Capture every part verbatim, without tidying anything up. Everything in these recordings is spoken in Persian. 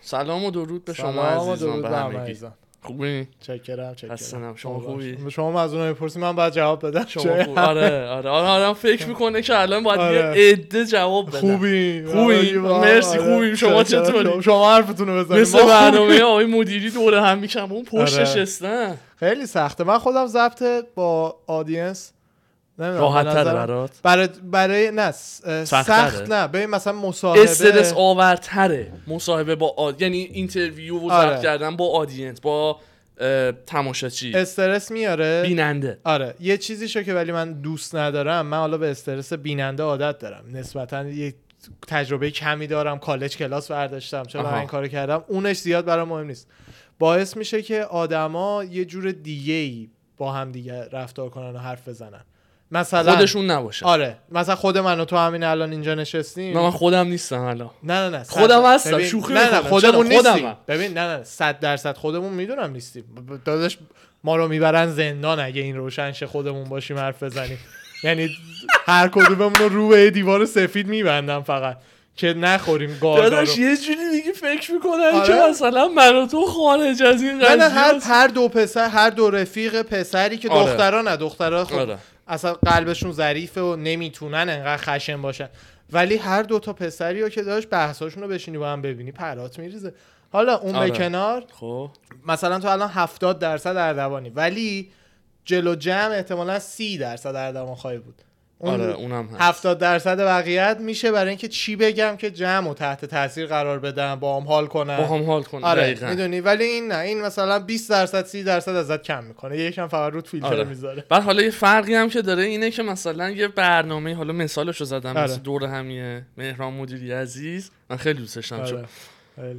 سلام و درود به شما عزیزان، به همگی. خوبی؟ چکرم چکرم. هستم. شما خوبی؟ شما از اونها میپرسی من باید جواب بدم. شما خوبی؟ آره آره آره فکر میکنه که الان باید آره. یه عده جواب بدم. خوبی؟ خوبی؟ مرسی. خوبی. شما چطوری؟ شما حرفتون رو بزنید. مثل برنامه آقای مدیری دوره هم میکنم اون پشت نشستن. خیلی سخته. من خودم ضبط با آدینس راحت تره برات؟ برای برای نه سخت نه ببین مثلا مصاحبه استرس آورتره مصاحبه با آد... یعنی اینترویو و ضبط آره. کردن با آدینس با تماشاچی استرس میاره بیننده. آره یه چیزیشو که ولی من دوست ندارم، من حالا به استرس بیننده عادت دارم، نسبتا یه تجربه کمی دارم، کالج کلاس برداشتم چرا این کارو کردم، اونش زیاد برام مهم نیست. باعث میشه که آدما یه جور دیگه‌ای با هم دیگه رفتار کنن و حرف بزنن، مثلا خودشون نباشه. آره مثلا خود من و تو همین الان اینجا نشستیم. نه من خودم نیستم الان. نه نه نه خودم هستم. شوخی نه نه خودمون نیستیم. خودم ببین نه نه صد درصد خودمون میدونم نیستیم. داداش ما رو میبرن زندان اگه این روشن شه خودمون باشیم حرف بزنیم. یعنی هر کدوممون رو رو به دیوار سفید میبندم فقط که نخوریم گاردارو. داداش یه جوری دیگه فکر میکنن آره؟ که مثلا من و تو خارج از این قضیه. نه هر هر دو پسر هر دو رفیق پسری که آره. دخترا نه دخترا خب آره. اصلا قلبشون ظریفه و نمیتونن انقدر خشن باشن، ولی هر دو تا پسری رو که داشت بحثاشون رو بشینی با هم ببینی پرات میریزه. حالا اون آره. به کنار خب مثلا تو الان هفتاد درصد اردوانی ولی جلو جمع احتمالاً سی درصد اردوان خواهی بود. اون آره اونم هست. هفتاد درصد بقیه‌ات میشه برای اینکه چی بگم که جمعو تحت تاثیر قرار بدم، با هم حال کنم. با هم حال کنم. آره میدونی، ولی این نه، این مثلا بیست درصد سی درصد ازت کم میکنه، یکم فقط روت فیلتر آره. میذاره. بعد حالا یه فرقی هم که داره اینه که مثلا یه برنامه، حالا مثالشو زدم آره. مثلا دور همیه مهران مدیری عزیز، من خیلی دوستش داشتم. آره. خیلی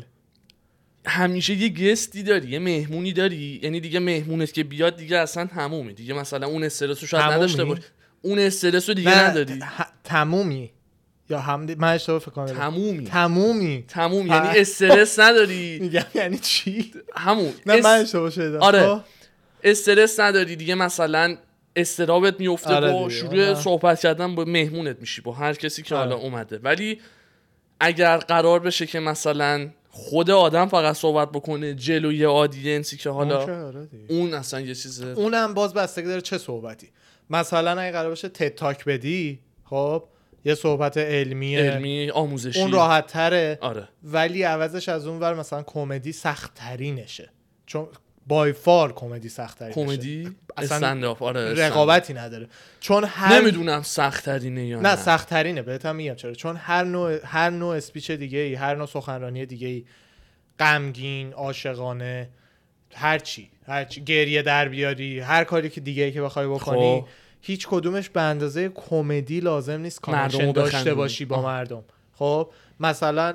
همیشه یه گستی داری، یه مهمونی داری، یعنی دیگه مهمونت که بیاد دیگه اصلا تمومه دیگه، مثلا اون استرسو شاید نداشته باشه، اون استرسو دیگه نه نداری. تمومی یا هم دی... من اشتباه فکر کنم. تمومی تمومی تموم یعنی استرس نداری. میگم یعنی چی؟ همون نه اس... من اشتباه شدم. آره استرس نداری دیگه، مثلا استرابت میفته آره با شروع آره. صحبت کردن با مهمونت میشی، با هر کسی که آره. حالا اومده. ولی اگر قرار بشه که مثلا خود آدم فقط صحبت بکنه جلوی آدینسی که حالا اون, اون اصلا یه چیز، اونم باز بستگی داره چه صحبتی. مثلا اگه قرار باشه تد تاک بدی، خب یه صحبت علمی علمی آموزشی، اون راحت تره آره. ولی عوضش از اون ور مثلا کمدی سخت ترینشه، چون بای فار کمدی سخت ترینشه. کمدی استندآپ آره رقابتی نداره، چون هر نمیدونم سخت ترینه یا نه. نه سخت ترینه، بهتم میگم چرا، چون هر نوع هر نوع اسپیچ دیگه ای، هر نوع سخنرانی دیگه ای، غمگین، عاشقانه، هر چی هر چی گریه در بیاری، هر کاری که دیگه ای که بخوای بکنی، خب. هیچ کدومش به اندازه کمدی لازم نیست کانکشن داشته باشی با آه. مردم. خب مثلا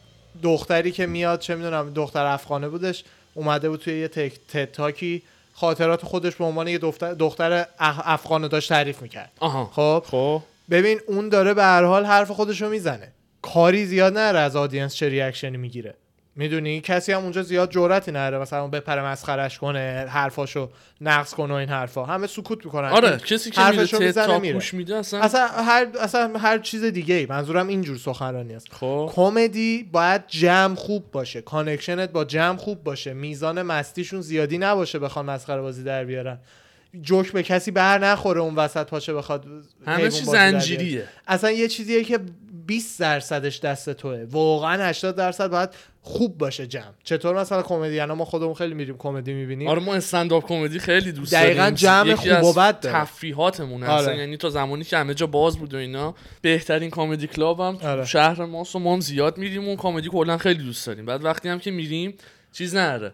دختری که میاد، چه میدونم دختر افغانه بودش، اومده بود توی یه تد تاکی خاطرات خودش به عنوان یه دختر دختر افغانه داشت تعریف میکرد. خب خب ببین اون داره به هر حال حرف خودشو میزنه، کاری زیاد نره از آدینس چه ریاکشنی میگیره، میدونی کسی هم اونجا زیاد جرأتی نداره مثلا بپره مسخرهش کنه، حرفاشو نقص کنه و این حرفا، همه سکوت میکنن. آره کسی که میره تا پوش میده اصلا اصلا هر اصلا هر چیز دیگه ای، منظورم اینجور سخنرانی است. خب کمدی باید جمع خوب باشه، کانکشنت با جمع خوب باشه، میزان مستیشون زیادی نباشه بخوان مسخره بازی در بیارن، جوک به کسی بر نخوره اون وسط پاشه بخواد، همه چیز زنجیریه. اصلا یه چیزیه که بیست درصدش دست توئه، واقعا هشتاد درصد باید خوب باشه جمع. چطور مثلا کمدیانا ما خودمون خیلی میریم کمدی میبینیم. آره ما استندآپ کمدی خیلی دوست داریم، دقیقاً جمع خوب و بد داره، تفریحاتمونه آره. اصلا یعنی تا زمانی که همه جا باز بود و اینا، بهترین کمدی کلاب هم آره. شهر ماست و ما هم زیاد میریم و کمدی کلا خیلی دوست داریم. بعد وقتی هم که میریم چیز نره،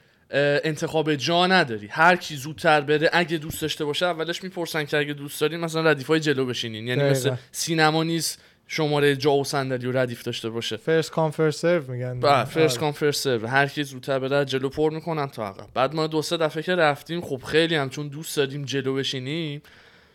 انتخاب جا نداری، هر کی زودتر بره اگه دوست داشته باشه اولش میپرسن که اگه دوست دارین مثلا ردیفای جلو بشینین، یعنی دقیقا. مثل سینما نیست شماره جا و صندلی و ردیف داشته باشه. فرست کام فرست سرو میگن. بله فرست کام فرست سرو، هر کی زودتر بره جلو پر میکنن تا عقب. بعد ما دو سه دفعه که رفتیم خب خیلی هم چون دوست داریم جلو بشینیم،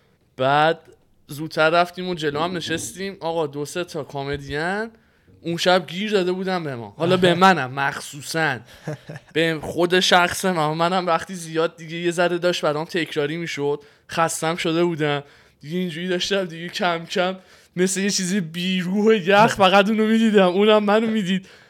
بعد زودتر رفتیم و جلو هم نشستیم. آقا دو سه تا کمدین اون شب گیر داده بودم به ما، حالا به منم مخصوصا به خود شخص من، منم وقتی زیاد دیگه یه ذره داشت برام تکراری میشد، خستم شده بودم دیگه، اینجوری داشتم دیگه کم کم مثل یه چیزی بیروح یخ فقط اونو میدیدم، اونم منو میدید،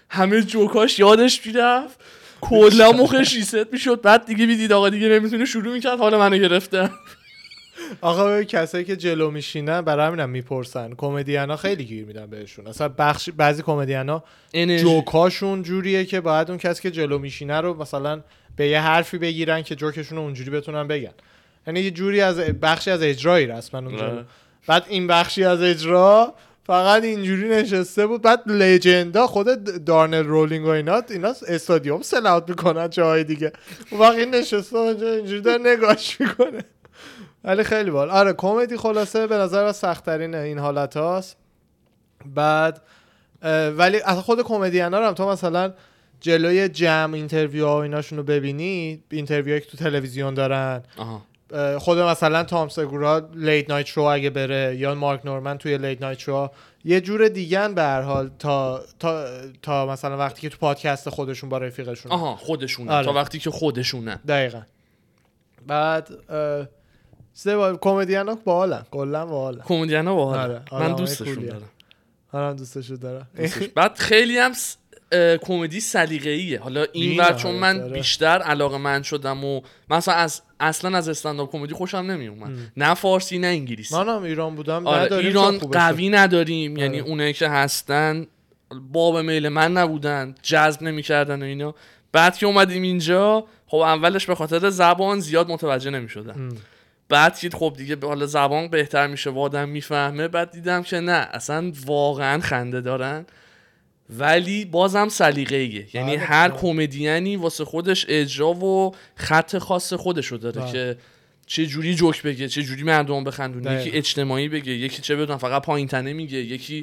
همه جوکاش یادش میرفت، کلا مخش ریست میشد. بعد دیگه میدید آقا دیگه نمیتونه شروع میکرد حالا منو گرفتن. آقا به کسایی که جلو میشینن برای همینم میپرسن، کمدینا خیلی گیر میدن بهشون. اصلا بخش بعضی کمدینا جوکاشون جوریه که باید اون کسی که جلو میشینه رو مثلا به یه حرفی بگیرن که جوکشون رو اونجوری بتونن بگن. یعنی یه جوری از بخشی از اجرایی رسما اونجا. بعد این بخشی از اجرا فقط اینجوری نشسته بود. بعد لژندا خود دارنل رولینگ و اینا اینا استادیوم سل اوت میکنن جای دیگه، اون وقت این نشسته اونجا اینجوری داره نگاش میکنه. ولی خیلی باحال. آره کمدی خلاصه به نظر من سخت ترین این حالت هاست. بعد ولی از خود کمدینا رو هم تو مثلا جلوی جمع اینترویو ها و ایناشون رو ببینی، اینترویوهایی که تو تلویزیون دارن، آها. خود مثلا تام سگورا لیت نایت شو اگه بره یا مارک نورمن توی لیت نایت شو یه جور دیگه به هر حال تا تا تا مثلا وقتی که تو پادکست خودشون با رفیقشون آها خودشونه آره. تا وقتی که خودشونه دقیقاً. بعد سه کمدینا باحالن، کلا باحالن کمدینا باحالن. من دوستشون دارم. آره دوستشون دارم. بعد خیلی هم س... کمدی سلیقه‌ایه. حالا این ور چون من داره. بیشتر علاقه‌مند شدم و مثلا از اصلا از استندآپ کمدی خوشم نمیومد، نه فارسی نه انگلیسی. منم ایران بودم آره نداریم ایران قوی نداریم آره. یعنی اونایی که هستن باب میل من نبودن، جذب نمی‌کردن و اینا. بعد که اومدیم اینجا خب اولش به خاطر زبان زیاد متوجه نمی‌شدم. بعد که خب دیگه حالا زبان بهتر میشه و آدم میفهمه، بعد دیدم که نه اصلا واقعا خنده دارن ولی بازم سلیقه‌ایه. یعنی آه هر کمدیانی واسه خودش اجرا و خط خاص خودشو داره آه. که چه جوری جوک بگه، چه جوری مردم بخندونه. یکی اجتماعی بگه، یکی چه بدونم فقط پایین تنه میگه، یکی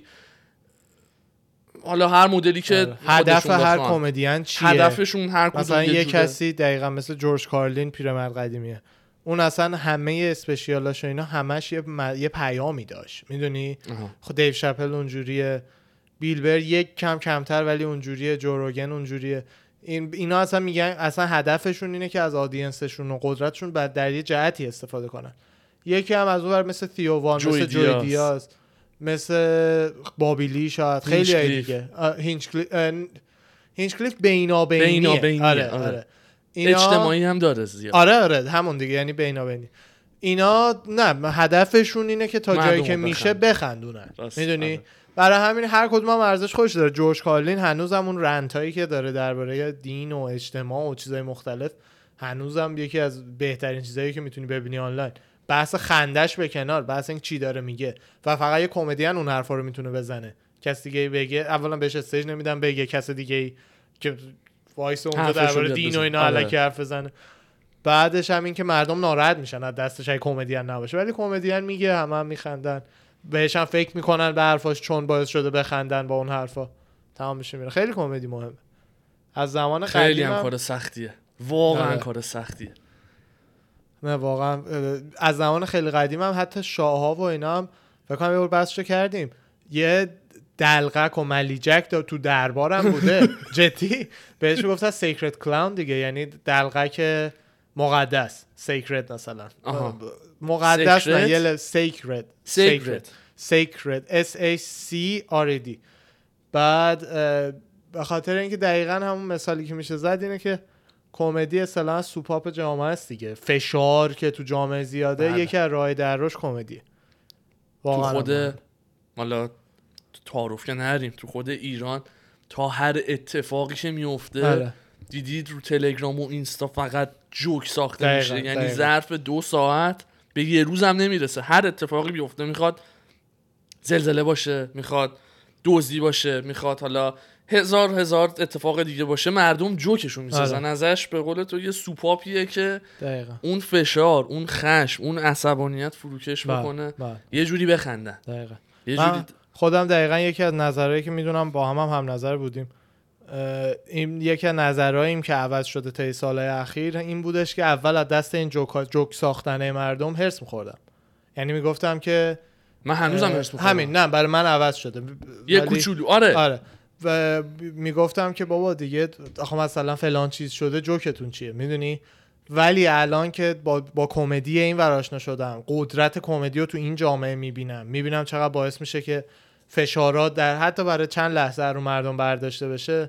حالا هر مدلی که هدف هر کمدین چیه، هدفشون هر کدوم مثلا یه کسی دقیقاً مثل جورج کارلین پیرمرد قدیمیه، اون اصلا همه اسپشیالاش و اینا همش یه, م... یه پیامی داشت میدونی. خود دیو شپل اونجوریه، بیلبر یک کم کمتر ولی اونجوریه، جو روگن اونجوریه. این اینا اصلا میگن اصلا هدفشون اینه که از آدینسشون و قدرتشون بعد در یه جهتی استفاده کنن. یکی هم از اون ور مثل تیو وان، مثل جوی دیاز، مثل بابیلی، شاید خیلی دیگه هینچکلیف هینچکلیف بینابینیه بینا بینی. آره آره, آره. اینا... اجتماعی هم داره زیاد. آره آره همون دیگه، یعنی بینابینی. اینا نه هدفشون اینه که تا جایی که میشه بخندونن میدونی آره. برای همین هر کدوم هم ارزش خودش داره. جورج کارلین هنوزم اون رنتایی که داره درباره دین و اجتماع و چیزای مختلف هنوزم یکی از بهترین چیزایی که میتونی ببینی آنلاین. بحث خندش به کنار، بحث این چی داره میگه و فقط یه کمدین اون حرفا رو میتونه بزنه. کس دیگه بگه اولا بهش استیج نمیدن بگه، کس دیگه که وایس اونجا درباره دین و اینا الکی حرف بزنه. بعدش هم این که مردم ناراحت میشن از دستش ای کمدین نباشه، ولی کمدین میگه همه هم میخندن، بهش هم فکر میکنن به حرفاش چون باعث شده بخندن با اون حرفا، تمام میشه میره. خیلی کمدی مهمه. از زمان قدیم خیلی هم کار سختیه، واقعا کار سختیه. نه واقعا از زمان خیلی قدیم هم حتی شاه‌ها و اینا هم فکر کنم یه بار بحثشو کردیم، یه دلقک و ملیجک تو دربارم بوده جدی بهش گفتن سیکرت کلاون دیگه، یعنی دلقک مقدس، سیکرت مثلا آها. مقدس نه یه سیکرت سیکرت سیکرت اس ای سی آر ای دی. بعد به خاطر اینکه دقیقاً همون مثالی که میشه زد اینه که کمدی اصلا سوپاپ جامعه است دیگه، فشار که تو جامعه زیاده بله. یکی از راه در رشد کمدیه. تو خود حالا تعارف که نریم، تو خود ایران تا هر اتفاقی که میفته بله. دیدید رو تلگرام و اینستا فقط جوک ساخته دقیقا. میشه، یعنی دقیقا. ظرف دو ساعت به یه روز هم نمیرسه، هر اتفاقی بیفته میخواد زلزله باشه، میخواد دزدی باشه، میخواد حالا هزار هزار اتفاق دیگه باشه، مردم جوکشو میسازن ازش. به قول تو یه سوپاپیه که دقیقا. اون فشار، اون خشم، اون عصبانیت فروکش بکنه با. یه جوری بخندن دقیقا. یه جوری خودم دقیقا یکی از نظرهایی که میدونم با هم هم, هم نظر بودیم، این یکی از نظرهاییم که عوض شده طی سالهای اخیر این بودش که اول از دست این جوک جوک ساختنه مردم هرس می‌خوردم. یعنی میگفتم که من هنوزم هرس می‌خورم. همین نه برای من عوض شده یه کوچولو آره آره و میگفتم که بابا دیگه آخه مثلا فلان چیز شده جوکتون چیه میدونی. ولی الان که با با کمدی این ور آشنا شدم، قدرت کمدی رو تو این جامعه میبینم میبینم چقدر باعث میشه که فشارات در حتی برای چند لحظه رو مردم برداشته بشه.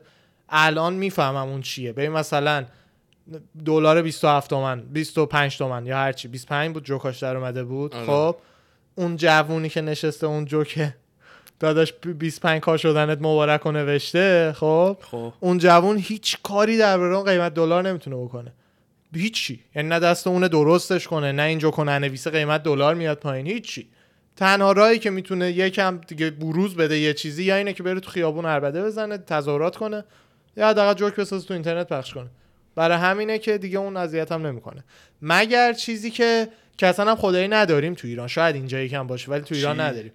الان میفهمم اون چیه. ببین مثلا دلار بیست و هفت تومن بیست و پنج تومن یا هر چی بیست و پنج بود جوکاش در اومده بود. آره. خب اون جوونی که نشسته اون جوکه داداش بیست و پنج کا شدنت مبارک و نوشته، خب خب اون جوون هیچ کاری درباره اون قیمت دلار نمیتونه بکنه، هیچی. یعنی نه دست اون درستش کنه، نه این جوکو ننویسه قیمت دلار میاد پایین، هیچی. تنها راهی که میتونه یکم دیگه بروز بده یه چیزی یا اینه که بره تو خیابون عربده بزنه، تظاهرات کنه، یا حداقل جوک بسازه تو اینترنت پخش کنه. برای همینه که دیگه اون اذیت هم نمیکنه، مگر چیزی که که اصلا هم خدایی نداریم تو ایران. شاید اینجا یکم باشه ولی تو ایران نداریم.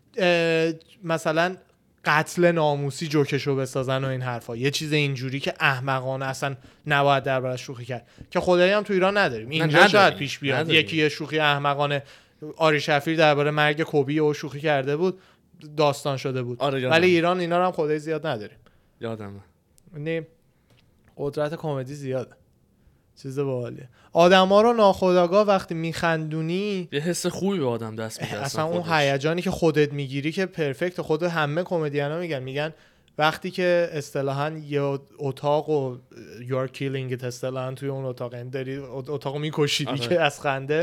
مثلا قتل ناموسی جوکشو بسازن و این حرفا، یه چیز اینجوری که احمقانه اصلا نباید دربارش شوخی کرد، که خدایی هم تو ایران نداریم. اینجا شاید پیش بیاد نداریم. یکی یه شوخی احمقانه، آری شفیر درباره مرگ کوبی او شوخی کرده بود، داستان شده بود. آره ولی ایران اینا رو هم خدایی زیاد نداریم. یادمه. یعنی قدرت کمدی زیاده، چیز باحالیه. آدما رو ناخودآگاه وقتی میخندونی یه حس خوبی به آدم دست میده. اصلا اون هیجانی که خودت میگیری که پرفکت. خود همه کمدیانا میگن میگن وقتی که اصطلاحاً یه اتاق و یور کیلینگ اصطلاحاً توی اون اتاق این داری اتاقو میکشی دیگه آره. از خنده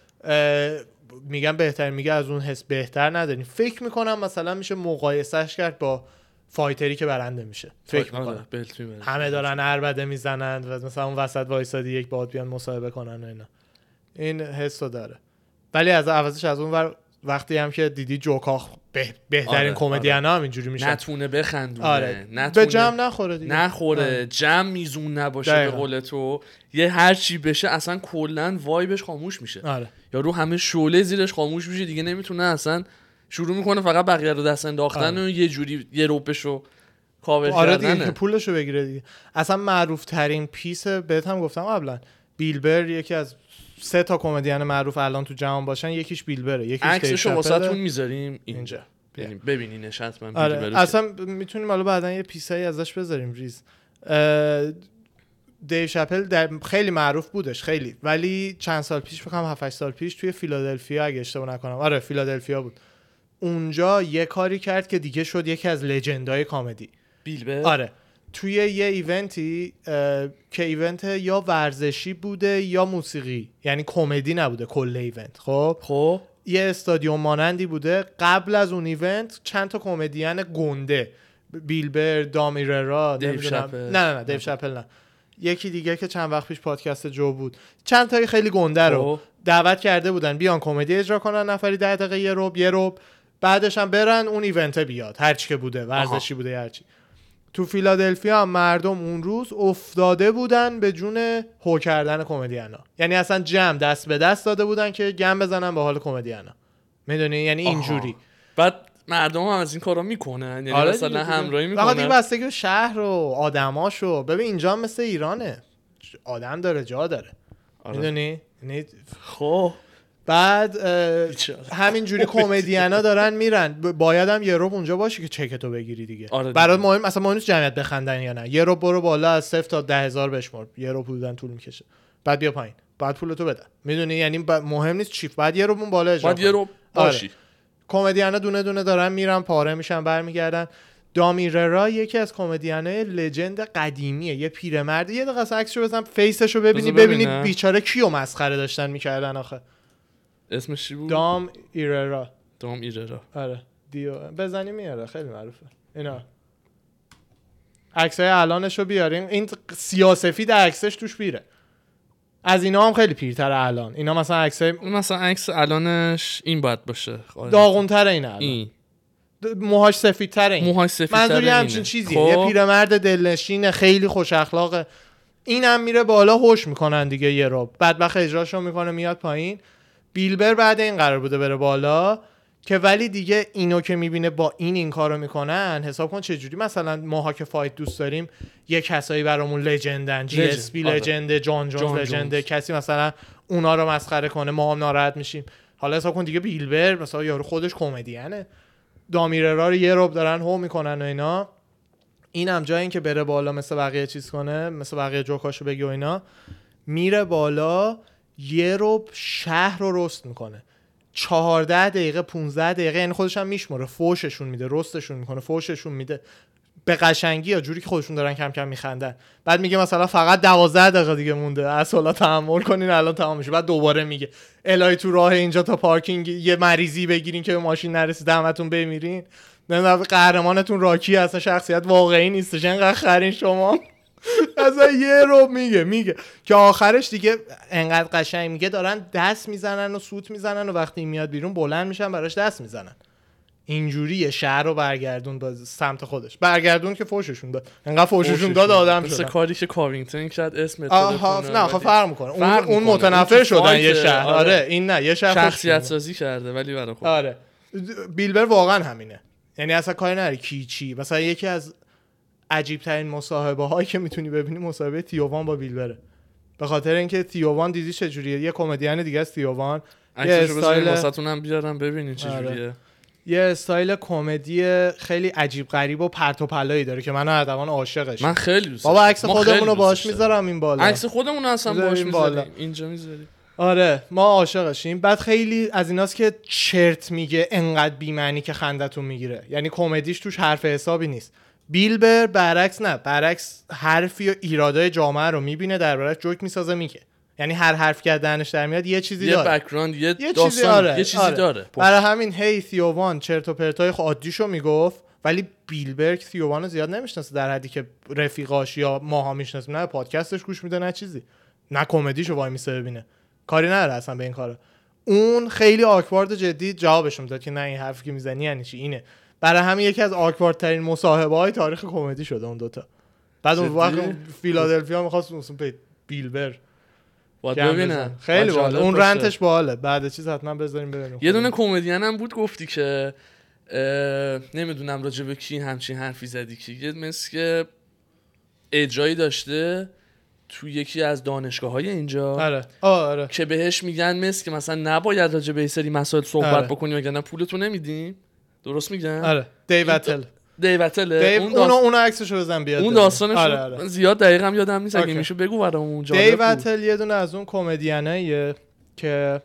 میگن بهتر، میگه از اون حس بهتر نداریم. فکر میکنم مثلا میشه مقایسهش کرد با فایتری که برنده میشه. فکر میکنم همه دارن عربده میزنن و مثلا اون وسط وایسادی یک باد بیان مصاحبه کنن و اینا، این حسو داره. ولی از عوضش از اون ور وقتی هم که دیدی جوکا به بهترین کمدینا آره. هم اینجوری میشن، نتونه بخندونه آره. نتونه به جمع نخوره دیگه، نخوره آره. جمع میزون نباشه دقیقا. به قول تو یه هر چی بشه اصلا کلا وایبش خاموش میشه آره. یا رو همه شعله زیرش خاموش میشه دیگه، نمیتونه اصلا، شروع میکنه فقط بقیه رو دست انداختن آره. و یه جوری یه روپشو کاور کردن آره دیگه که پولشو بگیره دیگه. اصلا معروف ترین پیس بهت هم گفتم قبلا، بیلبر یکی از سه تا کمدین معروف الان تو جهان باشن، یکیش بیلبره، یکیش دیو شپل. عکسشو واسهتون میذاریم اینجا یعنی ببینینش حتما. آره. اصلا میتونیم حالا بعدن یه پیسایی ازش بذاریم ریز. دیو شپل در خیلی معروف بودش خیلی، ولی چند سال پیش فکر کنم هفت هشت سال پیش توی فیلادلفیا اگه اشتباه نکنم، آره فیلادلفیا بود، اونجا یه کاری کرد که دیگه شد یکی از لژندای کمدی. بیلبر آره توی یه ایونتی که ایونت یا ورزشی بوده یا موسیقی، یعنی کمدی نبوده کل ایونت. خب خب یه استادیوم مانندی بوده. قبل از اون ایونت چند تا کمدین گنده، بیلبر، دامیررا، دیو شپل، نه نه نه دیو شپل نه، یکی دیگه که چند وقت پیش پادکست جو بود، چند تایی خیلی گنده رو دعوت کرده بودن بیان کمدی اجرا کنن، نفری ده دقیقه یه ربع یه ربع، بعدش هم برن اون ایونت بیاد، هر چی که بوده ورزشی بوده هر چی. تو فیلادلفیا هم مردم اون روز افتاده بودن به جون هو کردن کمدیانا، یعنی اصلا جمع دست به دست داده بودن که گم بزنن به حال کمدیانا، میدونی؟ یعنی اینجوری. بعد مردم هم از این کارا میکنن، یعنی آره مثلا همراهی میکنن. فقط این بستگی به شهر و آدماشو. ببین اینجا هم مثل ایرانه، آدم داره جا داره آره. میدونی؟ یعنی خب بعد همین جوری کمدیانا دارن میرن، باید هم یه رو اونجا باشه که چکتو بگیری دیگه. آره برات مهم اصلا مهم نیست جمعیت بخندن یا نه، یه رو برو بالا از صفر تا ده هزار بشمار، یه رو بودن طول میکشه، بعد بیا پایین، بعد پولتو بده، میدونی؟ یعنی مهم نیست چی، بعد یه رو اون بالا اجرا بعد یه رو باشی. آره. کمدیانا دونه دونه دارن میرن پاره میشن برمیگردن. دامیررا یکی از کمدینای لژند قدیمیه، یه پیرمرد. یه دقیقه عکسشو بزن، فیسشو ببینی ببینی بیچاره کیو مسخره داشتن میکردن آخه. اسمش چی بود؟ دام ایررا. دام ایررا آره دیو بزنی میاره، خیلی معروفه. اینا عکسای الانشو بیاریم، این سیاه‌سفید عکسش توش پیره، از اینا هم خیلی پیرتره الان. اینا مثلا عکسای مثلا عکس الانش این باید باشه، داغون‌تره اینا الان. این موهاش سفیدتره، این موهاش سفیدتره، منظوری همچین چیزیه. خب. یه پیرمرد دلنشین خیلی خوش اخلاقه، اینم میره بالا هوش میکنن دیگه، یه رو بدبخت اجراشو میکنه میاد پایین. بیلبر بعد این قرار بوده بره بالا که ولی دیگه اینو که میبینه با این این کارو میکنن، حساب کن چه جوری مثلا ماها که فایت دوست داریم یه کسایی برامون لژندن، جی اس پی لژند، جان جونز لژند، کسی مثلا اونا رو مسخره کنه ما هم ناراحت میشیم. حالا حساب کن دیگه بیلبر مثلا یارو خودش کمدینه، دامیررا رو یه رب دارن هو میکنن و اینا، اینم جای این که بره بالا مثل بقیه چیز کنه، مثل بقیه جوکاشو بگی و اینا، میره بالا یه رب شهر رو رست میکنه، چهارده دقیقه پونزده دقیقه، یعنی خودش هم میشماره، فوششون میده، رستشون میکنه، فوششون میده، به قشنگی یا جوری که خودشون دارن کم کم میخندن. بعد میگه مثلا فقط دوازده دقیقه دیگه مونده، از حالا تحمل کنین الان تمام میشه. بعد دوباره میگه الهی تو راه اینجا تا پارکینگ یه مریضی بگیرین که به ماشین نرسید همتون بمیرین. نمیدونم قهرمانتون راکی اصلا شخصیت واقعی نیستش، انقدر خرین شما. اصلا یه رو میگه میگه که آخرش دیگه انقدر قشنگ میگه دارن دست میزنن و سوت میزنن و وقتی میاد بیرون بلند میشن براش دست میزنن. اینجوریه شهر رو برگردون به سمت خودش، برگردون که فوششون داد، انقدر فوششون داد آدم شدن. مثل کاری که کاوینگتون کرد اسم آها نه خب فرق میکنه، اون اون متنفر شدن یه شهر. آره. آره این نه یه شهر شخصیت سازی کرده ولی برای خود. آره بیلبر واقعا همینه، یعنی اصلا کاری نداره کی چی. مثلا یکی از عجیب ترین مصاحبه هایی که میتونی ببینی مصاحبه تیووان با بیلبره، به خاطر اینکه تیووان دیدی چه جوریه، یه کمدین دیگه است تیووان، یه استایل واسهتون هم بیارم ببینید چه جوریه. آره. یه استایل کمدی خیلی عجیب غریب و پرت و پلایی داره که من اردوان عاشقش. من خیلی دوست دارم. بابا عکس خودمون رو باهاش میذارم این بالا. عکس خودمون رو اصلا باهاش میذاریم اینجا میذاریم. آره ما عاشقشیم. بعد خیلی از ایناست که چرت میگه انقدر بی معنی که خندتون میگیره، یعنی کمدیش توش حرف حسابی نیست. بیلبر برعکس نه، برعکس حرفی و ایرادای جامعه رو میبینه دربارش جوک میسازه میگه، یعنی هر حرف که دهنش در میاد یه چیزی یه داره، یه بک‌گراند، یه, یه داستان، چیزی آره. یه چیزی آره. داره. برای همین هی تیووان چرت و پرتای عادیشو میگفت، ولی بیلبر تیووانو زیاد نمیشناسه در حدی که رفیقاش یا ماها میشناسیم، نه پادکستش گوش میده نه چیزی، نه کمدیشو وای میسه ببینه، کاری نداره اصلا به این کارا. اون خیلی آکوارد جدی جوابش میداد که نه این حرفی که میزنی یعنی چی اینه. برای همین یکی از آکوارد ترین مصاحبه های تاریخ کمدی شده اون دوتا. بعد اون وقت فیلادلفیا میخواست اون بیلبر باید ببینم خیلی باحال، اون رنتش باحاله، بعد چیز حتما بذاریم ببینیم. یه دونه کمدین هم بود گفتی که نمیدونم راجع به کی همچین حرفی زدی که یه مثل که اجرایی داشته تو یکی از دانشگاه‌های اینجا. آره آره که بهش میگن مثل که مثلا نباید راجع به این سری مسائل صحبت آره. بکنی وگرنه پولتو نمیدیم. درست میگن؟ آره دیوتل دیوتل دیو... اون داست... اونو عکسشو بزن بیاد. اون داستانش آره آره. زیاد دقیقاً یادم نیست اگه میشه بگو برام اونجا. دیوتل یه دونه از اون کمدیناییه که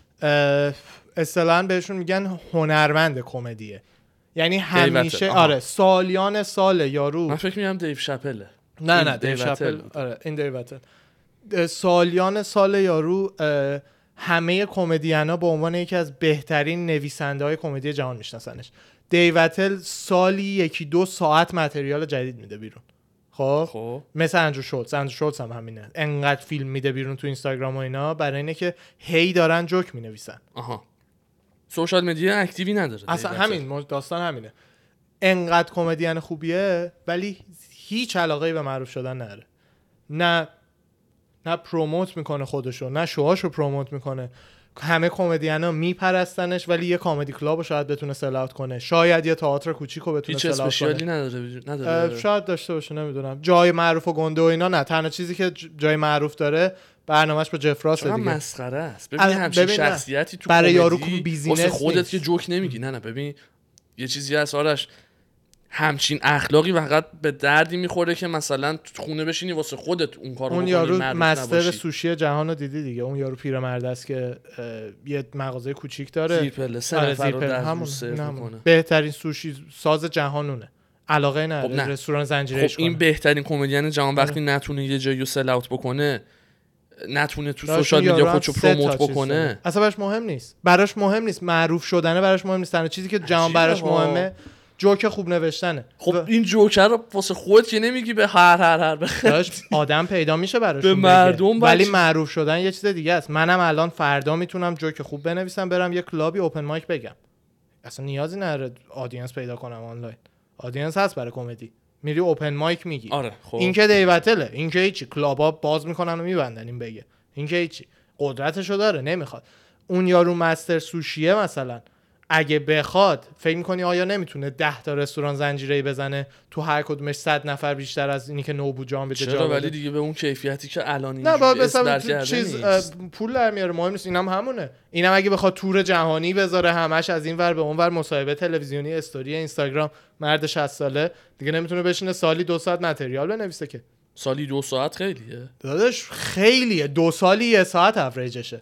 اصطلاحاً بهشون میگن هنرمند کمدیه، یعنی همیشه آره سالیان سال یارو. من فکر می‌کنم دیو شپله. نه نه دیو شپل آره این دیوتل سالیان سال یارو همه کمدینا به عنوان یکی از بهترین نویسنده‌های کمدی جهان میشناسنش. دیوتل سالی یکی دو ساعت متریال جدید میده بیرون. خب خب مثل اندرو شولتز اندرو شولتز هم همینه، انقدر فیلم میده بیرون تو اینستاگرام و اینا برای اینه که هی دارن جوک مینویسن. آها سوشال مدیا اکتیوی نداره اصلا همین داستان همینه. انقدر کمدین خوبیه ولی هیچ علاقه‌ای به معروف شدن نداره، نه نه پروموت میکنه خودشو، نه شوهاشو پروموت میکنه. همه کمدینا میپرستنش ولی یه کمدی کلابو شاید بتونه سل اوت کنه، شاید یه تئاتر کوچیکو بتونه سل اوت کنه. هیچ اسپشیالی نداره نداره شاید داشته باشه نمیدونم. جای معروف و گنده و اینا نه، تنها چیزی که جای معروف داره برنامه‌اش با جف راس دیگه. مسخره است. ببین همچین شخصیتی تو برای یارو بیزینس واسه خودت که جوک نمیگی. نه نه ببین یه چیزی هست آرش، همچین اخلاقی فقط به دردی میخوره که مثلا تو خونه بشینی واسه خودت اون کارو بکنی. اون یارو مستر سوشی جهانو دیدی دیگه، اون یارو پیرمرد است که یه مغازه کوچیک داره، زیرپله سه نفر رو در روز سرو میکنه. بهترین سوشی ساز جهانونه، علاقه نداره خب رستوران زنجیره‌اش خب این بهترین کمدین جهان وقتی نتونه یه جایی رو سل اوت بکنه، نتونه تو سوشال میدیا خودشو پروموت بکنه، اصلا براش مهم نیست. براش مهم نیست معروف شدنه، براش مهم نیست. تنها چیزی که جهان براش مهمه جوک خوب نوشتنه. خب این جوکر رو واسه خودت که نمیگی به هر هر هر بخیر آدم پیدا میشه براش به مردم، ولی معروف شدن یه چیز دیگه است. منم الان فردا میتونم جوک خوب بنویسم برم یه کلابی اوپن مایک بگم، اصلا نیازی نداره آدینس پیدا کنم آنلاین. آدینس هست برای کمدی، میری اوپن مایک میگی. آره خب این که دیوتله، این که هیچی، کلابا باز میکنن و میبندن این بگه، این که هیچی، قدرتشو داره نمیخواد. اون یارو مستر سوشیه مثلا اگه بخواد فکر می‌کنی آیا نمیتونه ده تا رستوران زنجیره‌ای بزنه تو هر کدومش صد نفر بیشتر از اینی که نوبو جام بده جا بده؟ ولی دیگه به اون کیفیتی که الان نه با مثلا چیز پول در میاره مهم نیست. اینم هم همونه. اینم اگه بخواد تور جهانی بذاره همش از این ور به اون ور مصاحبه تلویزیونی استوری اینستاگرام، مرد شصت ساله دیگه نمیتونه بشینه سالی دو ساعت متریال بنویسه که. سالی دو ساعت خیلیه داداش، خیلیه. دو سالی یه ساعت اوریجشه.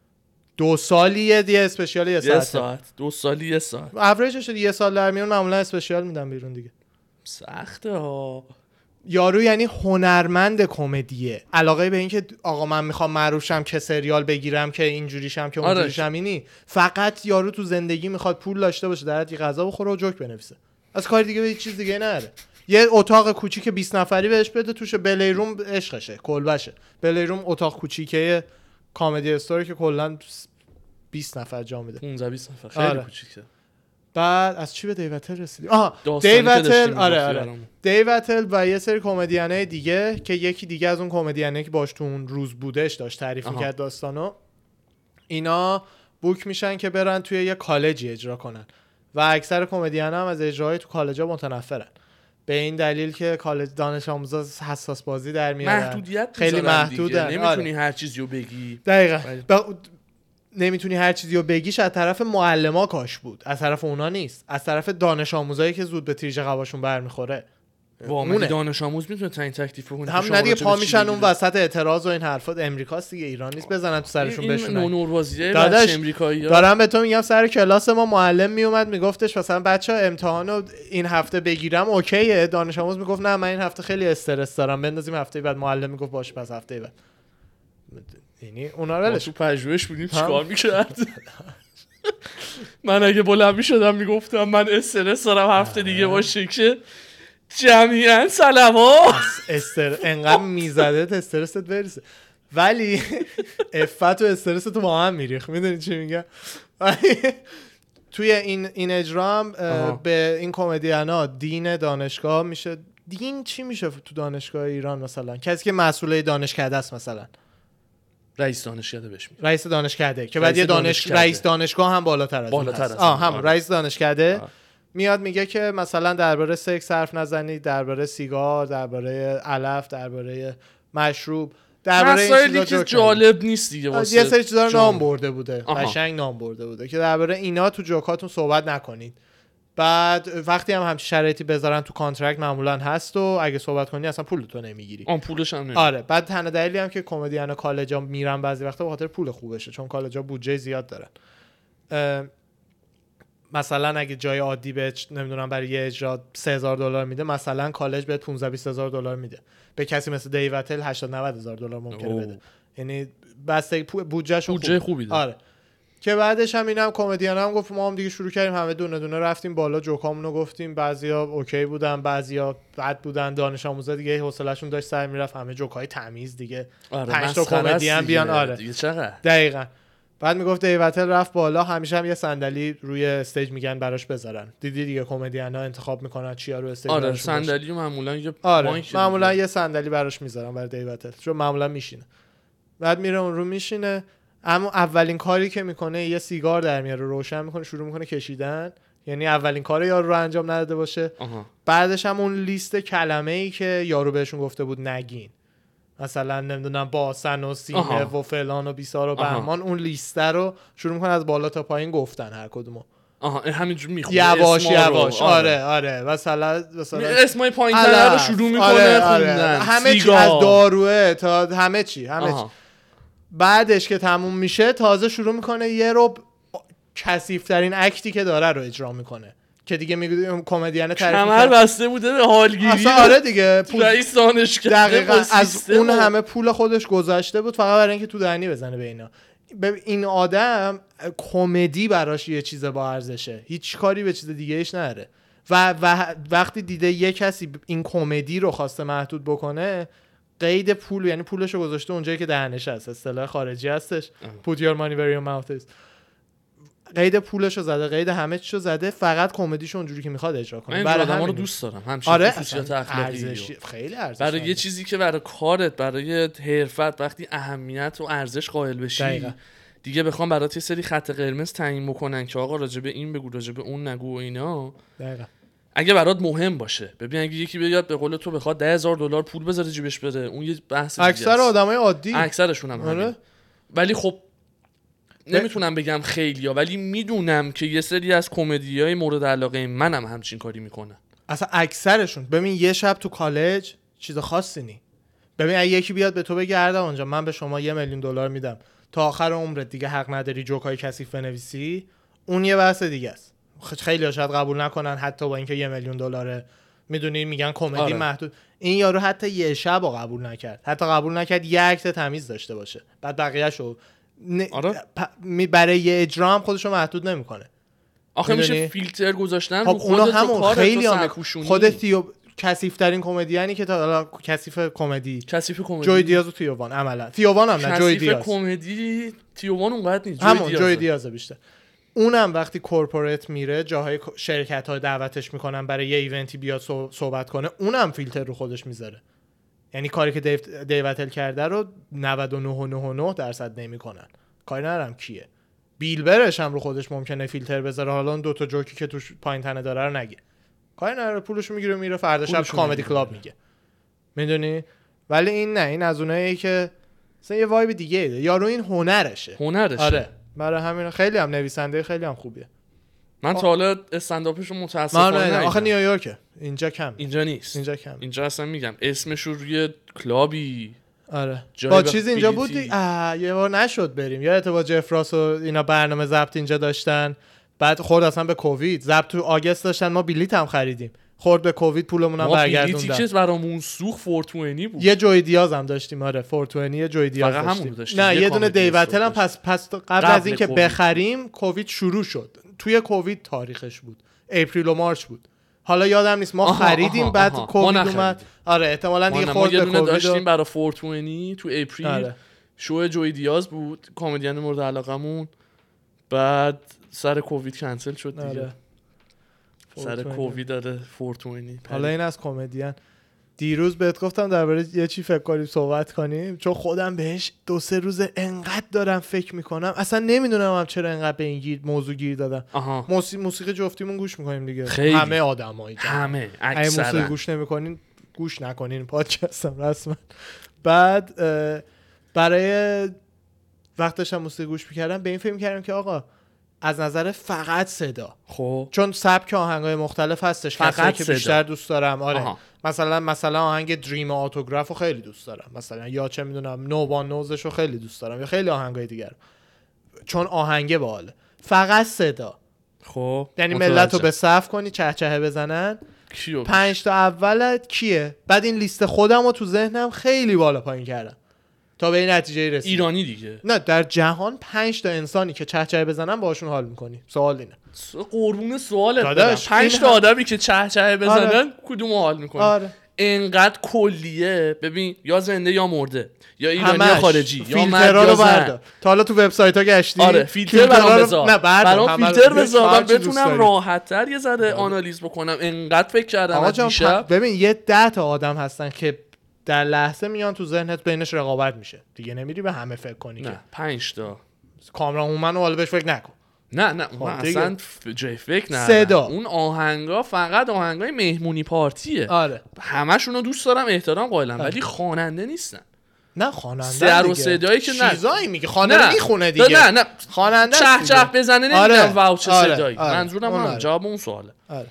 دو سالیه دیگه اسپشیال یه ساعت. ساعت دو سالی یه ساعت اوریجش یه سال در میون معمولا اسپشیال میدن بیرون دیگه. سخته ها. یارو یعنی هنرمند کمدیه، علاقه به این که آقا من میخوام معروف شم که سریال بگیرم که اینجوری شم که اونجوری شم اینی. فقط یارو تو زندگی میخواد پول داشته باشه، در حد یه غذا بخوره و جوک بنویسه، از کار دیگه به هیچ چیز دیگه نره. یه اتاق کوچیک بیست نفری بهش بده، توش بلی روم عشقشه، کلبشه. بلی روم اتاق کوچیکه کامدی استوری که کلا بیست نفر جا میده، پانزده بیست نفر، خیلی آره. کوچیکه. بعد از چی به دیوتل رسیدیم؟ آها دیوتل، آره آره دیوتل و یه سری کمدینای دیگه که یکی دیگه از اون کمدینایی که باش تو اون روز بودش داشت تعریف می‌کرد داستانو، اینا بوک میشن که برن توی یه کالجی اجرا کنن و اکثر کمدینا هم از اجراهای تو کالجا متنفرن، به این دلیل که کالج دانش آموزا حساس بازی در میارن، محدودیت خیلی محدودن، نمیتونی آره. هر چیزیو بگی. دقیقاً نمیتونی هر چیزی رو بگیش. از طرف معلما کاش بود، از طرف اونا نیست، از طرف دانش آموزایی که زود به تیرج قباشون برمیخوره. واقعا دانش آموز میتونه تعیین تکلیف کنه. هم ندیگه پا میشن اون وسط اعتراض و این حرفات. امریکاست دیگه، ایران نیست بزنن تو سرشون بشونن. این نونوروازیه بچه امریکایی‌ها. دارم به تو میگم سر کلاس ما معلم میومد میگفتش مثلا بچه‌ها امتحانو این هفته بگیرم اوکیه، دانش آموز میگفت نه من این هفته خیلی استرس دارم بندازیم هفته بعد. معلم میگفت باشه پس هفته بعد. یعنی اونا ولش تو پژوهش بودیم چیکار می‌کرد؟ من اگه بلند می‌شدم میگفتم من استرس دارم هفته دیگه باشه که جمعیاً سلامات استر انقدر میزدت استرست برسه، ولی افت و استرس تو با هم میریخ. میدونی چی میگم؟ توی این این اجرا هم به این کمدیانا دین دانشگاه میشه. دین چی میشه تو دانشگاه ایران؟ مثلا کسی که مسئول دانشکده است، مثلا رئیس دانشکده بهش میگه. رئیس دانشکده که بعد یه دانش رئیس دانشگاه هم بالاتر از بالاتر از آه هم رئیس دانشکده میاد میگه که مثلا درباره سکس حرف نزنید، درباره سیگار، درباره علف، درباره مشروب، درباره این چیزا که جالب نیست دیگه واسه یه سری چیزا رو نام برده بوده، قشنگ نام برده بوده که درباره اینا تو جوکاتون صحبت نکنید. بعد وقتی هم همچین شرایطی بذارن تو کانترکت معمولا هست و اگه صحبت کنی اصلا پولتو نمیگیری. آن پولش هم نمیگیری. آره. بعد تنها دلیلی هم که کمدیانا کالجا میرن بعضی وقتا به خاطر پول خوبشه، چون کالجا بودجه زیاد دارن. مثلا اگه جای عادی به نمیدونم برای یه اجرا سه هزار دلار میده، مثلا کالج بهت پانزده بیست هزار دلار میده. به کسی مثل دیوتل هشتاد نود هزار دلار ممکنه اوه. بده. یعنی بسته بودجهشون بودجه خوبی داره. آره. که بعدش هم اینم کمدیان هم گفت ما هم دیگه شروع کردیم همه دونه دونه رفتیم بالا، جوکامونو گفتیم، بعضیا اوکی بودن بعضیا بد بودن. دانش آموزا دیگه حوصله‌شون داشت سر میرفت، همه جوکای تمیز دیگه. آره پنج تا کمدین بیان. آره دیگه چقدر دقیقاً. بعد میگفت دیوتل رفت بالا، همیشه هم یه صندلی روی استیج میگن براش بذارن. دیدی دیگه کمدیانا انتخاب میکنن چیا رو استیج آره صندلی معمولا یه آره معمولا یه صندلی براش میذارن برای دیوتل، چون معمولا میشینه. بعد میره اون رو میشینه، اما اولین کاری که میکنه یه سیگار در میاره روشن میکنه شروع میکنه کشیدن، یعنی اولین کار یارو رو انجام نداده باشه. آها. بعدش هم اون لیست کلمه‌ای که یارو بهشون گفته بود نگین، مثلا نمیدونم باسن و سینه آها. و فلان و بیسار و بهمان، اون لیست رو شروع میکنه از بالا تا پایین گفتن هر کدومو. آها همینجوری میخونه یواش یواش. آره آره مثلا مثلا اسمای پایین‌تر رو شروع میکنه آره خوندن. آره. همه چی از داروه تا همه چی همه چی. بعدش که تموم میشه تازه شروع میکنه یه رو کثیف‌ترین اکتی که داره رو اجرا میکنه که دیگه میگه کمدین تعریف کمر بسته بوده به حالگیری اصلا. آره دیگه پول رئیس دانشگاه دقیقاً از اون همه پول خودش گذاشته بود فقط برای اینکه تو دهنی بزنه به اینا. به این آدم کمدی براش یه چیز با ارزشه، هیچ کاری به چیز دیگه ایش نداره. و, و وقتی دیده یه کسی این کمدی رو خواسته محدود بکنه، قید پول یعنی پولشو گذاشته اونجایی که دهنش هست، اصطلاح خارجی هستش put your money where your mouth is. قید پولشو زده، قید همه چیشو زده، فقط کمدیشو اونجوری که میخواد اجرا کنه. برای آدما رو دوست دارم همین آره خصوصیات اخلاقی خیلی ارزش برای یه چیزی که برای کارت برای حرفت وقتی اهمیت و ارزش قائل بشی دقیقا. دیگه بخوام برات یه سری خط قرمز تعیین بکنن که آقا راجع به این بگو راجع به اون نگو و اینا. دقیقاً. اگه برات مهم باشه، ببین اگه یکی بیاد به قول تو بخواد ده هزار دلار پول بذاره جیبش بره، اون یه بحث دیگه است. اکثر آدمای عادی اکثرشون هم همین. ولی خب نمیتونم بگم خیلیا، ولی میدونم که یه سری از کمدیای مورد علاقه منم همچین کاری میکنن. اصلا اکثرشون. ببین یه شب تو کالج چیز خاصی نی. ببین اگه یکی بیاد به تو بگه آردا اونجا من به شما یه میلیون دلار میدم تا آخر عمرت دیگه حق نداری جوکای کثیف بنویسی، اون یه بحث دیگه است. خیلی ها شاید قبول نکنن حتی با اینکه یه میلیون دلاره، میدونی میگن کمدی آره. محدود. این یارو حتی یه شب رو قبول نکرد، حتی قبول نکرد یک اکت تمیز داشته باشه، بعد بقیه‌شو ن... آره. پ... برای یه اجرا هم خودشو محدود نمیکنه. آخه میدونی؟ میشه فیلتر گذاشتن خب رو خودت همون و خیلی کارت و هم سرپوشونی. خود تیو کثیف ترین کمدیانی که تا حالا کثیف کمدی کثیف کمدی جوی دیاز و تیووان عملا تیووان هم نه جوی دیاز کثیف کمدی تیووان اونقدر نیست، همون جوی دیاز بیشتر. اونم وقتی کورپوریت میره جاهای شرکت ها دعوتش میکنن برای یه ایونتی بیاد صحبت کنه، اونم فیلتر رو خودش میذاره. یعنی کاری که دیو دیوتل کرده رو نود و نه و نه و نه درصد نمیکنن. کاری ندارم کیه. بیلبرش هم رو خودش ممکنه فیلتر بذاره، حالا اون دو تا جوکی که توش پایین تنه داره رو نگه، کاری نداره، پولشو میگیره میره فردا شب کامدی کلاب میگه، میدونی. ولی این نه، این از اوناییه که مثلا یه وایب دیگه ایده. یارو این هنرشه هنرشه آره، برای همین خیلی هم نویسنده خیلی هم خوبیه. من تا حالا استندآپش رو متاسفانه نه ندیدم. آخه نیویورکه، اینجا کم، اینجا نیست، اینجا کم، اینجا اصلا میگم اسمش رو روی کلابی آره با چیز اینجا بود دی... یه بار نشد بریم، یادت با جفراس و اینا برنامه ضبط اینجا داشتن، بعد خورد اصلا به کووید، ضبط تو آگست داشتن، ما بلیط هم خریدیم، خورد به کووید پولمون هم برگردوندن. ما بلیطی که برامون سوخت چهارصد بود. یه جوی دیاز هم داشتیم آره، چهارصد یه جوی دیاز داشتیم. داشتیم. نه یه دونه دیوتل هم پس پس قبل, قبل از اینکه بخریم کووید شروع شد. توی کووید تاریخش بود، اپریل و مارچ بود. حالا یادم نیست ما آها خریدیم آها بعد کووید اومد. آره احتمالاً دیگه خورد به کووید داشتیم برای چهارصد تو اپریل. آره. شو جوی دیاز بود، کمدین مورد علاقمون، بعد سر کووید کنسل شد دیگه. آره. سر کووید داره چهارصد. حالا این از کمدین دیروز بهت گفتم درباره یه چی فکر کنیم صحبت کنیم، چون خودم بهش دو سه روز انقدر دارم فکر میکنم، اصلا نمیدونم هم چرا انقدر به این گیر موضوع گیر دادم. موسیقی موسیقی جفتیمون گوش میکنیم دیگه، خیلی. همه آدمایی همه اکثرا موسیقی گوش نمیکنین گوش نکنین پادکستم رسما. بعد برای وقتش هم موسیقی گوش میکردم به این فکر میکردم که آقا از نظر فقط صدا، خب چون سبک آهنگای مختلف هستش فقط که بیشتر دوست دارم آره آها. مثلا مثلا آهنگ دریم اتوگراف رو خیلی دوست دارم، مثلا یا چه میدونم نوبان نوزش رو خیلی دوست دارم، یا خیلی آهنگای دیگر، چون آهنگه باحاله. فقط صدا خب یعنی ملت رو به صف کنی چه چه بزنن، پنج تا اولت کیه، بعد این لیست خودم رو تو ذهنم خیلی بالا پایین کردم تا به این نتیجه رسیدم. ایرانی دیگه نه در جهان پنج تا انسانی که چه چه بزنن باهاشون حال میکنی. سوال اینه، قربون سوالت بدم، پنج تا آدمی که چه چه بزنن آره. کدوم حال میکنی؟ آره. انقدر کلیه، ببین یا زنده یا مرده، یا ایرانی یا خارجی، یا مرد یا زن. بردار. تا حالا تو وبسایت ها گشتی؟ آره فیلتر برام بذار. نه برام فیلتر بذار بتونم راحت تر یه ذره آنالیز بکنم. انقدر فکر کردم از دیشب. ببین یه ده تا آدم هستن که در لحظه میان تو ذهنت بینش رقابت میشه دیگه، نمیری به همه فکر کنی نه. که پنج تا کامران هومن و بهش فکر نکن. نه نه اون اصلا جای فکر نه. صدا اون آهنگا فقط آهنگای مهمونی پارتیه. آره همشون رو دوست دارم احترام قائلم ولی خواننده نیستن. نه خواننده سر و صدایی که نه چیزایی میگه خواننده میخونه دیگه. نه نه خواننده چه چه بزنه نمیدونم آره. واو چه آره. صدایی. آره. منظورم آره. هم جواب اون سواله. آره.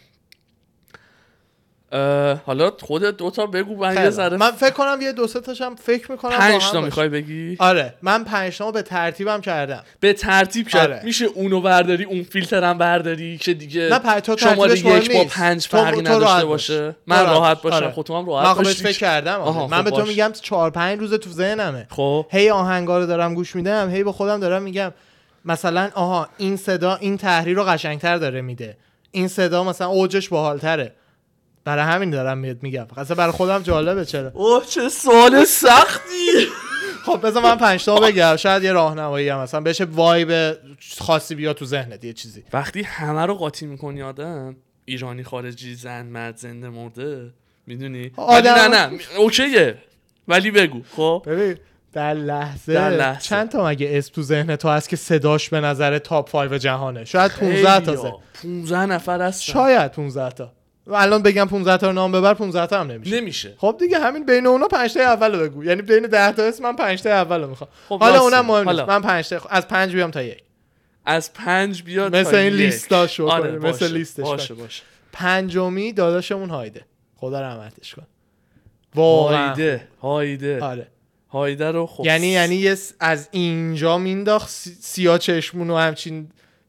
حالا خودت دو تا بگو من یه ذره من فکر کنم یه دو سه تاشم فکر میکنم پنج تا میخوای بگی؟ آره من پنج تا به ترتیبم کردم. به ترتیب کرد آره. میشه اونو برداری اون فیلترم برداری که دیگه نه پ... تو شماره یک با پنج فرقی نداشته باشه. من راحت, راحت باشم آره. خودم هم راحت باشم. من فکر کردم آره. من خب به تو میگم چهار پنج روز تو ذهنمه. خب هی آهنگا رو دارم گوش میدم، هی با خودم دارم میگم مثلا آها این صدا این تحریر رو قشنگتر داره میده، این صدا مثلا اوجش باحالتره. برای همین دارم میاد میگم، اصلا برای خودم جالبه. چرا اوه چه سوال سختی. خب بذار من پنج تا بگم شاید یه راهنمایی هم مثلا بشه وایب خاصی بیاد تو ذهنت یه چیزی. وقتی همه رو قاطی میکنی آدم ایرانی خارجی زن مرد زنده مرده میدونی آدم نه نه اوکیه ولی بگو. خب ببین در لحظه, در لحظه چند تا مگه اسم تو ذهن تو هست که صداش به نظر تاپ پنج جهانه؟ شاید پانزده تا زن. پانزده نفر هستن شاید پانزده تا. الان بگم پانزده تا رو نام ببر پانزده تا هم نمیشه. نمیشه. خب دیگه همین بین اونا پنج تا اولو بگو، یعنی بین ده تا اسم من پنج تا اولو میخوام. خب حالا اونم مهم نیست، من پنج تا از پنج بیام تا یک. از پنج بیاد مثل این لیستاشو آره کنه. مثل لیستش باشه باشه. پنجمی داداشمون هایده، خدا رحمتش کن. واقعا هایده هایده آره هایده رو خب یعنی یعنی یه از اینجا مینداخت سیاه چشمون و همچین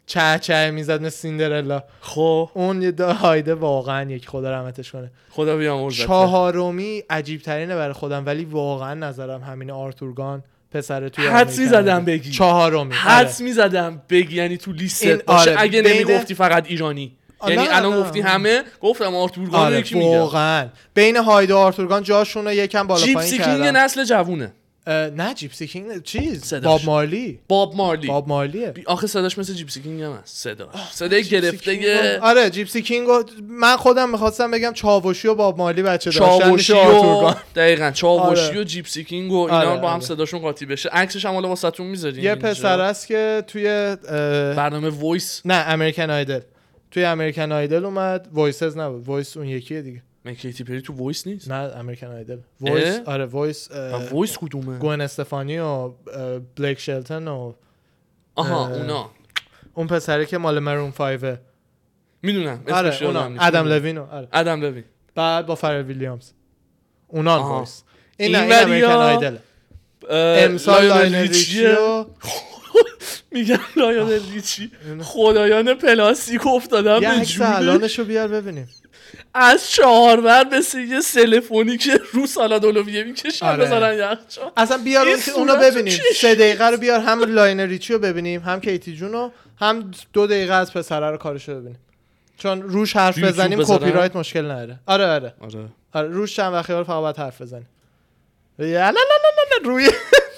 چه چه میزد مثل سیندرلا. خب اون یه دا هایده واقعا یک خدا رحمتش کنه. خدا بیامرزه. چهارمی عجیب ترینه برای خودم ولی واقعا نظرم همین آرتور گان پسر توی حدس میزدم بگی چهارمی. حدس میزدم بگی یعنی تو لیست باشه. آره. اگه بین... نمیگفتی فقط ایرانی یعنی نه الان نه. گفتی همه گفتم آرتور گان آره. یکی میگم واقعا بین هایده و آرتور گان جاشون رو یکم بالا پایین جیپسی کردن. کینگ نسل جوونه. نه جیپسی کینگ چیز صداش. باب مارلی. باب مارلی باب مارلیه. بی... آخه صداش مثل جیپسی کینگ هم هست. صداش صدای گرفته. آره جیپسی کینگ و من خودم می‌خواستم بگم چاوشی و باب مارلی بچه داشتن چاوشی و دقیقاً چاوشی آره. و جیپسی کینگ و اینا آره. با هم آره. صداشون قاطی بشه. عکسش هم حالا واسهتون میذاریم. یه پسر است که توی برنامه وایس نه امریکن آیدل توی امریکن آیدل اومد. وایسز نبود. وایس اون یکیه دیگه. من کیتی پری تو وایس نیست. نه امریکن آیدل وایس. آره وایس. وایس کدومه؟ گوین استفانی و بلیک شلتن و آها اونا. اون پسره که مال مرون فایو. میدونم آره اسمش اونا. یادم ادم لوین. آره ادم لوین. بعد با فرل ویلیامز اونان وایس. این این نه امریکن آیدل. امسال لاینر ریچیو میگم لاینر ریچی خدایان پلاستیک افتادم یه به عکس الانشو بیار ببینیم. از چهار بر مثل یه سلفونی که رو سالاد اولویه میکشن آره. بذارن یخچال. اصلا بیار اون اونو ببینیم. سه دقیقه رو بیار هم لاینر ریچی رو ببینیم هم کیتی جونو هم دو دقیقه از پسره رو کارشو ببینیم چون روش حرف بزنیم کپی رایت مشکل نداره. آره آره آره آره روش چند وقت خیال فقط باید حرف بزنیم. لا لا لا لا روی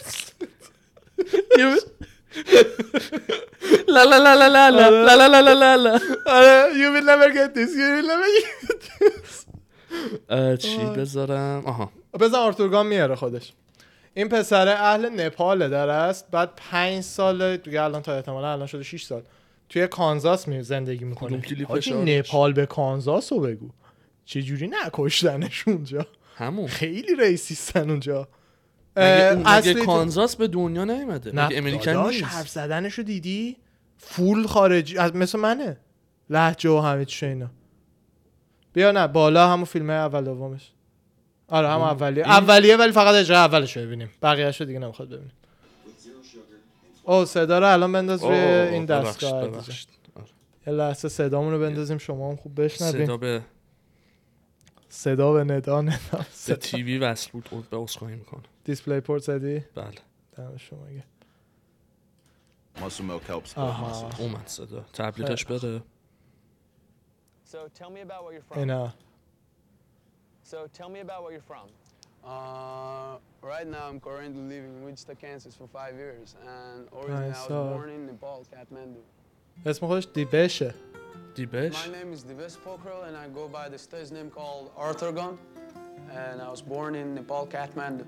لا لا لا لا لا لا لا لا لا لا لا آره you will never get this you will never get this. چی بذارم؟ آها بذار آرتورگان میاره خودش. این پسره اهل نپاله در است. بعد پنج سال دیگه الان تا احتمالا الان شده شش سال توی کانزاس می زندگی میکنه. حاجی نپال به کانزاس رو بگو چه جوری نکشتنش اونجا. همون خیلی ریسیستن اونجا. مگه کانزاس به دنیا نیومده؟ مگه امریکن نیست؟ حرف زدنشو دیدی؟ فول خارجی مثل منه لهجه و همه چی اینا. بیا نه بالا همون فیلمه اول دومش. آره هم اولیه اولیه ولی فقط اجرا اولشو ببینیم بقیه‌اشو دیگه نمیخواد ببینیم. او صدا رو الان بنداز روی این دستگاه. یه لحظه صدامون رو بندازیم شما هم خوب بشنوین. صدا به صدا به ندا ندا به تیوی وصل بود به عذرخواهی میکنه. دیسپلی پورت زدی؟ بله. دم شما گرم. Muscle milk helps. آها اومد صدا. تبلیغش بده. So tell me about what you're from. اینا. So tell me about what you're from. Uh, right now I'm currently living in Wichita, Kansas for five years, and originally I was born in Nepal, Kathmandu. اسم خودش دیبشه. دیبش. My name is Divesh Pokhral, and I go by the stage name called Arthur Gun, and I was born in Nepal, Kathmandu.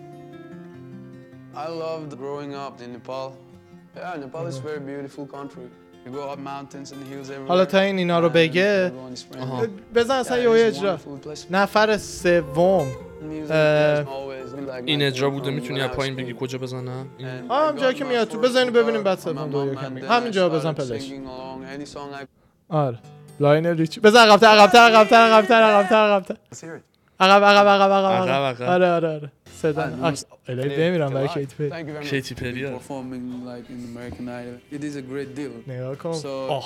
I loved growing up in Nepal. Yeah, Nepal is a very beautiful country. You go up mountains and hills everywhere. حالا تا این اینا رو بگه بزن اصلا یه اجرا نفر سوم این اجرا بوده میتونی از پایین بگی کجا بزنم؟ آه هم جایی که میاد تو بزنی ببینیم بعد سوم دو یکم میگه همینجا بزن پلش. آره لاین ریچ بزن عقب‌تر عقب‌تر عقب‌تر عقب‌تر عقب‌تر عقب‌تر عقب عقب عقب عقب عقب آره آره آره صدا الهی بمیرم برای کیتی پری. کیتی پری نگاه کن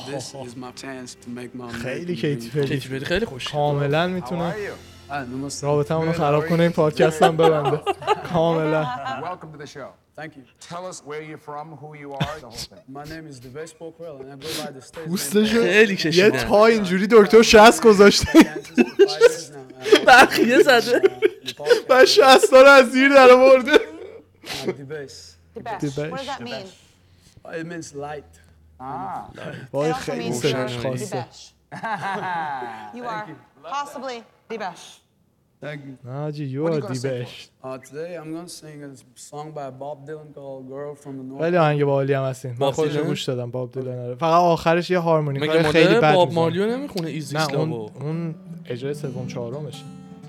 خیلی کیتی پری. کیتی پری خیلی خوش کاملا میتونه رابطه‌مون رو خراب کنه این پادکست هم ببنده کاملا. Welcome to the show. Thank you. Tell us where you're from, who you are, the whole thing. My name is Divesh Pokhral and I go by the stage پوستشو خیلی یه کشیدن. تا اینجوری دکتر شصت گذاشته بخیه زده. و شصت تا رو از زیر در آورده. Divesh. Dibesh. What does that mean? It means light. Ah. وای It also خیلی means صداش you're خاصه. Dibesh. You are possibly Dibesh. Thank you. ناجی یو What are آر you gonna sing for دیبش. us? Uh, today I'm going to sing a song by Bob Dylan called Girl from the North. خیلی آهنگ باحالی هم هستین. من باب خودشو دیلن؟ گوش دادم باب دیلن. فقط آخرش یه هارمونیک مگه خیلی مال بد باب میزنه. مالیو نمیخونه ایزی نه اون اسلامو؟ اون اجرای سوم چهارمشه.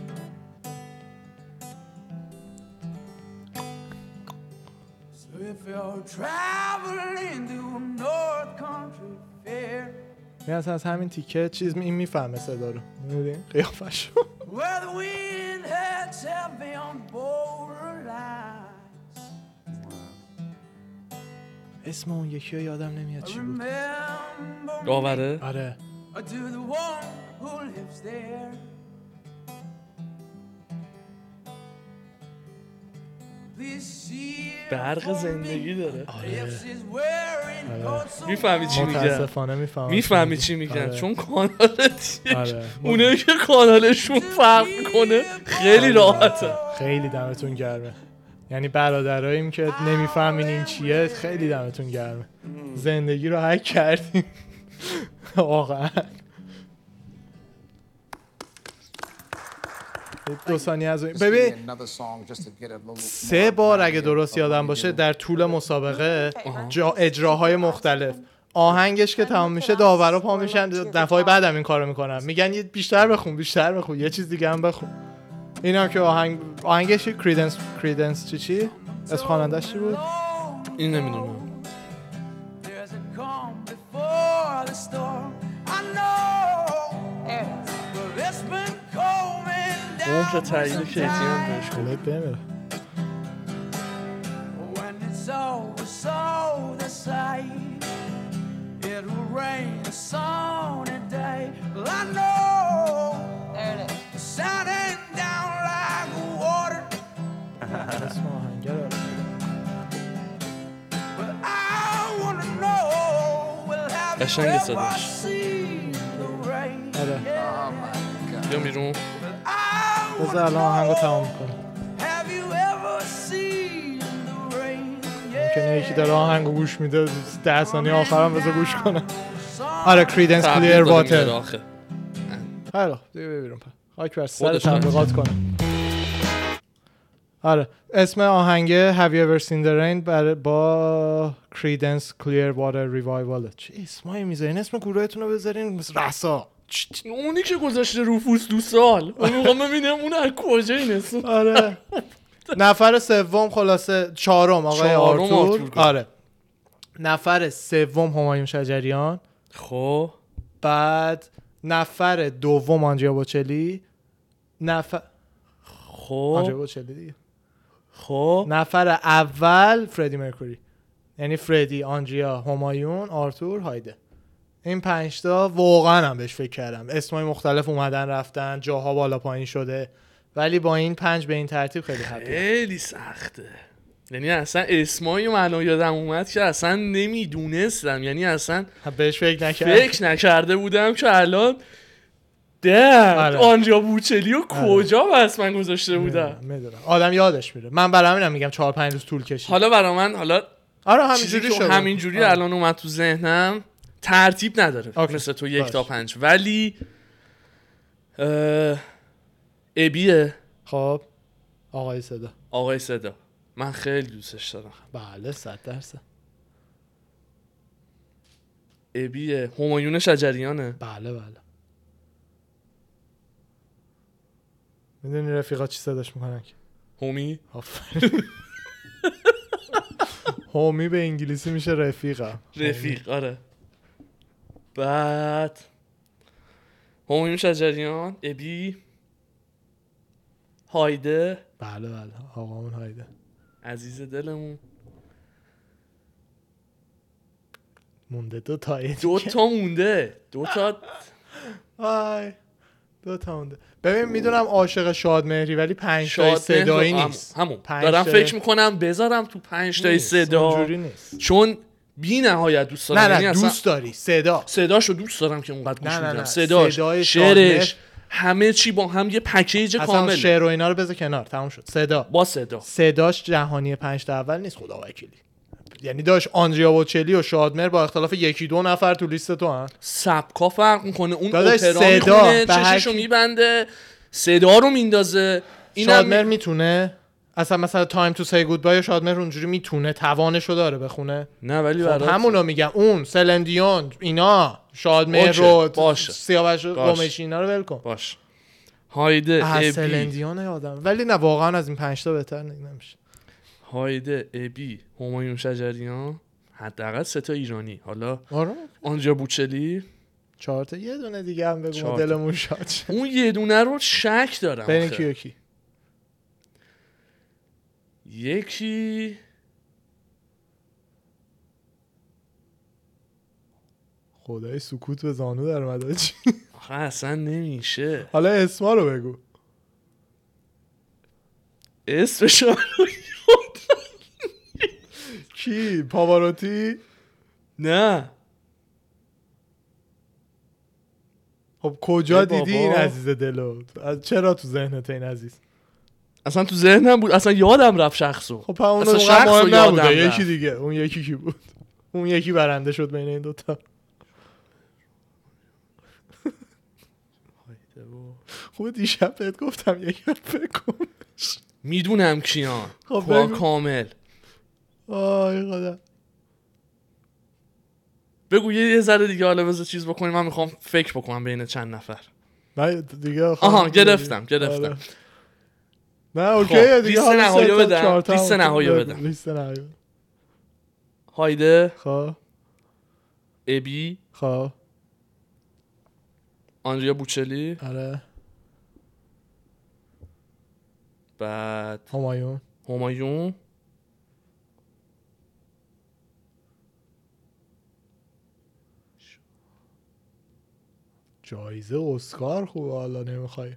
So if you're traveling to a North Country fair این اصلا از همین تیکه چیز این میفهمه صدا رو. میدونی؟ قیافشو. where the wind heads heavy on borderlines. اسم اون یکی رو یادم نمیاد چی بود. Remember داوره آره or to the one who lives there. Please see برق زندگی داره. if she's wearing coats so میفهمی چی میگم؟ متاسفانه میفهمم میفهمی چی میگن؟ آره. چون کانالت آره. اونایی که کانالشون فرق کنه خیلی راحته. خیلی دمتون گرمه. یعنی برادراییم که نمیفهمین این چیه خیلی دمتون گرمه. زندگی رو هک کردیم واقعا. دو ثانیه از این ببین سه بار اگه درست یادم باشه در طول مسابقه جا اجراهای مختلف آهنگش که تمام میشه داورا پا میشن دفعه بعدم این کارو میکنن میگن یه بیشتر بخون بیشتر بخون یه چیز دیگه هم بخون. اینا که آهنگ آهنگش کریدنس کریدنس چی چی از خواننده‌اش چی بود؟ این نمیدونم. there's a calm before the storm. I know There it is. but it's been coming down مهر تایید کیتی هم بهش کن. کلت بمیره. when it's over so the sight it will rain a sunny day. Well, I know There it is. shining down like water. اسم آهنگه رو But I wanna know will have you قشنگ ever صداش. seen the rain? آره بیا بیرون. I بذار الان آهنگو تمام کنیم. have you ever seen the rain? که یکی داره آهنگو گوش میده ده ثانیه آخرام بذار گوش کنه. آره کریدنس کلیر واتر. آخه خیلی خوب دیگه ببینم خاک بر سر خودش هم. تبلیغات کنه. آره اسم آهنگ Have You Ever Seen the Rain بر با Creedence Clearwater Revival. چه اسمایی میذارین؟ اسم گروهتون رو بذارین مثل رسا. اونی که گذاشته روفوس دو سال اون موقع ببینم اون از کجا این اسم. آره نفر سوم خلاصه چهارم آقای چهارم آرتور. آرتور. آره نفر سوم همایون شجریان. خب بعد نفر دوم آنجیا بوچلی. نفر آنجیا خب بوچلی دیگه. خب نفر اول فردی مرکوری یعنی فردی، آنجیا، همایون، آرتور، هایده. این پنج تا واقعا هم بهش فکر کردم. اسمای مختلف اومدن رفتن جاها بالا پایین شده ولی با این پنج به این ترتیب خیلی هپی. خیلی سخته. یعنی اصلا اسمایی من یادم اومد که اصلا نمیدونستم. یعنی اصلا بهش فکر نکردم. فکر نکرده بودم که الان ده آره. آنجا بوچلی و کجا بس من گذاشته بودم. میدونم آدم یادش میره. من برای همینم میگم چهار پنج روز طول کشید. حالا برا من حالا آره چیزی همینجوری که شد. همینجوری آره. الان اومد تو ذهنم ترتیب نداره اوکی. مثل تو یک باش. تا پنج ولی اه، ابیه خب آقای صدا. آقای صدا من خیلی دوستش دارم. بله صد درصد. ابیه همایون شجریانه. بله بله. میدونی رفیقا چی صداش میکنن که همی آفرین. هومی به انگلیسی میشه رفیقم. رفیق آره. بعد همایون شجریان، ابی، هایده بله بله آقامون هایده عزیز دلمون. مونده دو تا دو تا مونده دو تا وای دو تا مونده. ببین میدونم عاشق شادمهری ولی پنج تا شاد صدایی مهر- نیست. همون پنج دارم تا- فکر میکنم بذارم تو پنج تای نیست. صدا اونجوری نیست. چون بی نهایت دوست دارم. نه یعنی نه اصلا دوست داری صدا. صداشو دوست دارم که اونقدر گوش نه، نه، میدم. نه. صداش صدای شعرش شادمهر- همه چی با هم یه پکیج اصلا کامله شعر و اینا رو بذار کنار تموم شد. صدا با صدا. صداش جهانی پنج تا اول نیست خدا وکیلی. یعنی داشت آندریا بوچلی و شادمهر با اختلاف یکی دو نفر تو لیست تو هن. سبکا فرق میکنه. اون داداش اپرا صدا میخونه به هر چششو کی- میبنده صدا رو میندازه. شادمهر اینم میتونه اصلا مثلا تایم تو سی گود بای شادمهر اونجوری میتونه توانشو داره بخونه. نه ولی خب برات همونو میگم اون سلندیون اینا شادمهر اوکی، رو باشه. سیاوش باشه. قمیشی اینا رو ول کن. باش. هایده از ابی سلندیون یادم ولی نه واقعا از این پنج تا بهتر نمیشه. هایده ابی همایون شجریان حداقل سه تا ایرانی. حالا آره آنجا بوچلی چهار تا یه دونه دیگه هم بگو چهار تا. دلمون شاد شه. اون یه دونه رو شک دارم بین آخه. کی و کی؟ خدای سکوت به زانو در اومد چی. آخه اصلا نمیشه. حالا اسما رو بگو. اسمشو کی؟ پاواروتی؟ نه. خب کجا ای دیدی بابا. این عزیز دلو؟ از چرا تو ذهنت این عزیز؟ اصلا تو ذهنم بود، اصلا یادم رفت شخصو. خب اون اصلا اونقدر شخص رو مهم یادم نبوده. رفت. یکی دیگه. اون یکی کی بود؟ اون یکی برنده شد بین این دوتا. خوب دیشب بهت گفتم یکم فکر کن. میدونم کیان. خب با بگو. کامل. آی خدا. بگو یه یه ذره دیگه حالا بذار چیز بکنیم، من میخوام فکر بکنم بین چند نفر. من دیگه آها گرفتم گرفتم. آره. نه اوکیه خب، دیگه. لیست حالا نهایی سه تا، بدم. چهار تا لیست هم نهایی بگو. بدم. لیست نهایی. هایده، خب ابی، خب آندریا بوچلی، آره بعد همایون همایون، جایزه اسکار خوبه. حالا نمیخوای؟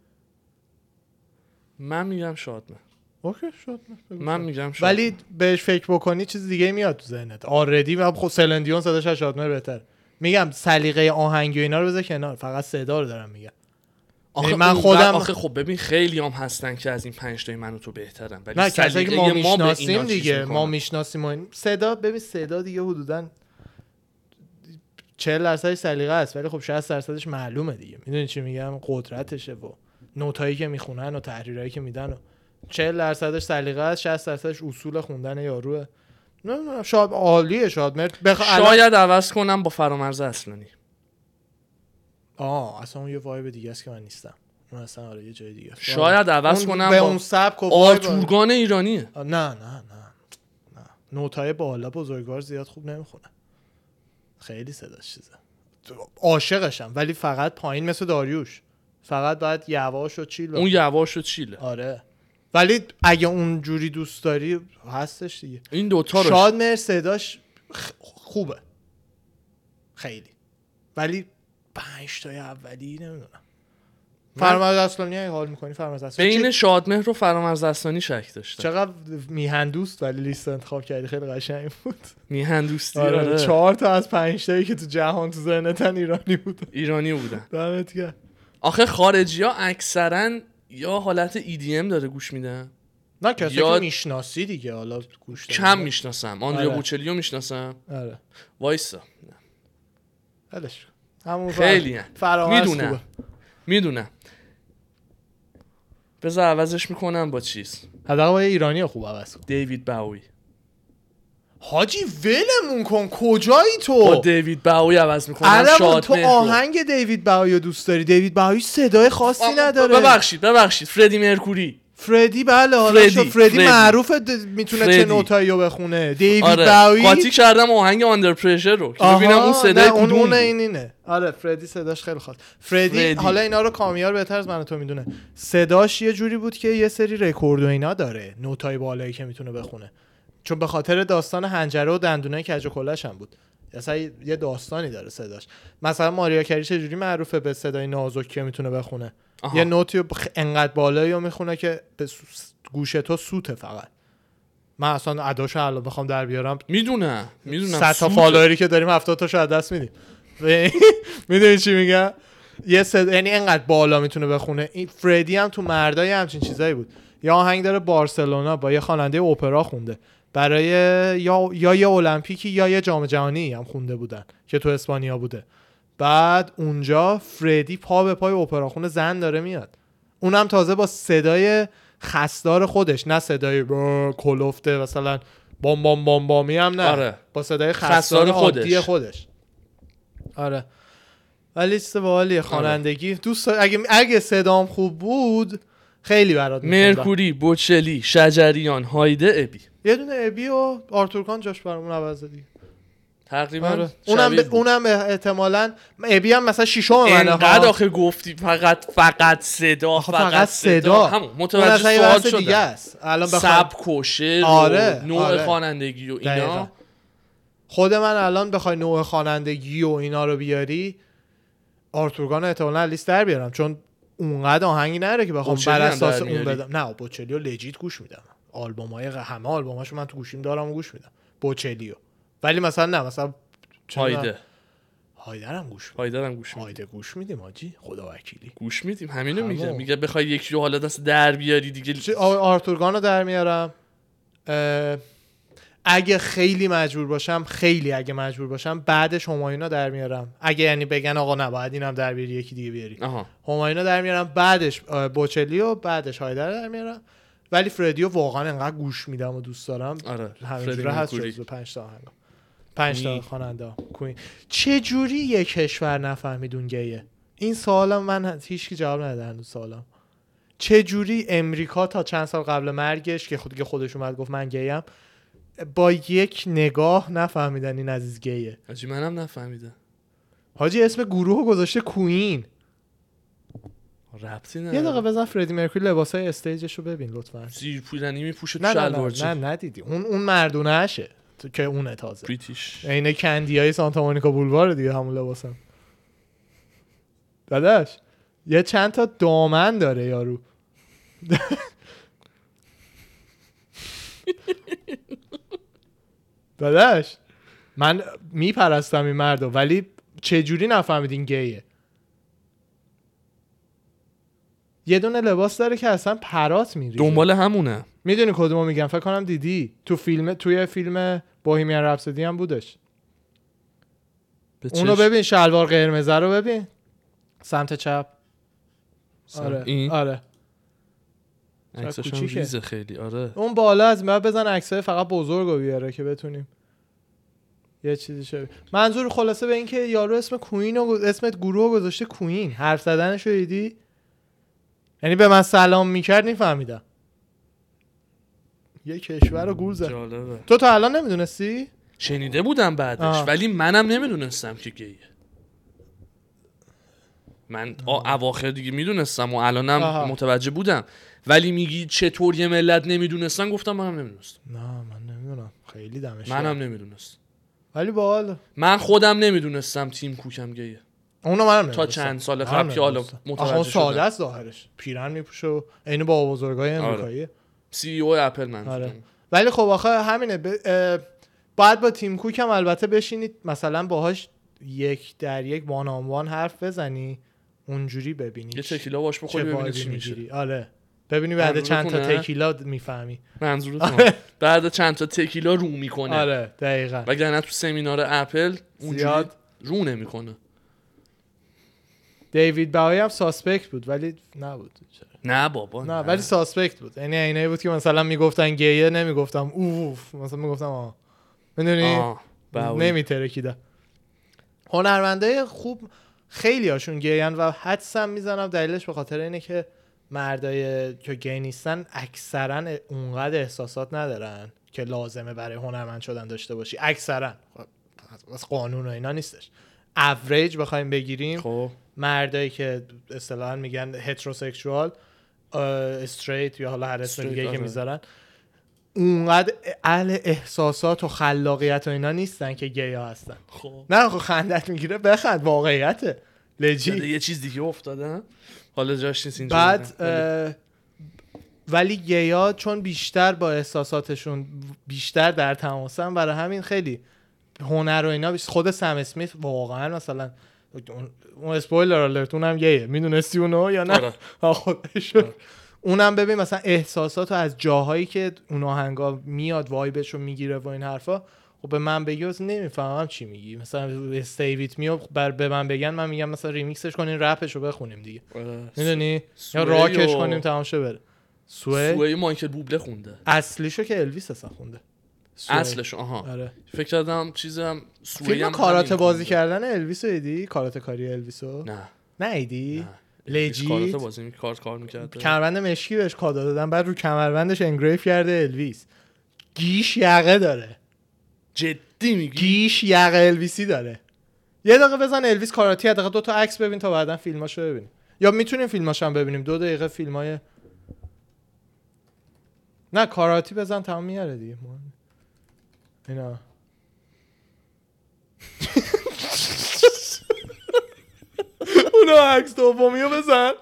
من میگم شادمه. اوکی شد. من میگم شادمه. ولی بهش فکر بکنی چیز دیگه میاد تو ذهنت. آردی و خود سلندیون صداش از شادمر بهتر. میگم سلیقه آهنگی و اینا رو بذار کنار، فقط صدا رو دارم میگم. آخه من من خودم- خودم آخه خب ببین خیلی هم هستن که از این پنج تای من و تو بهترن، ولی نه کسایی که سلیقه ما به میشناسیم اینا چیز دیگه، میکنه. ما میشناسیم و این صدا. ببین صدا دیگه حدوداً چهل درصدش سلیقه است، ولی خب شصت درصدش معلومه دیگه. میدونی چی میگم؟ قدرتشه و نوتایی که میخونن و تحریرایی که میدن و چهل درصدش سلیقه است، شصت درصدش اصول خوندن یاروه. نه نه شاید عالیه شادمر. بخ... الان- شاید عوض کنم با فرامرز اصلانی. آه اصلا اون یه وایب دیگه است که من نیستم. اون اصلا آره یه جای دیگه است. شاید عوض اون کنم به با اون سبک و وایب. آرتورگان ایرانیه. نه نه نه نه نوتای بالا بزرگوار زیاد خوب نمیخونه. خیلی صداش چیزه. عاشقشم ولی فقط پایین مثل داریوش. فقط باید یواش و چیل اون یواش و چیله. آره ولی اگه اون جوری دوست داری هستش دیگه. این دوتا رو شادمر صداش خ- خوبه خیلی، ولی پنج تای اولی نمیدونم. فرامرز اصلانی اگه حال میکنی فرامرز اصلانی بین چه- شادمهر و فرامرز اصلانی شک داشتم. چقدر میهن دوست ولی لیست انتخاب کردی، خیلی قشنگ بود. میهن دوستی. آره آره. چهار تا از پنج تایی که تو جهان تو ذهنتن ایرانی بود. ایرانی بودن. دمت گرم. آخه خارجی ها اکثرا یا حالت ای دی ام داره گوش میدن، نه کسی یا- که میشناسی دیگه. حالا گوش دادی. کم میشناسم. آندریا آره. بوچلی رو میشناسم. آره وایسا ولش کن. همون خیلی هم. فرامرز میدونم خوبه. میدونم. بذار عوضش میکنم با چیز. حداقل با یه ایرانی خوب عوض کن. دیوید باوی. حاجی ولمون کن. کجایی با تو؟ دیوید باوی عوض میکنم. عربون شاد تو آهنگ دیوید باوی رو دوست داری؟ دیوید باوی صدای خاصی نداره. ببخشید ببخشید فردی مرکوری. فردی بله حالا فردی. فردی, فردی فردی. معروفه د... میتونه چه فردی. نوتایی رو بخونه. دیوید آره. باوی قاطی کردم آهنگ آندر پرشر رو که ببینم اون صدای نه، اون کدوم اون بود. این اینه. آره فردی صداش خیلی خاص. فردی, فردی. حالا اینا رو کامیار بهتر از من و تو میدونه. صداش یه جوری بود که یه سری رکورد و اینا داره، نوتای بالایی که میتونه بخونه، چون به خاطر داستان حنجره و دندونای کج و کلش هم بود. اصلا یه داستانی داره صداش. مثلا ماریا کری چه جوری معروفه به صدای نازک که میتونه بخونه. آها. یه نوتی رو بخ... انقدر بالایی رو میخونه که به سو- گوش تو سوته فقط. من اصلا اداشو الان بخوام در بیارم میدونم میدونم صد تا سوته. فالووری که داریم هفتاد تاشو از دست میدیم. میدونی چی میگم؟ یه صدا یعنی انقدر بالا میتونه بخونه. این فردی هم تو مردای همچین چیزایی بود. یا آهنگ داره بارسلونا با یه خواننده اپرا خونده برای یا یا یه المپیکی یا یه جام جهانی هم خونده بودن که تو اسپانیا بوده. بعد اونجا فردی پا به پای اپرا خونه زن داره میاد، اونم تازه با صدای خستار خودش، نه صدای کلفته مثلا بام بام بام بامی هم نه. آره. با صدای خستار, خستار عادی خودش. خودش. آره ولی چیز باحالیه خوانندگی. دوست دار- اگه اگه صدام خوب بود خیلی برات می‌خوندم. مرکوری، بوچلی، شجریان، هایده، ابی. یه دونه ابی و آرتورکان جاش برامون عوض دیگه. تقریبا آره. اونم شبیه ب... بود. اونم احتمالاً ابی هم مثلا شیشم منه. انقدر آخه گفتی فقط فقط صدا آخه فقط, فقط صدا. همون اون متوجه اصلا یه سوال بحث دیگه شدم. است. الان بخوام سبک و شعر آره، و نوع آره. خوانندگی و دقیقاً. اینا. خود من الان بخوای نوع خوانندگی و اینا رو بیاری، آرتورگان احتمالاً لیست در بیارم، چون اونقدر آهنگی نره که بخوام بر اساس اون بدم. نه بوچلیو لجیت گوش میدم، آلبومای همه آلبوماشو من تو گوشیم دارم و گوش میدم بوچلیو. ولی مثلا نه مثلا هایده هایدرم گوش میدم. هایدرم گوش میدیم. هایده گوش میدیم حاجی، خدا وکیلی گوش میدیم. همینو میگه میگه بخوای یکی رو حالا دست در بیاری دیگه. آرتورگانو در میارم. اگه خیلی مجبور باشم، خیلی اگه مجبور باشم بعدش همایونو در میارم. اگه یعنی بگن آقا نباید اینم در بیاری یکی دیگه بیاری، همایونو در میارم، بعدش بوچلیو، بعدش هایدر در میارم. ولی فردیو واقعا انقدر گوش میدم و دوست دارم. آره همینجوری هست جزو پنج تا آهنگ، پنج تا خواننده کوین. چه جوری یک کشور نفهمید اون گیه؟ این سوالم من هیچ کی جواب نداد هنوز. سوالم چه جوری امریکا تا چند سال قبل مرگش که خودی که خودش اومد گفت من گیم، با یک نگاه نفهمیدن این عزیز گیه؟ حاجی منم نفهمیدم. حاجی اسم گروه گذاشته کوین. ربطی نداره. یه دقیقه بزن فردی مرکوری لباسای استیجش رو ببین لطفا. زیر پولنی میپوشه تو نه شلوارچی. نه نه ندیدی اون اون مردونهشه که اونه تازه بریتیش عین کندیای سانتا مونیکا بولوار دیگه همون لباسم. داداش یه چند تا دامن داره یارو. داداش من میپرستم این مردو، ولی چه جوری نفهمیدین گیه؟ یه دونه لباس داره که اصلا پرات میری دنبال همونه. میدونی کدومو میگم؟ فکر کنم دیدی تو فیلم، توی فیلم بوهیمیان رپسودی هم بودش. اونو ببین، شلوار قرمز رو ببین سمت چپ. آره این؟ آره عکسش هم ریزه خیلی. آره اون بالا از ما بزن عکسای فقط بزرگو بیاره که بتونیم یه چیزی شه. منظور خلاصه به این که یارو اسم کوین و اسمت گروه گذاشته کوین، حرف زدنشو دیدی؟ یعنی به من سلام میکرد نفهمیدم. یه کشور رو گول زد. جالبه. تو تا الان نمیدونستی؟ شنیده بودم بعدش آه. ولی منم نمیدونستم که گیه. من اواخر دیگه میدونستم و الانم آها. متوجه بودم، ولی میگی چطور یه ملت نمیدونستن؟ گفتم منم نمیدونستم. نه من نمیدونم، خیلی دمش منم گرم. نمیدونستم. ولی باحال. من خودم نمیدونستم تیم کوکم گیه. اونو منم نمیدونستم. تا چند سال قبل که حالا متوجه شدم. ساده است ظاهرش، پیرن میپوشه و عین با بزرگای امریکایی. سی ای او اپل من. آره. ولی خب آخه همینه ب... باید با تیم کوک هم البته بشینید مثلا باهاش یک در یک وان آن وان حرف بزنی، اونجوری ببینی یه تکیلا باش بخوری ببینی چی میشه. آره ببینی بعد چند تا تکیلا میفهمی منظورتون. بعد چند تا تکیلا رو میکنه. آره دقیقاً. وگرنه تو سمینار اپل اونجوری رو نمیکنه. دیوید باوی هم ساسپکت بود ولی نبود. نه بابا نه, نه. ولی ساسپکت بود، یعنی اینایی بود که مثلا میگفتن گیه نمیگفتم اوف، مثلا میگفتم آه میدونی نمیترکیدم. هنرمنده خوب خیلی هاشون گیان و حدسم میزنم دلیلش به خاطر اینه که مردای که گی نیستن اکثرا اونقدر احساسات ندارن که لازمه برای هنرمند شدن داشته باشی. اکثرا از قانون و اینا نیستش. اوریج بخوایم بگیریم خب مردایی که اصطلاحاً میگن هتروسکسوال، استریت یا حالا هر اسم دیگه که میذارن، اونقدر اهل احساسات و خلاقیت و اینا نیستن که گیا هستن. خب نه خب خندت میگیره بخند، واقعیته لجی. یه چیز دیگه افتاده حالا جاش نیست اینجا. بعد ولی گیا چون بیشتر با احساساتشون بیشتر در تماسن، برای همین خیلی هنر و اینا بیشتر. خود سم اسمیت واقعا مثلا اون اسپویلر آلرت اونم گیه، میدونستی اونو یا نه؟ خودش اونم ببین مثلا احساساتو از جاهایی که اون آهنگا میاد وایبشو میگیره و این حرفا، خب به من بگی واسه نمیفهمم چی میگی. مثلا استیویت میو بر به من بگن من میگم مثلا ریمیکسش کنین رپشو بخونیم دیگه، میدونی؟ یا راکش کنیم تمام شه بره. سوی سوی مایکل بوبله خونده اصلیشو که الویس اصلا خونده اصلش. آها آره. فکر کردم چیزم سوی فیلم کاراته بازی کردن الویسو دیدی؟ کاراته کاری الویسو نه نه دیدی؟ لجیت کاراته بازی می کارت کار می‌کرد. کمربند مشکی بهش کادو دادن، بعد رو کمربندش انگریو کرده الویس. گیش یقه داره. جدی میگی؟ گیش یقه الویسی داره. یه دقیقه بزن الویس کاراتی، دقیقه دو تا عکس ببین تا بعداً فیلماشو ببینیم، یا میتونیم فیلماشو هم ببینیم. دو دقیقه فیلمای نه کاراتی بزن تمام میاره دیگه. اینا اونا عکس دومیو بزن.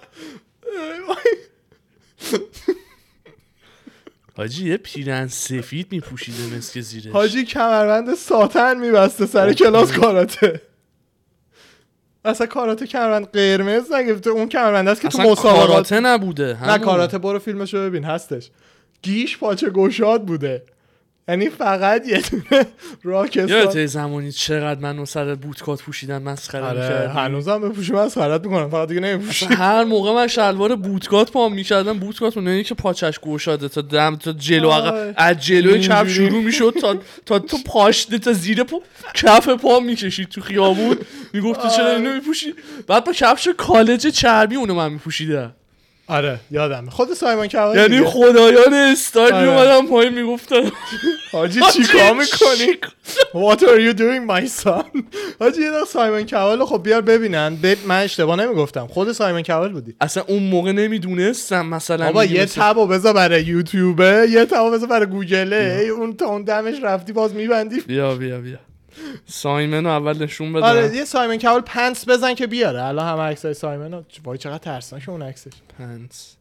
حاجی یه پیرن سفید میپوشیده مسک زیرش. حاجی کمربند ساتن میبسته سر کلاس کاراته. اصلا کاراته کمربند قرمز نگرفته، اون کمربند است که تو اصلا مسابقات کاراته نبوده. نه کاراته برو فیلمشو ببین هستش. گیش پاچه گشاد بوده، یعنی فقط یه دونه راکستار. یادته زمانی چقدر منو سر بوتکات پوشیدن مسخره آره می‌کردی؟ هنوزم بپوشم مسخره‌ات میکنم، فقط دیگه نمیپوشم. هر موقع من شلوار بوتکات پام می‌کردم، بوتکات اونایی که پاچش گشاده تا دم تا جلو عقب، از جلوی چپ شروع میشد تا تا تو پاشنه تا زیر پا کف پا میکشید تو خیابون. میگفت چرا اینو میپوشی؟ بعد با کفش کالج چربی اونو من میپوشیدم. آره یادم خود سایمون کاول یعنی دیگه. خدایان استایل آره. میومدن پایین میگفتن حاجی چیکار میکنی؟ What are you doing my son؟ حاجی یه دقیقه سایمون کاول خب بیار ببینن. ب... من اشتباه نمیگفتم، خود سایمون کاول بودی. اصلا اون موقع نمیدونستم مثلا. بابا یه تبو بذار برای یوتیوبه، یه تبو بذار برای گوگله، اون تا اون دمش رفتی باز میبندی. بیا بیا بیا سایمن رو اول نشون بده. آره یه سایمون کاول پنس بزن که بیاره. الان همه عکسای سایمون، وای چقدر ترسناک اون عکسش. پنس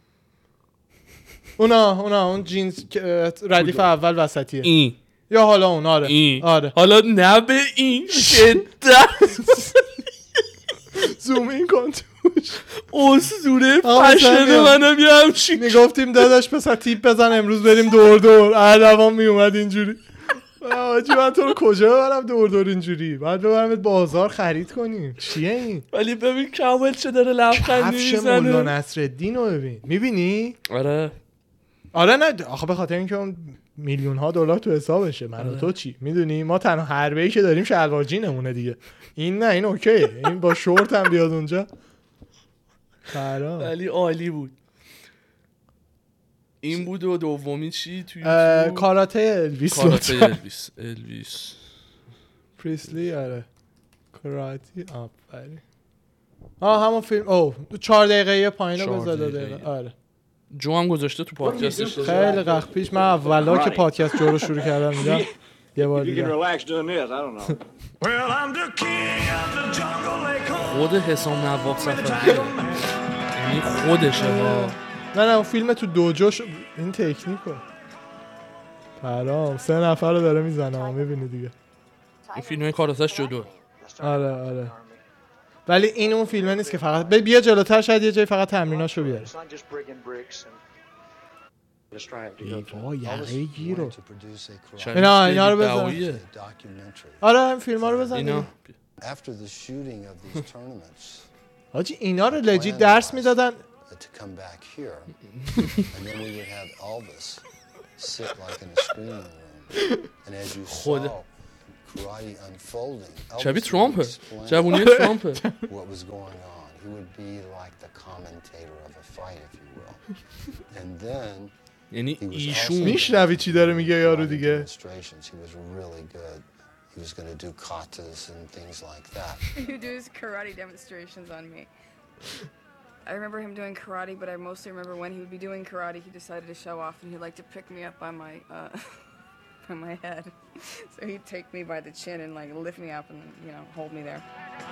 اونا اونا اون جینز ردیف اول وسطیه این یا حالا اون آره این آره حالا نه به این شدت زوم این کن توش. اسطوره آقا فشن مثلا منم یه همچین میگفتیم داداش پسر تیپ بزن امروز بریم دور دور. اردوان میومد اینجوری. آجی من تو رو کجا ببرم دور دور اینجوری؟ بعد ببرمت بازار خرید کنیم. چیه این؟ ولی ببین کامل چه داره لبخندی کفش مولا میزنه. نصرالدین رو ببین. میبینی؟ آره آره نه آخه به خاطر اینکه اون میلیون ها دلار تو حسابشه. من و تو چی میدونی؟ ما تنها حربه‌ای که داریم شلوار جینمونه دیگه. این نه این اوکیه، این با شورت هم بیاد اونجا. خراب. ولی عالی بود. این بود و دومی چی توی کاراته الویس. کاراته الویس الویس پریسلی. آره کاراته آفرین. آه همون فیلم. او چهار دقیقه یه پایینو بذار دقیقه. آره جو هم گذاشته تو پادکستش. خیلی وقت پیش من اولا که پادکست جو رو شروع کردم میگم یه بار دیگه. خود حسام نواب صفویه، یعنی خودشه ها. نه نه اون فیلم تو دوجوش این تکنیکو پرام سه نفر رو داره میزنه میبینی دیگه. این فیلمه کاراتش جلوه. آره آره ولی این اون فیلمه نیست که فقط بیا جلوتر شاید یه جای فقط تمریناشو بیاره. وای یقه گیرو. اینا اینا رو بزن. آره این فیلم ها رو بزن اینا. حاجی اینا رو لجیت درس میدادن. to come back here and then we would have Elvis sit like in a screening room and as you saw karate unfolding شبیه ترامپه جوونی ترامپه what was going on he would be like the commentator of a fight if you will and then یعنی ایشون میشنوی چی داره میگه یارو دیگه. he was really good he was going to do katas and things like that He do his karate demonstrations on me. I remember him doing karate, but I mostly remember when he would be doing karate, he decided to show off, and he'd like to pick me up by my uh, by my head. So he'd take me by the chin and like lift me up and you know hold me there.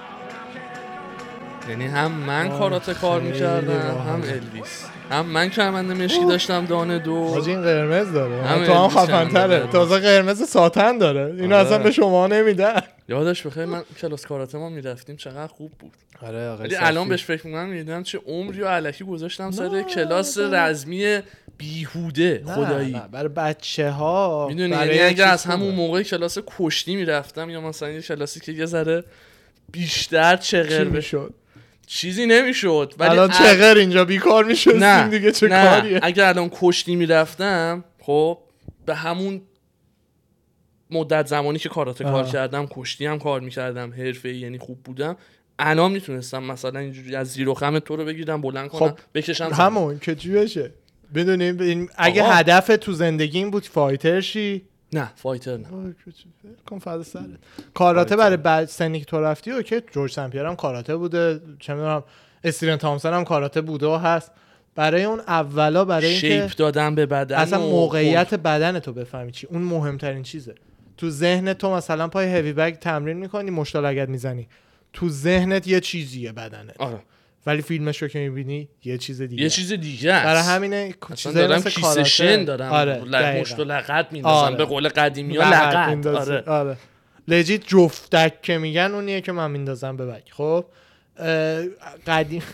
یعنی هم من کاراته کار میکردم هم الویس، هم من کمربند مشکی داشتم دانه دو. حاجی این قرمز داره هم تو هم خفن تره، تازه قرمز ساتن داره. اینو اصلا به شما نمیدن. یادش بخیر من کلاس کاراته ما میرفتیم چقدر خوب بود. آره آقا ولی الان بهش فکر میکنم میدونم چه عمری و الکی گذاشتم سر کلاس رزمی بیهوده. خدایی نه برای بچه ها میدونی، یعنی اگه از همون موقع کلاس کشتی میرفتم یا مثلا یه کلاسی که یه ذره بیشتر چغر میشد چیزی نمیشد، ولی الان چغر اینجا بیکار میشستیم دیگه چه نه. کاریه. اگه الان کشتی میرفتم خب به همون مدت زمانی که کاراته کار کردم کشتی هم کار میکردم حرفه‌ای، یعنی خوب بودم، الان میتونستم مثلا اینجوری از زیر و خم تو رو بگیرم بلند کنم خب بکشم همون که جوشه. بدونیم اگه آقا. هدف تو زندگی این بود فایتر شی، نه فایتر نه کن فاز سرت. کاراته برای بعد سنی که تو رفتی اوکی، جورج سمپیر هم کاراته بوده، چه میدونم استیون تامسون هم کاراته بوده و هست. برای اون اولا برای اینکه شیپ دادن به بدن اصلا موقعیت بدن تو بفهمی چی، اون مهمترین چیزه. تو ذهن تو مثلا پای هیوی بگ تمرین میکنی، مشت لگد میزنی، تو ذهنت یه چیزیه بدنت، آره. ولی فیلمش رو که میبینی یه چیز دیگه، یه چیز دیگه است. برای همینه اصلا دارم کیسه شن دارم، آره مشت و لغت میندازم. آره. به قول قدیمی ها لغت. آره. آره لجیت جفتک که میگن اونیه که من میندازم به بک. خب قدیم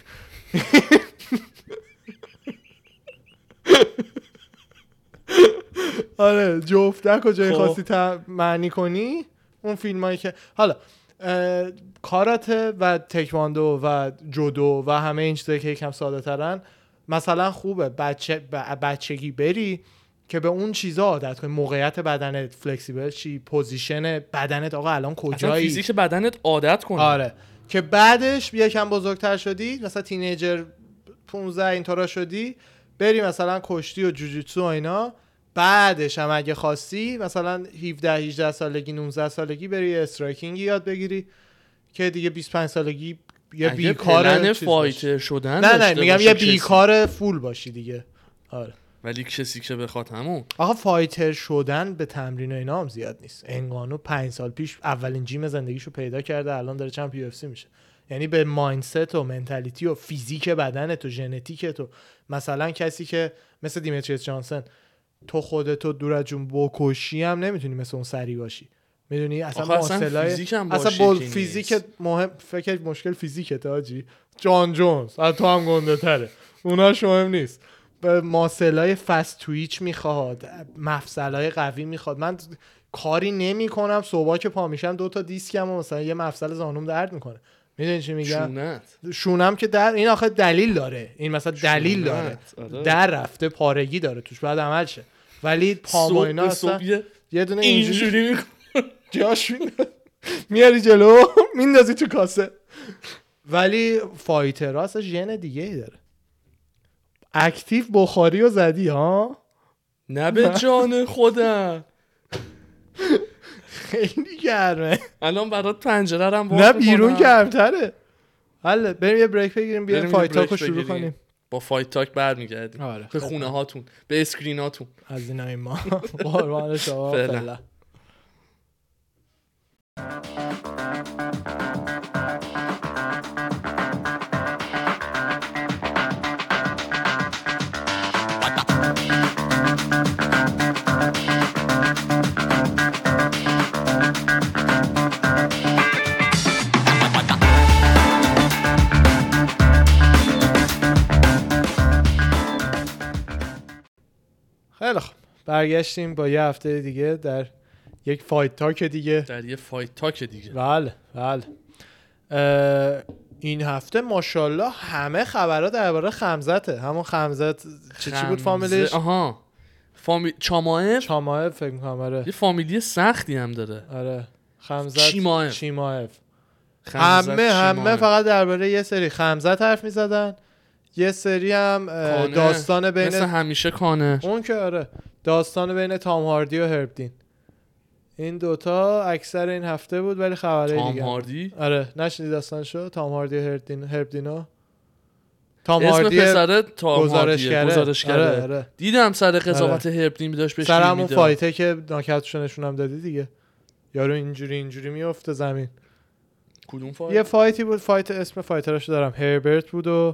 آره جفتک رو جایی خواستی معنی کنی اون فیلم هایی که حالا کاراته و تکواندو و جودو و همه این چیزایی که یکم ساده ترن مثلا خوبه بچه بچگی بری که به اون چیزا عادت کنی، موقعیت بدنت، فلکسیبل چی، پوزیشن بدنت، آقا الان کجایی، اصلا فیزیک بدنت عادت کنی. آره که بعدش یکم بزرگتر شدی مثلا تینیجر پونزده اینطورا شدی بری مثلا کشتی و جوجوتسو و اینا، بعدش هم اگه خواستی مثلا هفده هجده سالگی نوزده سالگی بری استرایکینگ یاد بگیری که دیگه بیست و پنج سالگی یه بیکار فایتر شدن نه نه میگم یه بیکار فول باشی دیگه. آره ولی کسی که بخواد همون آقا فایتر شدن به تمرین و اینا هم زیاد نیست. انگانو پنج سال پیش اولین جیم زندگیشو پیدا کرده، الان داره چمپ یو اف سی میشه. یعنی به مایندست و منتالیتی و فیزیک بدنت و ژنتیکت و مثلا کسی که مثل دیمیتریس جانسن تو خودتو دور از جون بکشی هم نمیتونی مثل اون سری باشی، میدونی اصلا ماسلای اصلا بول فیزیک مهم، فکر مشکل فیزیکت آجی. جان جونز از تو هم گنده تره، اوناش مهم نیست. به ماسلای فست تویچ میخواد، مفصلای قوی میخواد. من کاری نمی کنم صبح که پا میشم دو تا دیسکم و مثلا یه مفصل زانوم درد میکنه، میدونی چی میگم؟ شونت شونم که در این آخه دلیل داره، این مثلا دلیل داره، آره. در رفته پارگی داره توش، باید عمل شه. ولی پا و اینا اصلا یه دونه اینجوری جاش میاری جلو میندازی تو کاسه. ولی فایتر اصلا ژن دیگه ای داره. اکتیو بخاری و زدی ها؟ نه به جان خودم خیلی گرمه الان برات پنجره رم باز نه بیرون گرمتره. حالا بریم یه بریک بگیریم بیایم فایت تاک رو شروع کنیم. با فایت تاک برمیگردیم آره. به خونه هاتون، به اسکرین هاتون. از اینای ما قربان شما فعلا. خیلی خب برگشتیم با یه هفته دیگه در یک فایت تاک دیگه در یه فایت تاک دیگه. بله بله. این هفته ماشاءالله همه خبرها درباره خمزته. همون خمزت چه چی بود فامیلیش؟ آها فامیل چامائف. چامائف فکر می‌کنم آره. یه فامیلی سختی هم داره. آره خمزت چیمائف. چیمائف. همه همه فقط درباره یه سری خمزت حرف می‌زدن، یه سری هم داستان بین مثل همیشه کانه اون که آره داستان بین تام هاردی و هرب دین. این دوتا اکثر این هفته بود ولی خبره دیگه. تام هاردی؟ آره نشنیدی داستانشو؟ تام هاردی و هرب دین هرب دینو. تام هاردی اسم پسره تام هاردی گزارشگره. آره آره. دیدم سر قضاوت آره. هرب دین داشت بهش سر همون فایته که ناکاوتشو نشونم دادی دیگه. یارو اینجوری اینجوری میفته زمین. کدوم فایت؟ یه فایتی بود، فایت اسم فایتراشو دارم هربرت بود و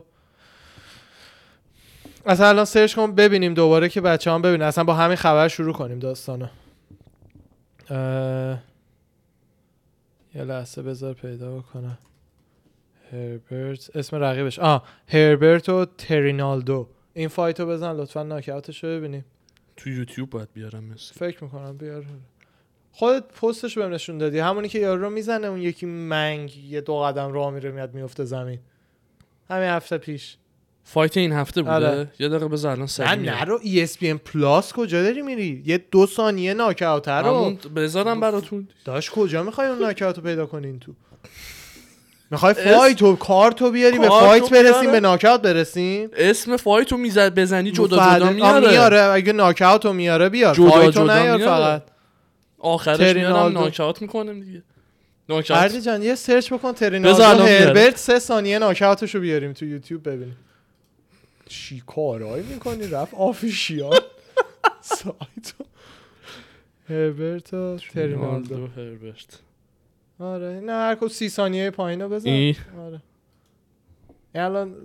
اصلا الان سرچ کنم ببینیم دوباره که بچه هم ببینن. اصلا با همین خبر شروع کنیم داستانو. اه... یه لحظه بذار پیدا بکنم. هربرت اسم رقیبش آه هربرت و ترینالدو. این فایتو بزن لطفا ناکاوتشو ببینیم. تو یوتیوب باید بیارم مثل فکر میکنم بیار. خودت پستشو بهم نشون دادی، همونی که یارو رو میزنه اون یکی منگ یه دو قدم راه میره میاد میفته زمین. همین هفته پیش فایت این هفته بوده. آره. یه دقیقه بذار الان سری نه نرو ای اس پی ام پلاس کجا داری میری؟ یه دو ثانیه ناکاوت رو بذارم براتون. داش کجا میخوای اون ناکاوت رو پیدا کنی این تو؟ میخوای فایت و کارتو بیاری به فایت برسیم به ناکاوت برسیم؟ اسم فایت رو میزد بزنی جدا جدا میاره. میاره اگه ناکاوت رو میاره بیار، فایت رو نیار فقط. آخرش میارم ناکاوت میکنم دیگه. ناکاوت. هردی جان یه سرچ بکن ترینالدو هربرت سه ثانیه ناکاوتشو بیاریم تو یوتیوب ببینیم. چی کارایی میکنی؟ رفت آفیشیال سایتو هربرت و ترینالدو هربرت آره نه هر کو سی ثانیه پایینو بزن. ای. آره الان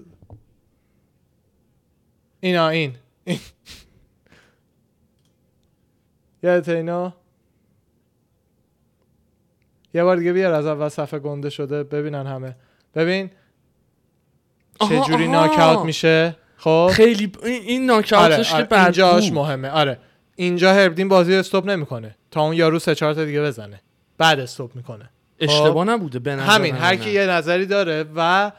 اینا این این یادت اینا یه بار دیگه بیار از اول صفحه گنده شده ببینن همه. ببین چه جوری ناک اوت میشه. خب خیلی ب... این ناک اوتش آره، که آره. بعد اینجاش مهمه. آره اینجا هربدین بازی استاپ نمیکنه تا اون یارو سه چهار تا دیگه بزنه بعد استاپ میکنه. اشتباه نبوده به نظر همین من هر کی یه نظری داره و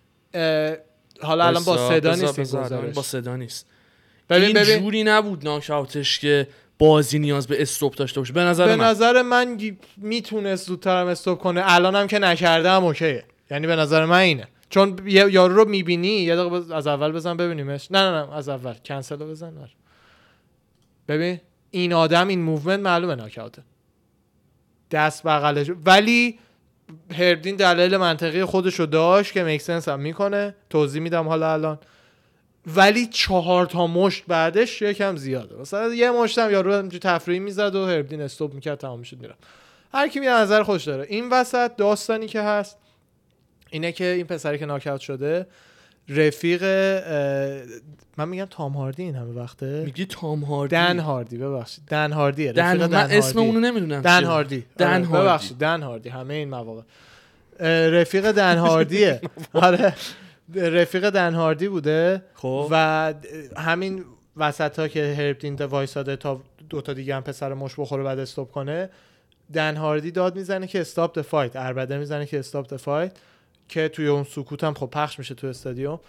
حالا الان با صدا نیست این گزارش. با صدا نیست. ببین این ببین جوری نبود ناک اوتش که بازی نیاز به استاپ داشته باشه به نظر به من. نظر من میتونست زودترم استاپ کنه. الانم که نکرده هم اوکیه. یعنی به نظر من اینه چون یه یارو رو میبینی یه دقیقه از اول بزن ببینیمش. نه نه نه از اول کنسل بزن. آره. ببین این آدم این موومنت معلومه ناک اوته دست بغلش ولی هربدین دلایل منطقی خودشو داشت که میک سنس هم میکنه توضیح میدم حالا الان. ولی چهار تا مشت بعدش یکم زیاده. مثلا یه مشت هم یارو همینجوری تفریحی میزد و هربدین استاپ میکرد تمام شد میره. هر کی یه نظر خوش داره. این وسط داستانی که هست اینه که این پسری که ناک اوت شده رفیق من میگم تام هاردی این همه وقته میگی تام هاردی دن هاردی ببخشید دن هاردیه دن رفیق من دن اسم هاردی. اونو نمیدونم دن هاردی دن آره. هاردی ببخشید دن هاردی همه این مواقع رفیق دن هاردیه. آره رفیق دن هاردی بوده. خب و همین وسطا که هربدین وایساده تا دو تا دیگه هم پسر مش بخوره بعد استاپ کنه دن هاردی داد میزنه که استاپ د فایت عربده میزنه که استاپ د فایت که توی اون سکوت هم خب پخش میشه تو استادیوم.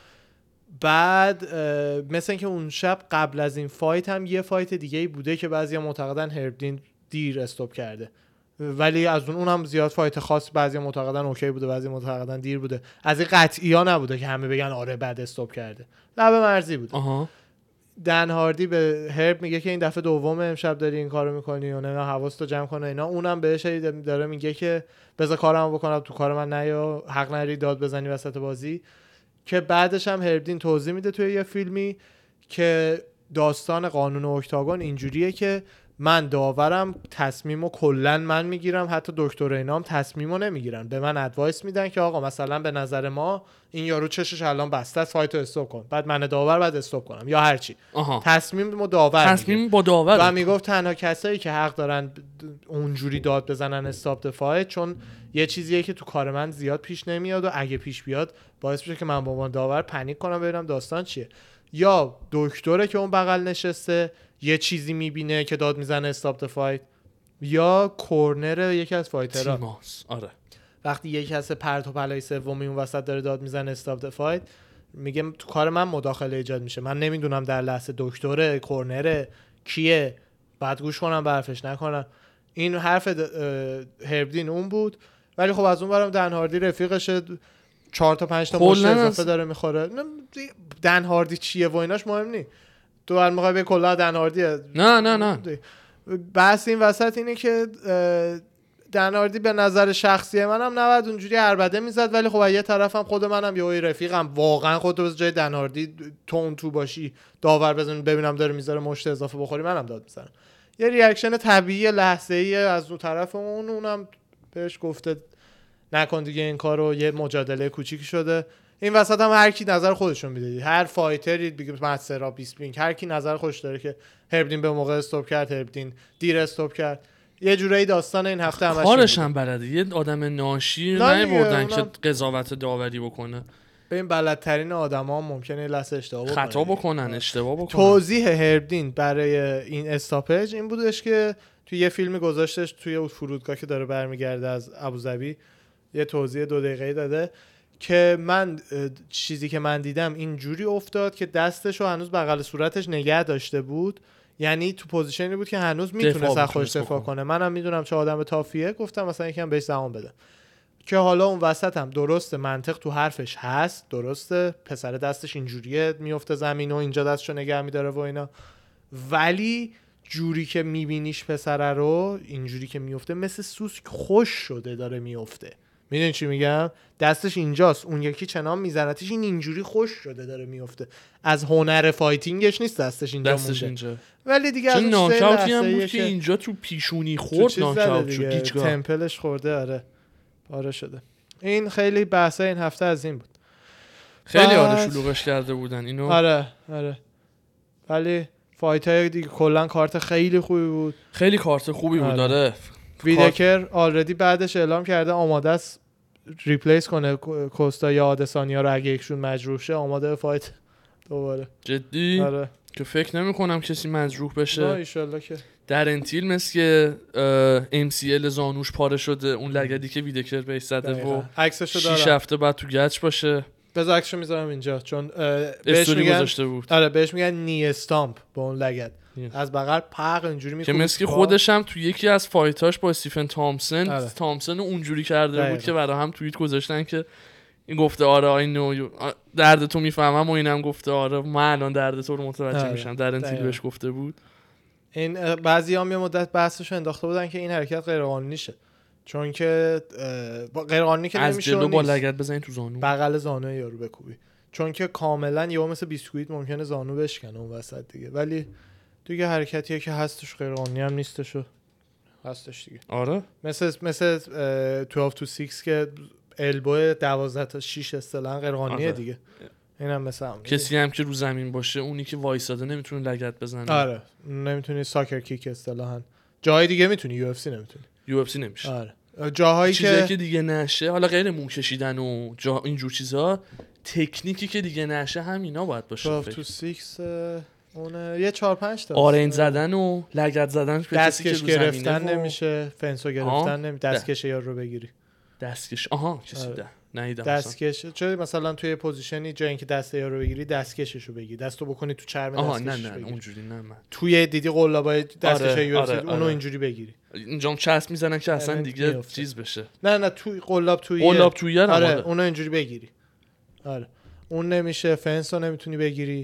بعد مثلا که اون شب قبل از این فایت هم یه فایت دیگه ای بوده که بعضیا معتقدن هربدین دیر استاپ کرده ولی از اون اونم زیاد فایت خاص بعضیا معتقدن اوکی بوده بعضیا معتقدن دیر بوده. از این قطعی ها نبوده که همه بگن آره بعد استاپ کرده. لبه مرزی بوده. آها. دن هاردی به هرب میگه که این دفعه دوم امشب داری این کارو میکنی و نه حواستو جمع کنه اینا. اونم بهش داره میگه که بذار کارمو بکنم تو کار من نیا حق نداری داد بزنی وسط بازی. که بعدش هم هربدین توضیح میده توی یه فیلمی که داستان قانون اکتاگون اینجوریه که من داورم تصمیمو کلا من میگیرم حتی دکتر اینام تصمیمو نمیگیرن به من ادوایس میدن که آقا مثلا به نظر ما این یارو چشش الان بسته است فایتو استاپ کن بعد من داور بعد استاپ کنم یا هر چی. تصمیم داور تصمیم با داور و میگفت تنها کسایی که حق دارن اونجوری داد بزنن استاپ د فایت چون یه چیزیه که تو کار من زیاد پیش نمیاد و اگه پیش بیاد باعث میشه که من به عنوان داور پنیک کنم ببینم داستان چیه. یا دکتره که اون بغل نشسته یه چیزی میبینه که داد میزنه استاپ د فایت یا کورنر یکی از فایترها تیماس. آره وقتی یکی از پرت و پلای سومی اون وسط داره داد میزنه استاپ د فایت میگه تو کار من مداخله ایجاد میشه من نمیدونم در لحظه دکتره کورنره کیه بعد گوش کنم به حرفش نکنم. این حرف هربدین اون بود ولی خب از اون برم دن هاردی رفیقشه چهار تا پنج تا مشت اضافه داره میخوره. دن هاردی چیه و ایناش مهم نی تو الان میخوای به کلا دن هاردیه. نه نه نه بحث این وسط اینه که دن هاردی به نظر شخصی منم نباید اونجوری عربده میزد ولی خب یه طرفم خود منم یه رفیقم واقعا خودت بز جای دن هاردی تون تو باشی داور بزنم ببینم داره میذاره مشت اضافه بخوری منم داد میزنم. یه ریاکشن طبیعی لحظه‌ای از اون طرف اون اونم بهش گفته نکن دیگه این کارو. یه مجادله کوچیکی شده. این وسط هم هر کی نظر خودشو میده. هر فایتری بگه ماتسرا بیسپینگ هر کی نظر خودش داره که هربدین به موقع استاپ کرد هربدین دیر استاپ کرد. یه جورایی داستان این هفته همش کارش هم بلده. یه آدم ناشی نمیبردن که قضاوت داوری بکنه. ببین بلدترین آدما ممکنه لحظه اشتباه بکنن خطا بکنن اشتباه بکنن. توضیح هربدین برای این استاپج این بودش که توی یه فیلمی گذاشتش توی اون فرودگاه که داره برمیگرده از ابوظبی یه توضیح دو دقیقه‌ای داده که من چیزی که من دیدم این جوری افتاد که دستشو هنوز بغل صورتش نگه داشته بود یعنی تو پوزیشنی بود که هنوز میتونه از خودش دفاع کنه. منم میدونم چه آدم تافیه گفتم مثلا یکم بهش زمان بده که حالا اون وسط هم درسته منطق تو حرفش هست درسته پسر دستش اینجوریه میفته زمین و اینجا دستشو نگه میداره و اینا ولی جوری که میبینیش پسره رو اینجوری که میفته مثل سوسک خوش شده داره میفته. میدونی چی میگم؟ دستش اینجاست اون یکی چنان میزنتش این اینجوری خوش شده داره میفته. از هنر فایتینگش نیست دستش اینجا دستش مونده اینجا. ولی دیگه از ناکاوتی هم بود که اینجا تو پیشونی خورد ناکاوت شد دیگه تمپلش خورده. آره پاره شده. این خیلی بحثه این هفته از این بود. خیلی بعد... آره شلوغش کرده بودن اینو. آره آره ولی فایت های دیگه کلا کارت خیلی خوبی بود. خیلی کارت خوبی بود آره. داره. ویدکر آلردی بعدش اعلام کرده آماده است ریپلیس کنه کوستا یا آدسانیا رو اگه یکشون مجروح شه، آماده فایت دوباره. جدی؟ آره. که فکر نمی کنم کسی مجروح بشه. نه ایشالله که. در انتیل مثل که ام سی ال زانوش پاره شده، اون لگدی که ویدکر بهش زده و عکسشو دارم. شش هفته بعد تو گچ باشه. بذار عکسشو میذارم اینجا چون بهش میگن بود. آره بهش میگن نی استامپ با اون لگد. از بغل پق اینجوری میکنه که مثل که خودش هم تو یکی از فایتاش با استیفن تامسون آره. تامسون رو اونجوری کرده دقیقا. بود که برای هم توییت گذاشتن که این گفته آره آی نو درد تو میفهمم و اینم گفته آره من الان درد تو رو متوجه آره. میشم. در انتیل بهش گفته بود. این بعضیام یه مدت بحثش انداخته بودن که این حرکت غیر قانونی شه، چون که غیر قانونی که از نمیشه جلو با لگد بزنین تو زانو، بغل زانو یارو بکوبی، چون که کاملا یهو مثل بیسکویت ممکنه زانو بشکنه اون وسط دیگه. ولی دیگه حرکتیه که هستش غیر قانونی هم نیستش و هستش دیگه. آره مثل مثل دوازده تو شش که البو دوازده تا شش اصطلاحاً غیر قانونیه آره. دیگه اینم مثل هم کسی هم که رو زمین باشه اونی که وایساده نمیتونه لگد بزنه. آره نمیتونی ساکر کیک اصطلاحاً. جای دیگه میتونی، یو اف سی نمیتونی. یو اف سی نمیشه. آره جاهایی چیزایی که... که دیگه نشه، حالا غیر مو کشیدن و جا اینجور چیزا، تکنیکی که دیگه نشه همینا باید باشه. دوازده تو شش اون یه چهار پنج تا آرنج زدن و لگد زدن، دستکش گرفتن نمیشه، فنسو گرفتن نمیشه، دستکش یارو رو بگیری. دستکش آها کسی ده نیدم دستکش چه مثلا توی پوزیشنی جای اینکه دست یارو رو بگیری دستکششو بگیری، دستو بکنی تو چرم دستکشش. آها نه نه اونجوری نه من توی دیدی قلابای دستکش آره، یو آره، اونو آره. اینجوری بگیری. اینجام چسب میزنن که اصلا دیگه میفته. چیز بشه. نه نه توی قلاب توی قلاب توی آره, آره اونو اینجوری بگیری. آره اون نمیشه، فنسو نمیتونی بگیری.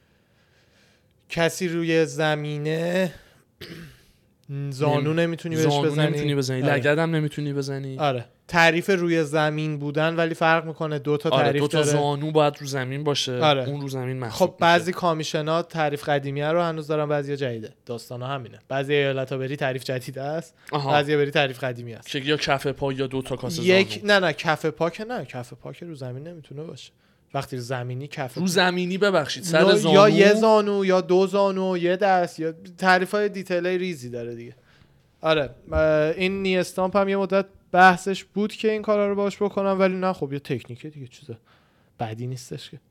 کسی روی زمینه زانو نمیتونی بهش زانو بزنی، نمیتونی بزنی، آره. لگد هم نمیتونی بزنی. آره تعریف روی زمین بودن ولی فرق میکنه، دو تا آره، تعریف دو تا داره. زانو باید رو زمین باشه. آره. اون رو زمین محسوب خب بعضی کامیشنات تعریف قدیمیه رو هنوز دارن، بعضیا جدیده. داستانا همینه. بعضی ایالت‌ها بری تعریف جدید است، بعضیا بری تعریف قدیمی است. که یا کف پا یا دو تا کاسه یک... زانو. نه نه کف پا که نه، کف پا که رو زمین نمیتونه باشه. وقتی زمینی کف رو زمینی ببخشید سر زانو یا یه زانو یا دو زانو یا دست یا تعریفای دیتیلای ریزی داره دیگه. آره این نی استامپ هم یه مدت بحثش بود که این کارا رو باش بکنم، ولی نه خب یه تکنیکه دیگه، چیز بعدی نیستش که.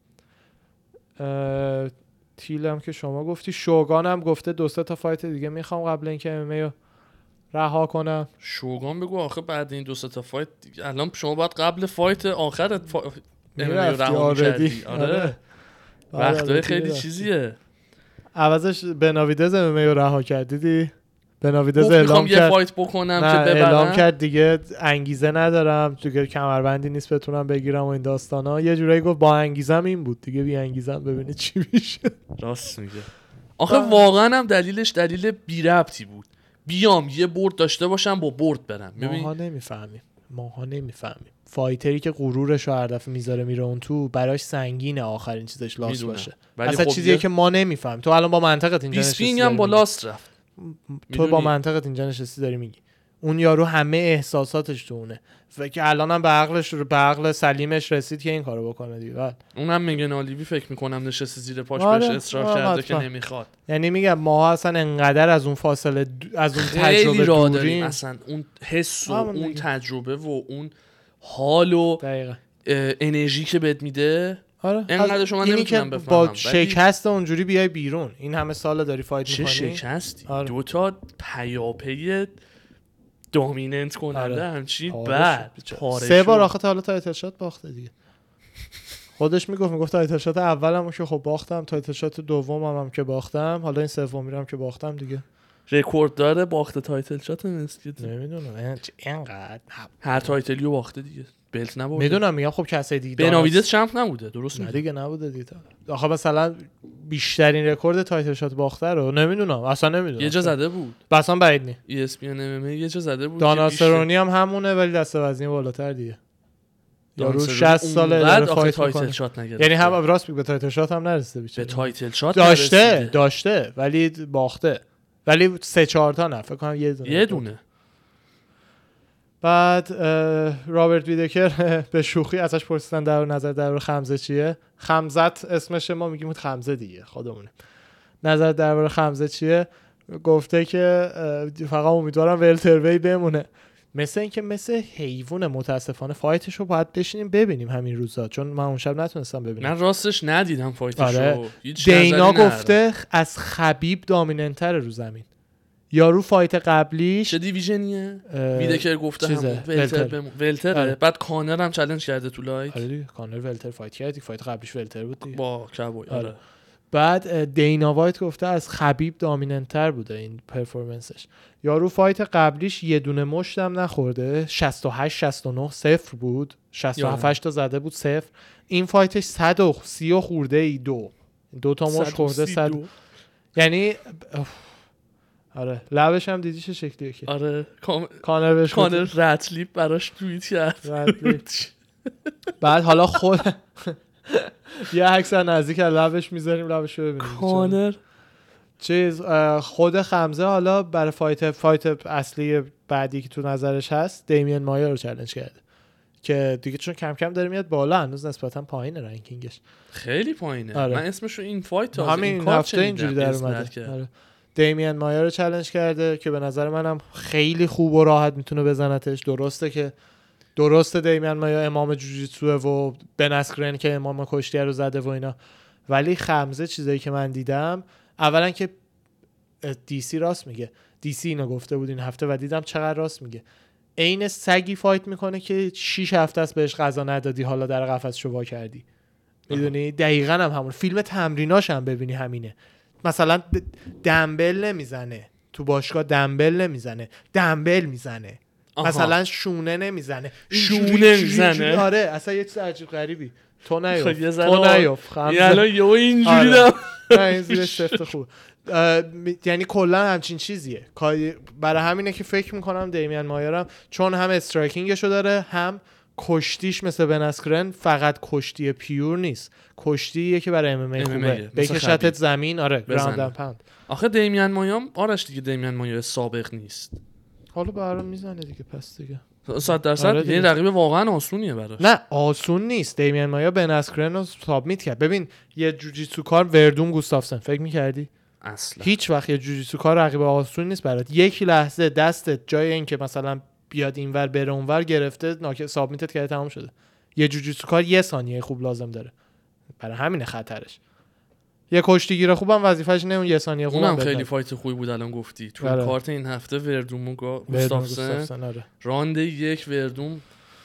تیل هم که شما گفتی، شوگان هم گفته دو سه تا فایت دیگه میخوام قبل اینکه ام ام ای رو رها کنم. شوگان بگو آخه بعد این دو سه تا فایت دیگه الان شما باید قبل فایت آخر فا... ام ام ای رو رها می‌کردی. آره وقتای خیلی چیزیه. عوضش بناویدز ام ام ای رو رها کردیدی؟ بناویدز اعلام اعلام کرد یه فایت بکنم که ببرم، اعلام کرد دیگه انگیزه ندارم دیگه، کمربندی نیست بتونم بگیرم و این داستانا. یه جورایی گفت با انگیزم این بود دیگه، بی انگیزم ببینید چی میشه. راست میگه. آخه واقعا هم دلیلش دلیل بی ربطی بود. بیام یه برد داشته باشم با برد برم. ماها نمیفهمیم ماها نمیفهمیم فایتری که غرورش رو هر دفعه میذاره میره اون تو، براش سنگینه آخرین چیزش لاست باشه. اصلا خب چیزیه که ما نمیفهمیم. تو الان با منطقت اینجا نشستی، بیسپینگ هم با لاست رفت. تو با منطقت اینجا نشستی داری میگی اون یارو همه احساساتش تو اونه، فکر الانم به عقلش به عقل سلیمش رسید که این کارو بکنه دیگه. اونم میگن آلیوی فکر میکنم نشسته زیر پاش آره. بهش اصرار آره. کرده آره. که نمیخواد. یعنی میگم ما اصلا انقدر از اون فاصله از اون تجربه دوریم، اصلا اون حس و اون دیگه. تجربه و اون حال و انرژی که بهت میده. آره اینقدر شما نمیتونم بفهمم. با شکست اونجوری بیای بیرون، این همه سال داری فایت چه میکنی. چه شکستی؟ آره. دو تا پیاپی دامیننت کننده آره. همچی بعد سه بار آخه تا حالا تایتل شات باخته دیگه. خودش میگفت میگفت تایتل شات اولم که خب باختم، تایتل شات دومم هم که باختم، حالا این سومی رو هم که باختم دیگه. رکورد داره باخته تایتل شات مسکت. نمیدونم اینقدر هر تایتلیو باخته دیگه، بلت نبرده. میدونم میگم خب کسای دیگه بناویدز چمپ نبوده، درست میگه. دیگه نبوده دیگه. آخه مثلا بیشترین رکورد تایتل شات باخته رو نمیدونم، اصلا نمیدونم. یه جا زده بود. اصلا بعید نی. ای اس پی ان ام ام ای یه جا زده بود. داناسرونی هم همونه ولی دست وزنی بالاتر دیگه. یارو شصت ساله داره فایت میکنه. یعنی هم راست میگه به تایتل شات هم نرسیده بیچاره. به تایتل شات داشته نرسیده. داشته ولی باخته. ولی سه چهار تا نه فکر کنم یه دونه. یه دونه. بعد رابرت ویدکر به شوخی ازش پرسیدن در نظر در خمزه چیه. خمزت اسمشه، ما میگیم خمزه دیگه خودمونه. نظر درباره خمزه چیه؟ گفته که فقط امیدوارم ولتروی بمونه. مثل این که مثل حیوان متاسفانه فایتش رو باید بشینیم ببینیم همین روزا، چون من اون شب نتونستم ببینم. من راستش ندیدم فایتش آره. رو. دینا گفته از خبیب دامیننتر رو زمین. یارو فایت قبلیش چه دیویژنیه؟ ویدکر گفته هم ولتر ولتر بم... ولتره. آره. بعد کانر هم چالش کرده تو لایت. آره دیگه کانر ولتر فایت کرد، فایت قبلیش ولتر بود دیگه با کابوی. آره. آره. بعد دینا وایت گفته از خبیب دامیننتر بوده این پرفورمنسش. یارو فایت قبلیش یه دونه مشت هم نخورده، شصت و هشت شصت و نه صفر بود، شصت و هفت تا زده بود صفر. این فایتش صد و سی خورده ای دو دو تا مشت خورده صد، یعنی آره لبش هم دیدی چه شکلیه که آره کام... کانر بهش کانر رتلیپ براش توییت کرد. بعد حالا خود یه عکس نزدیک از لبش میذاریم لبش رو ببینیم. کانر چیز خود خمزه حالا برای فایت فایت اصلی بعدی که تو نظرش هست دیمین مایا رو چالش کرده که دیگه چون کم کم داره میاد بالا، هنوز نسبتا پایینه رنکینگش، خیلی پایینه. آره. من اسمش رو این فایت تازه همین این هفته اینجوری در اومده. آره. دیمین مایا رو چالش کرده که به نظر منم خیلی خوب و راحت میتونه بزنتش. درسته که درسته دیمین مایا امام جوجیتسوه و بن اسکرن که امام کشتی رو زده و اینا، ولی خمزه چیزایی که من دیدم، اولا که دی سی راست میگه، دی سی اینو گفته بود این هفته و دیدم چقدر راست میگه. عین سگی فایت میکنه که شش هفته است بهش غذا ندادی، حالا در قفس وا کردی. میدونی دقیقاً هم همون فیلم تمریناش هم ببینی همینه. مثلا دمبل نمیزنه تو باشگاه، دمبل نمیزنه، دمبل میزنه. آها. مثلا شونه نمیزنه، شونه میزنه. آره اصلا یه چیز عجیب غریبی. تو نیوف تو نیوف یعنی یه اینجوری دم نه این زیر سفت خوب. یعنی کلا همچین چیزیه. برای همینه که فکر میکنم دیمین مایرم چون هم استرایکینگشو داره، هم کشتیش مثل بن اسکرن فقط کشتی پیور نیست، کشتیه که برای ام ام ای خوبه، بکشتت زمین. آره گراوند اند پاوند. آخه دیمین مایام آرش دیگه دیمین مایا سابق نیست، حالا برام میزنه دیگه پس دیگه صد درصد. آره این رقیب واقعا آسونیه براش. نه آسون نیست. دیمین مایا بن اسکرن رو سابمیت کرد. ببین یه جوجیتسو کار وردون گوستافسن فکر می‌کردی؟ اصلا هیچ وقت یه جوجیتسو کار رقیب آسون نیست برات. یک لحظه دستت جای این که مثلا بیاد اینور بره اونور گرفته ناک سابمیتت کرده تمام شده. یه جوجیتسو کار یه ثانیه خوب لازم داره، برای همین خطرش. یه کشتیگیر خوبم وظیفه‌ش نه اون یه ثانیه خوبم. اونم خیلی فایت خوبی بود الان گفتی تو آره. کارت این هفته وردوم گوستافسن آره. راند یک وردوم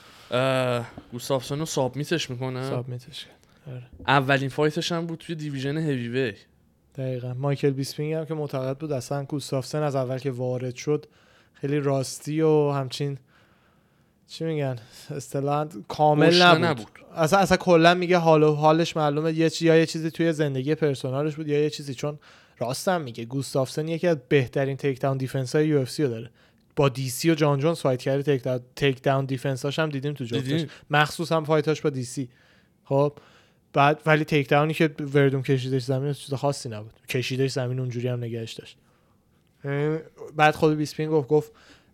گوستافسن رو سابمیتش میکنه. سابمیتش آره. اولین فایتش هم بود توی دیویژن هیوی وی. دقیقاً مایکل بیسپینگ هم که معتقد بود اصلا گوستافسن از اول که وارد شد خیلی راستی و همچین چی میگن اصطلاحاً کامل نبود. نبود اصلا اصلا کلا میگه حال و حالش معلومه یه چیزی یا یه چیزی توی زندگی پرسونالش بود یا یه چیزی، چون راستم میگه گوستافسن یکی از بهترین تیک داون دیفنس های یو اف سی رو داره. با دی سی و جان جونز فایت کرده، تیک داون تیک داون دیفنساش هم دیدیم تو جفتش، مخصوصا فایتاش با دی سی. خب بعد ولی تیک داونی که وردوم کشیدش زمین چیز خاصی نبود، کشیدش زمین اونجوری هم نگهش داشت. بعد خود بیسپینگ گفت گفت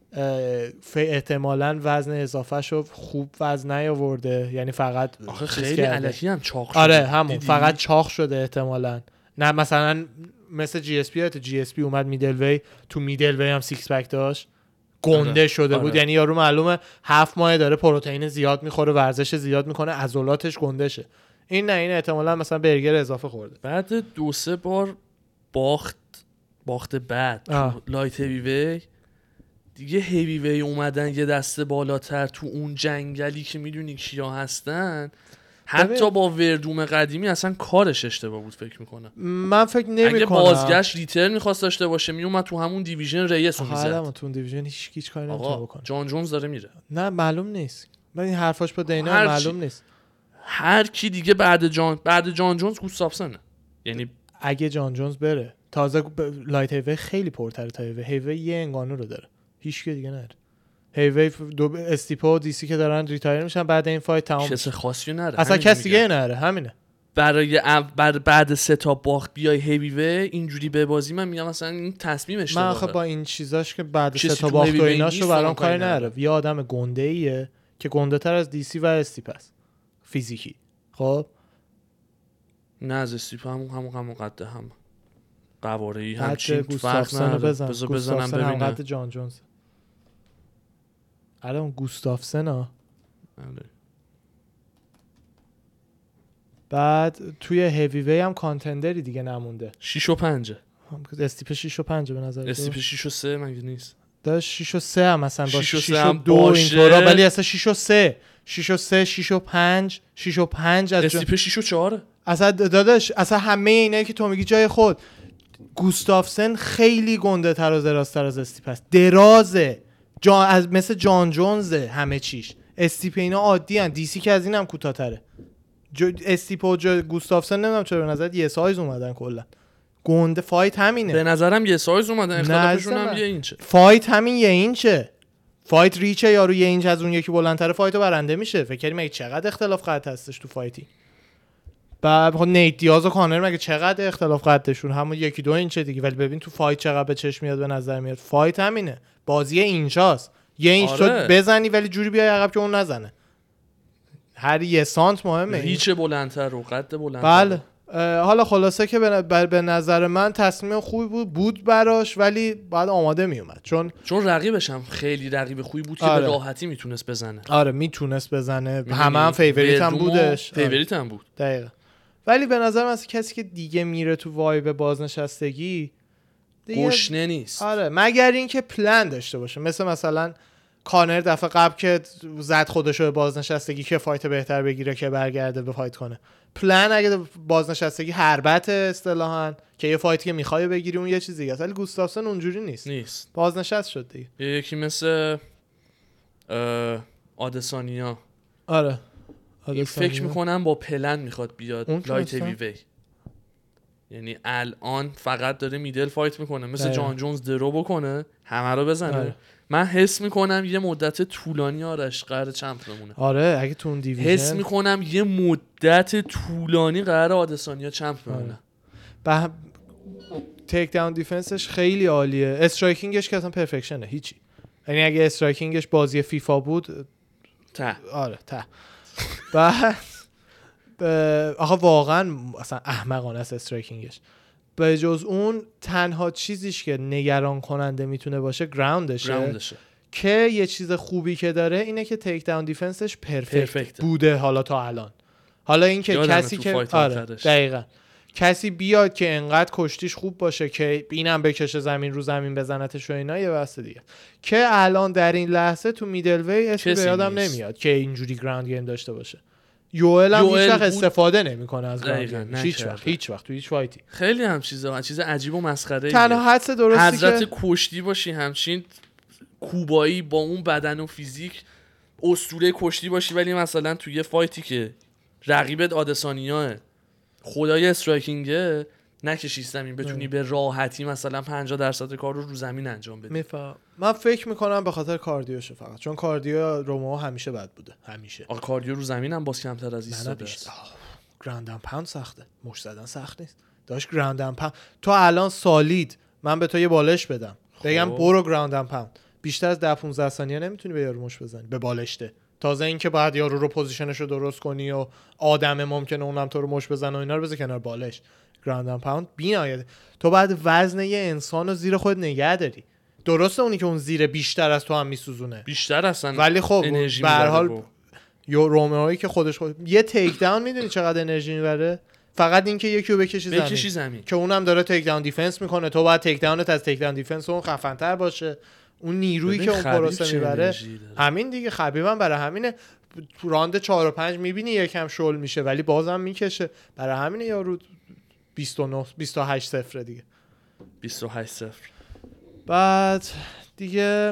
احتمالاً وزن اضافه شو خوب وزن نیاورده، یعنی فقط آخه خیلی الکی هم چاق شده. آره همون دیدی؟ فقط چاق شده احتمالاً. نه مثلا مثل جی اس پی، تو جی اس پی اومد میدل وی، تو میدل وی هم سیکس پک داشت، گنده آره. شده بود آره. یعنی یارو معلومه هفت ماه داره پروتئین زیاد میخوره، ورزش زیاد میکنه، عضلاتش گنده شه. این نه این احتمالاً مثلا برگر اضافه خورده. بعد دو سه بار باخت باخت بعد تو لایت هیوی وی دیگه. هیوی وی اومدن یه دسته بالاتر تو اون جنگلی که میدونی کیا هستن. حتی با وردوم قدیمی اصلا کارش اشتباه بود فکر میکنم. من فکر نمیکنم اگه بازگشت ریترن میخواست داشته باشه میومد تو همون دیویژن ریس رو میزد. آها تو اون دیویژن هیچ هیچ کاری نمیتونه بکنه. جان جونز داره میره. نه معلوم نیست. من این حرفاش با دینا معلوم نیست. هر کی دیگه بعد جان بعد جان جونز گوستافسن. یعنی اگه جان جونز بره تازه ب... لایت هیوی خیلی پرتر تا هیوی. هیوی یه انگانو رو داره. هیچ کی دیگه نداره. هیوی دو استیپا و دی سی که دارن ریتایر میشن بعد این فایت تمام. کس خاصی نداره. اصلا کس دیگه نداره، همینه. برای بعد بعد سه تا باخت بیای هیوی وی اینجوری ببازی، من میگم مثلا این تصمیم اشتباهه. من آخه با این چیزاش که بعد سه چیزی تا تو باخت و هیوی وی ایناشو نیست، برام فلان کاری کاری نداره. یه آدم گنده ایه که گنده تر از دیسی و استیپ است فیزیکی. خب نه از استیپ همون همون همون قد هم قواره‌ای قد همچین فرق گوستافسن رو نداره. بزن. بذار بزنم گوستافسن هم ببینم. قد جان جونز. الان گوستافسن ها. بعد توی هیوی وی هم کانتندری دیگه نمونده. شش و پنج. استیپ شش و پنج به نظر استیپ شش و سه مگه نیست؟ داش شش و سه هم مثلا با شش و شش سه و هم دو باشه. اینطورا، ولی اصلا شش و سه شش و سه شش و پنج شش و پنج از استیپ شش و چهار. اصلا داداش اصلا همه اینایی که تو میگی جای خود. گوستافسن خیلی گنده تر و دراز از استیپ است. درازه. جان از مثل جان جونزه همه چیش. استیپ اینا عادی ان. دیسی که از اینم کوتاه‌تره. استیپ و گوستافسن نمیدونم چرا به نظر یه سایز اومدن کلا. گنده فایت همینه. به نظرم یه سایز اومدن، اختلافشون هم یه اینچه. فایت همین یه اینچه. فایت ریچه یارو یه اینچ از اون یکی بلندتره فایتو برنده میشه. فکر کنی مگه چقدر اختلاف قد هستش تو فایتی؟ بعد خب نیت دیاز و کانر مگه چقدر اختلاف قدشون همون یکی دو اینچه دیگه، ولی ببین تو فایت چقدر به چشم میاد به نظر میاد. فایت همینه. بازی اینچاست. یه اینچ آره. تو بزنی ولی جوری بیای عقب که اون نزنه. هر یه سانت مهمه. ریچ بلندتر و قد بلندتر. بله. حالا خلاصه که به, به نظر من تصمیم خوبی بود بود براش، ولی باید آماده میومد چون چون رقیبش هم خیلی رقیب خوبی بود که آره. به راحتی میتونست بزنه. آره میتونست بزنه. همه هم فیوریت هم بودش. فیوریت هم بود. دقیقاً. ولی به نظر من کسی که دیگه میره تو وایب بازنشستگی گشنه نیست. آره مگر اینکه پلن داشته باشه، مثل مثلا کانر دفعه قبل که زد خودشو به بازنشستگی که فایت بهتر بگیره که برگرده به فایت کنه. پلن اگه بازنشستگی حربت اصطلاحاً که یه فایتی که میخوای بگیری اون یه چیز دیگه است، ولی گوستافسن اونجوری نیست. نیست. بازنشست شد دیگه. یکی مثل آدسانیا. آره. این فکر میکنم با پلن میخواد بیاد لایت هیوی وی. یعنی الان فقط داره میدل فایت میکنه، مثل داید. جان جونز درو بکنه همه رو بزنه. آره. من حس میکنم یه مدت طولانی آرش قرار چمپ بمونه. آره اگه تو اون دیویژن حس میکنم یه مدت طولانی قرار آدسانیا چمپ بمونه. به تیک داون دیفنسش خیلی عالیه. استرایکینگش که اصلا پرفکشنه هیچی. یعنی اگه استرایکینگش بازی فیفا بود ته. آره ته. بعد آخه واقعا اصلا احمقانه است استرایکینگش. به جز اون تنها چیزیش که نگران کننده میتونه باشه گراوندشه. گراوندشه که یه چیز خوبی که داره اینه که تیک داون دیفنسش پرفکت پرفکت بوده حالا تا الان. حالا این که کسی که آره دقیقاً کسی بیاد که انقدر کشتیش خوب باشه که اینم بکشه زمین رو زمین بزنتش و اینا یه بحث دیگه. که الان در این لحظه تو میدل وی اسم به یادم نمیاد که اینجوری گراوند گیم داشته باشه. یوئل هم هیچ وقت استفاده نمیکنه از گراوند. هیچ وقت هیچ وقت تو هیچ فایتی. خیلی هم چیزا چیز عجیب و مسخره. تنها حدس درستی حضرت که کشتی باشی همچین کوبایی با اون بدن و فیزیک اسطوره کشتی باشی، ولی مثلا توی فایتی که رقیبت آدسانیاه خدای استرایکینگه نکشی زمین بتونی به راحتی مثلا پنجاه درصد کار رو رو زمین انجام بدی. میفهم. من فکر میکنم به خاطر کاردیوشه فقط، چون کاردیو رومو همیشه بد بوده همیشه. آ کاردیو رو زمین هم باز کمتر از ایستاده است. گراند اند پاوند سخته، مش زدن سخت نیست. داش گراند اند پاوند تو الان سالید من به تو یه بالش بدم بگم برو گراند اند پاوند، بیشتر از ده پانزده ثانیه نمیتونی به یارو مش بزنی به بالشته. تازه این که بعد یارو رو پوزیشنش رو درست کنی و آدم ممکنه اونم تو رو مش بزنه و اینا رو بذار کنار بالش. گراند اند پاوند بی‌نهایت تو بعد وزن یه انسان رو زیر خود نگه داری. درسته اونی که اون زیر بیشتر از تو هم میسوزونه بیشتر اصلا، ولی خب به هر حال یو رومئویی که خودش خود یه تیک داون میدونی چقدر انرژی میبره؟ فقط این که یکی رو بکشی زمین. بکشی زمین که اونم داره تیک داون دیفنس میکنه، تو باید تیک داونت از تیک داون دیفنس اون خفن‌تر باشه. اون نیرویی که اون پروسه میبره همین دیگه. خبیبم برای همینه تو راند چهار و پنج میبینی یکم شل میشه ولی بازم میکشه. برای همینه یارو بیست و نه بیست و هشت صفر دیگه. بیست و هشت صفر. بعد دیگه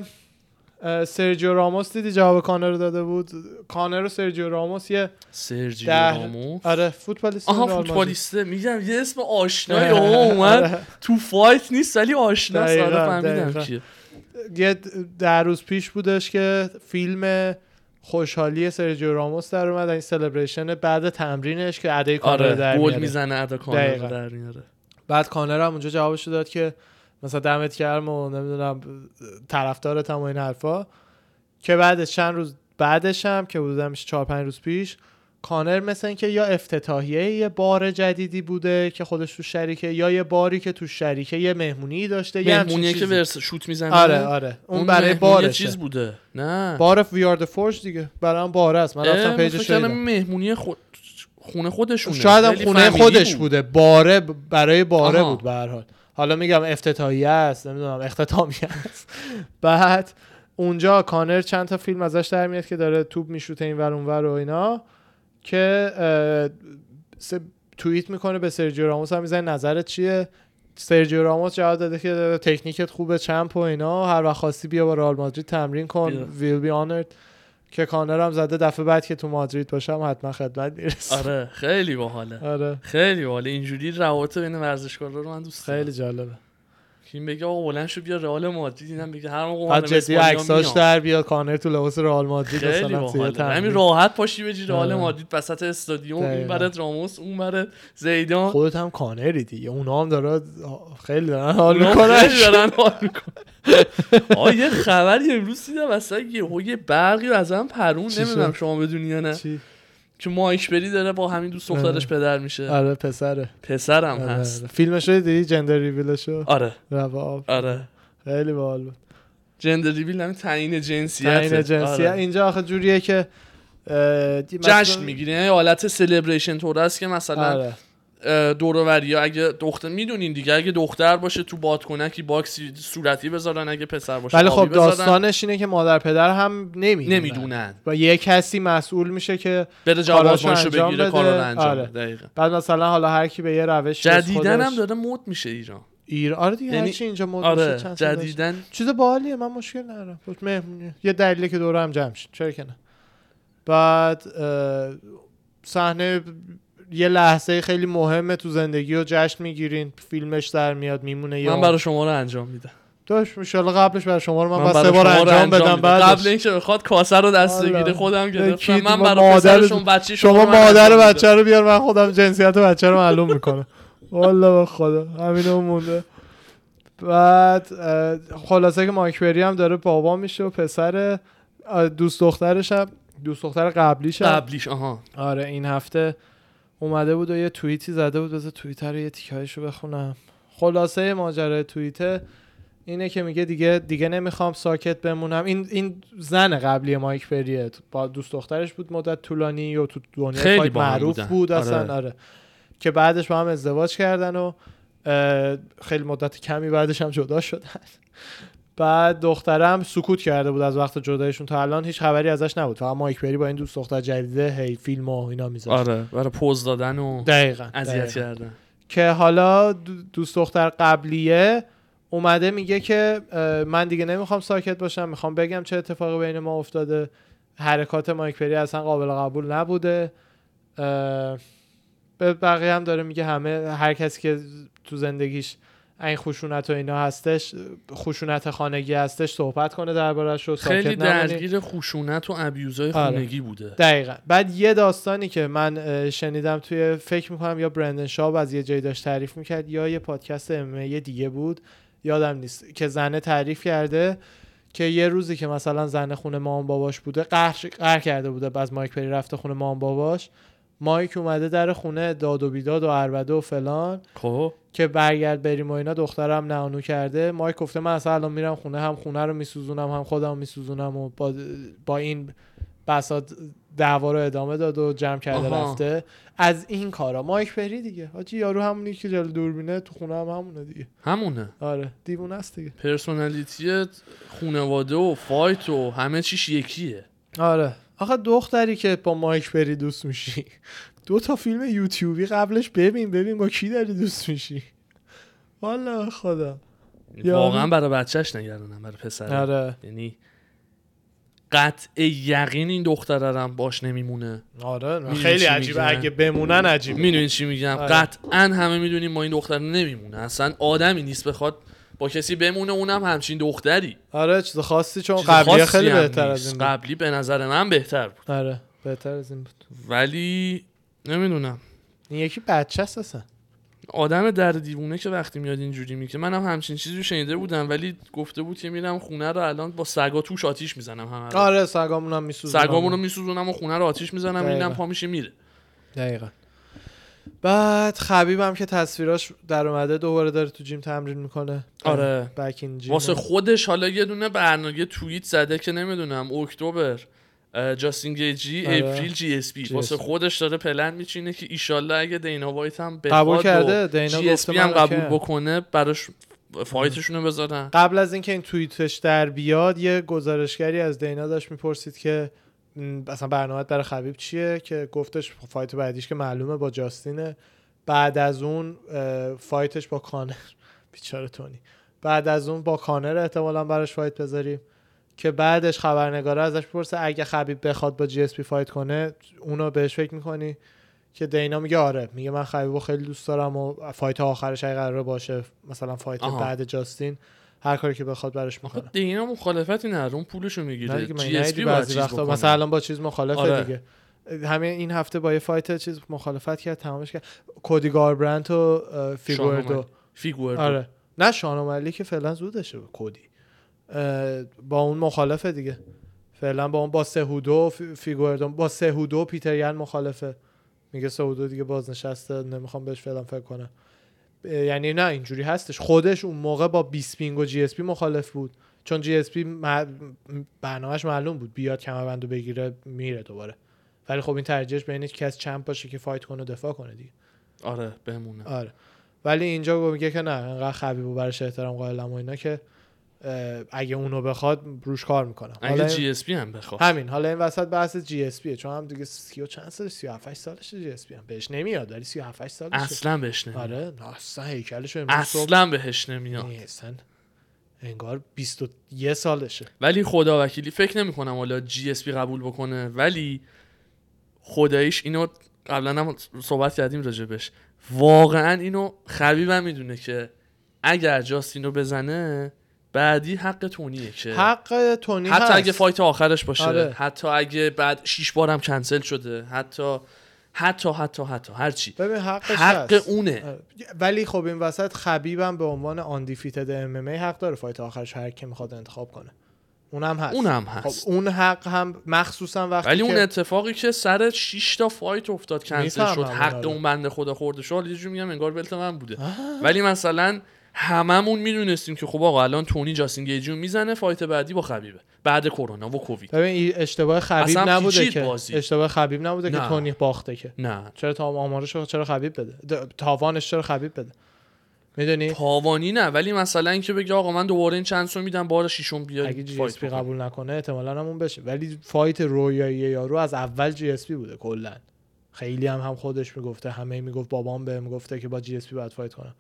سرجیو راموس دیدی جواب کانر رو داده بود. کانر و سرجیو راموس یه سرجیو راموس آره فوتبالیست. آها فوتبالیسته میگم یه اسم آشنایی اومد تو فایت نیست ولی آشنا ساده فهمیدم کیه. یه در روز پیش بودش که فیلم خوشحالی سرجیو راموس در اومد این سلبریشن بعد تمرینش که ادای کانر آره در گل میاره میزنه ادا کانر در میاره. بعد کانر هم اونجا جوابش داد که مثلا دمت گرم و نمیدونم طرفدارتم و این حرفا، که بعدش چند روز بعدش هم که حدودا میشه چهار پنج روز پیش کانر مثلا اینکه یا افتتاحیه یه بار جدیدی بوده که خودش تو شریکه، یا یه باری که تو شریکه یه مهمونی داشته، یه مهمونیه که ورس شوت میزنه. آره آره اون, اون برای بارش چیز بوده. نه بار وی آر د فورج دیگه برام باره است. من رفتم پیجش دیدم مهمونی خود خونه خودشونه، شاید هم خونه خودش بود. بوده باره برای باره آها. بود به هر حال. حالا میگم افتتاحیه است نمیدونم اختتامیه است. بعد اونجا کانر چند تا فیلم ازش در میاد که داره توپ میشوته این ور اون ور و اینا، که توییت میکنه به سرجیو راموس هم میزنه نظرت چیه. سرجیو راموس جواب داده که تکنیکت خوبه چمپ و اینا، هر وقت خواستی بیا با رئال مادرید تمرین کن ویل بی آنرد. که کانر هم زده دفعه بعد که تو مادرید باشم حتما خدمت میرسم. آره خیلی باحاله. آره خیلی باحاله. اینجوری روابط بین ورزشکارا رو من دوست دارم. خیلی جالبه. این بگه آقا بلند شو بیا رئال مادرید، اینم بگه هر موقع بعد جدی عکساش در بیاد کانر تو لباس رئال مادرید مثلا همین راحت پاشی بجی رئال مادرید وسط استادیوم، این برات راموس اون برات زیدان، خودت هم کانری دیگه، اونا هم داره خیلی دارن حال میکنن خیلی دارن حال میکنن. آ یه خبری امروز دیدم اصلا یه برقی از هم پرون، نمیدونم شما بدونی یا نه، که مایک بری داره با همین دوست دخترش پدر میشه. آره پسره پسرم آره هست. فیلمش رو دیدی جندر ریویلشو؟ آره روا آره خیلی باحال بود. جندر ریویل همین تعیین جنسیت، تعیین جنسیت آره. اینجا آخه جوریه که جشن میگیری، یعنی حالت سلبریشن طور است که مثلا آره. دور و بری اگه دختر میدونین دیگه، اگه دختر باشه تو بادکنکی باکسی صورتی بذارن، اگه پسر باشه ولی خب داستانش اینه که مادر پدر هم نمیدونن نمیدونن و یه کسی مسئول میشه که بره جواب آزمایشو بگیره، کارو رو انجام آره. بده. بعد مثلا حالا هر کی به یه روش جدیدن هم داره مد میشه ایران. ایر آره دیگه یعنی... هرچی اینجا مد آره. میشه چند جدیدن چیز باحالیه، من مشکل ندارم. مهمونی یه دلیلی که دوره هم جمع شد، چرا که نه. بعد صحنه یه لحظه خیلی مهمه تو زندگی رو جشن میگیرین، فیلمش در میاد میمونه. من برای شما رو انجام میدم داش ان شاء الله قبلش برای شما رو من, من با سه بار انجام بدم، بعد قبل اینکه بخواد کاسه رو دست بگیره خودم گرفتم. من برای پسرشون بچه شما مادر بچه رو بیار، من خودم جنسیت بچه رو معلوم میکنم. والله به خدا همینو مونده. بعد خلاصه که مایک بری هم داره بابا میشه و پسر دوست دخترش هم دوست دختر قبلیش هم قبلیش آها آره این هفته اومده بود و یه توییتی زده بود. بذار توییتر رو یه تیکایشو بخونم. خلاصه ماجرای توییت اینه که میگه دیگه دیگه نمیخوام ساکت بمونم. این این زن قبلی مایک بریه، با دوست دخترش بود مدت طولانی و تو دنیا خیلی معروف بودن. بود اصلا آره. آره که بعدش با هم ازدواج کردن و خیلی مدت کمی بعدش هم جدا شدن. بعد دخترم سکوت کرده بود از وقت جدایشون تا الان، هیچ خبری ازش نبود. فقط مایک بری با این دوست دختر جدیده هی فیلم و اینا میذاشت. آره برای پوز دادن و دقیقاً اذیت کردن. که حالا دوست دختر قبلیه اومده میگه که من دیگه نمیخوام ساکت باشم، میخوام بگم چه اتفاقی بین ما افتاده. حرکات مایک بری اصلا قابل قبول نبوده. به بقیه هم داره میگه همه هر کسی که تو زندگیش این خشونت و اینا هستش، خشونت خانگی هستش، صحبت کنه دربارش رو، ساکت خیلی نمونی. درگیر خشونت و ابیوزای خانگی آره. بوده. دقیقاً. بعد یه داستانی که من شنیدم توی فکر میکنم یا برندن شاب از یه جایی داشت تعریف میکرد یا یه پادکست ام ام ای دیگه بود یادم نیست، که زنه تعریف کرده که یه روزی که مثلا زنه خونه مام باباش بوده قهر قهر کرده بوده، بعد مایک پری رفته خونه مام باباش، مایک اومده در خونه داد و بیداد و عربده و فلان خب که برگرد بریم و اینا. دخترم نانو کرده. مایک گفته من اصلا الان میرم خونه، هم خونه رو میسوزونم هم خودم میسوزونم و با, با این بساط دعوا رو ادامه داد و جمع کرده آها. رفته از این کارا. مایک پری دیگه حاجی یارو همونی که جلو دوربینه تو خونه هم همونه دیگه، همونه. آره دیوونه است دیگه. پرسونالیتی خانواده و فایت و همه چیش یکیه. آره آخه دختری که با مایک پری دوست میشی دو تا فیلم یوتیوبی قبلش ببین ببین با کی داری دوست میشی. والله خدا واقعا برای بچهش نگرانم، برای پسر. آره یعنی قطع یقین این دختره هم باش نمیمونه. آره خیلی عجیبه اگه بمونن عجیبه. میدونین چی میگم؟ آره. قطعا همه میدونیم ما این دختر نمیمونه، اصلا آدمی نیست بخواد با کسی بمونه اونم همچین دختری. آره چیز خاصی، چون چیز قبلی خیلی هم بهتر نیست. از این بود. قبلی به نظر من بهتر بود. آره بهتر از این بود. ولی نمیدونم این یکی بچه است اصلا. آدم در دیوونه که وقتی میاد اینجوری میگه. منم همچین چیزی رو شنیده بودم، ولی گفته بود که میرم خونه رو الان با سگا توش آتیش میزنم همه رو. آره سگامون هم میسوزونم. سگامون رو میسوزونم و خونه رو آتیش میزنم، اینم پا میشه میره. دقیقاً. بعد خبیبم که تصویراش در اومده دوباره داره تو جیم تمرین میکنه. آره بک این جیم واسه خودش حالا یه دونه برنامه توییت زده که نمیدونم اکتبر جاستین گیجی آره. اپریل جی اس پی واسه خودش داره پلن میچینه که ایشالله اگه دینا وایت هم قبول بخواد کرده، دینا جی اس پی هم گفته قبول من بکنه براش فایتشون رو بذارن. قبل از اینکه این توییتش در بیاد یه گزارشگری از دینا داشت میپرسید که اصلا برنامه برای خبیب چیه، که گفتش فایت بعدیش که معلومه با جاستینه، بعد از اون فایتش با کانر. بیچاره تونی. بعد از اون با کانر احتمالاً براش فایت بذاریم که بعدش خبرنگاره ازش بپرسه اگه خبیب بخواد با جی اس پی فایت کنه اونو بهش فکر میکنی، که دینا میگه آره، میگه من خبیبو خیلی دوست دارم و فایت آخرش اگه قراره باشه مثلا فایت آها. بعد جاستین هر کاری که بخواد براش میکنه. دینا مخالفتی نداره، اون پولشو میگیره. جی اس پی بعضی وقتا مثلا الان با چیز مخالفه آره. دیگه همین این هفته با یه فایت چیز مخالفت کرد، تمامش کرد. کودی گاربرنت و فیگوردو فیگوردو آره نه شانومالی که فعلا زودشه به کودی با اون مخالفه دیگه فعلا، با اون با سهودو فیگوردو با سهودو پیتر یان مخالفه، میگه سهودو دیگه بازنشسته نمیخوام بهش فعلا فکر کنم. یعنی نه اینجوری هستش، خودش اون موقع با بیسپینگ و جی اس پی مخالف بود، چون جی اس پی برنامه‌اش معلوم بود بیاد کمربندو بگیره میره دوباره، ولی خب این ترجیحش بین اینه که کس چمپ باشه که فایت کنه و دفاع کنه دیگه. آره بمونه. آره ولی اینجا میگه که نه انقدر خبیبو براش احترام قائلم و اینا که اگه اونو بخواد روش کار میکنم. اگه جی اس پی هم بخواد همین. حالا این وسط بحث جی اس پیه، چون هم دیگه سی و چند سال سی و هفت سالشه جی اس پی هم بهش نمیاد، ولی سی و هفت سالشه اصلا بهش نمیاد. آره اصلا هیکلش اصلا بهش نمیاد اصلا انگار بیست و یک سالشه. ولی خدا وکیلی فکر نمی کنم حالا جی اس پی قبول بکنه، ولی خداییش اینو قبلا هم صحبت کردیم راجبش، واقعا اینو خبیبم میدونه که اگر جاستینو بزنه بعدی حق تونیه، که حق تونی حتی هست. اگه فایت آخرش باشه آره. حتی اگه بعد شیش بارم کنسل شده، حتی حتی حتی حتی هرچی ببین حقش حق هست. اونه. آره. ولی خب این وسط خبیبم به عنوان آندیفیتد ام ام ای حق داره فایت آخرش هر کی میخواد انتخاب کنه، اونم هست اونم هست. خب اون حق هم مخصوصا وقتی ولی که اون اتفاقی که سر شش تا فایت افتاد کنسل شد، حق آره. اون بنده خدا خورده شد، یه جوری میگم انگار بلت من بوده. آه. ولی مثلا هممون میدونستیم که خب آقا الان تونی جاستین گیجیو میزنه، فایت بعدی با خبیبه بعد کرونا و کووید. ببین اشتباه خبیب نبوده که بازی. اشتباه خبیب نبوده نه. که تونی باخته که نه چرا تا آمارش چرا خبیب بده، تاوانش چرا خبیب بده، میدونی تاوانی نه، ولی مثلا اینکه بگه آقا من دوباره این چند سو میدم بار ششم بیاد اگه جی اس پی قبول نکنه احتمالاً همون بشه. ولی فایت رویایی یارو از اول جی اس پی بوده کلا، خیلی هم هم خودش میگفته، همه میگفت بابام بهم گفته که با جی اس پی باید فایت کنم.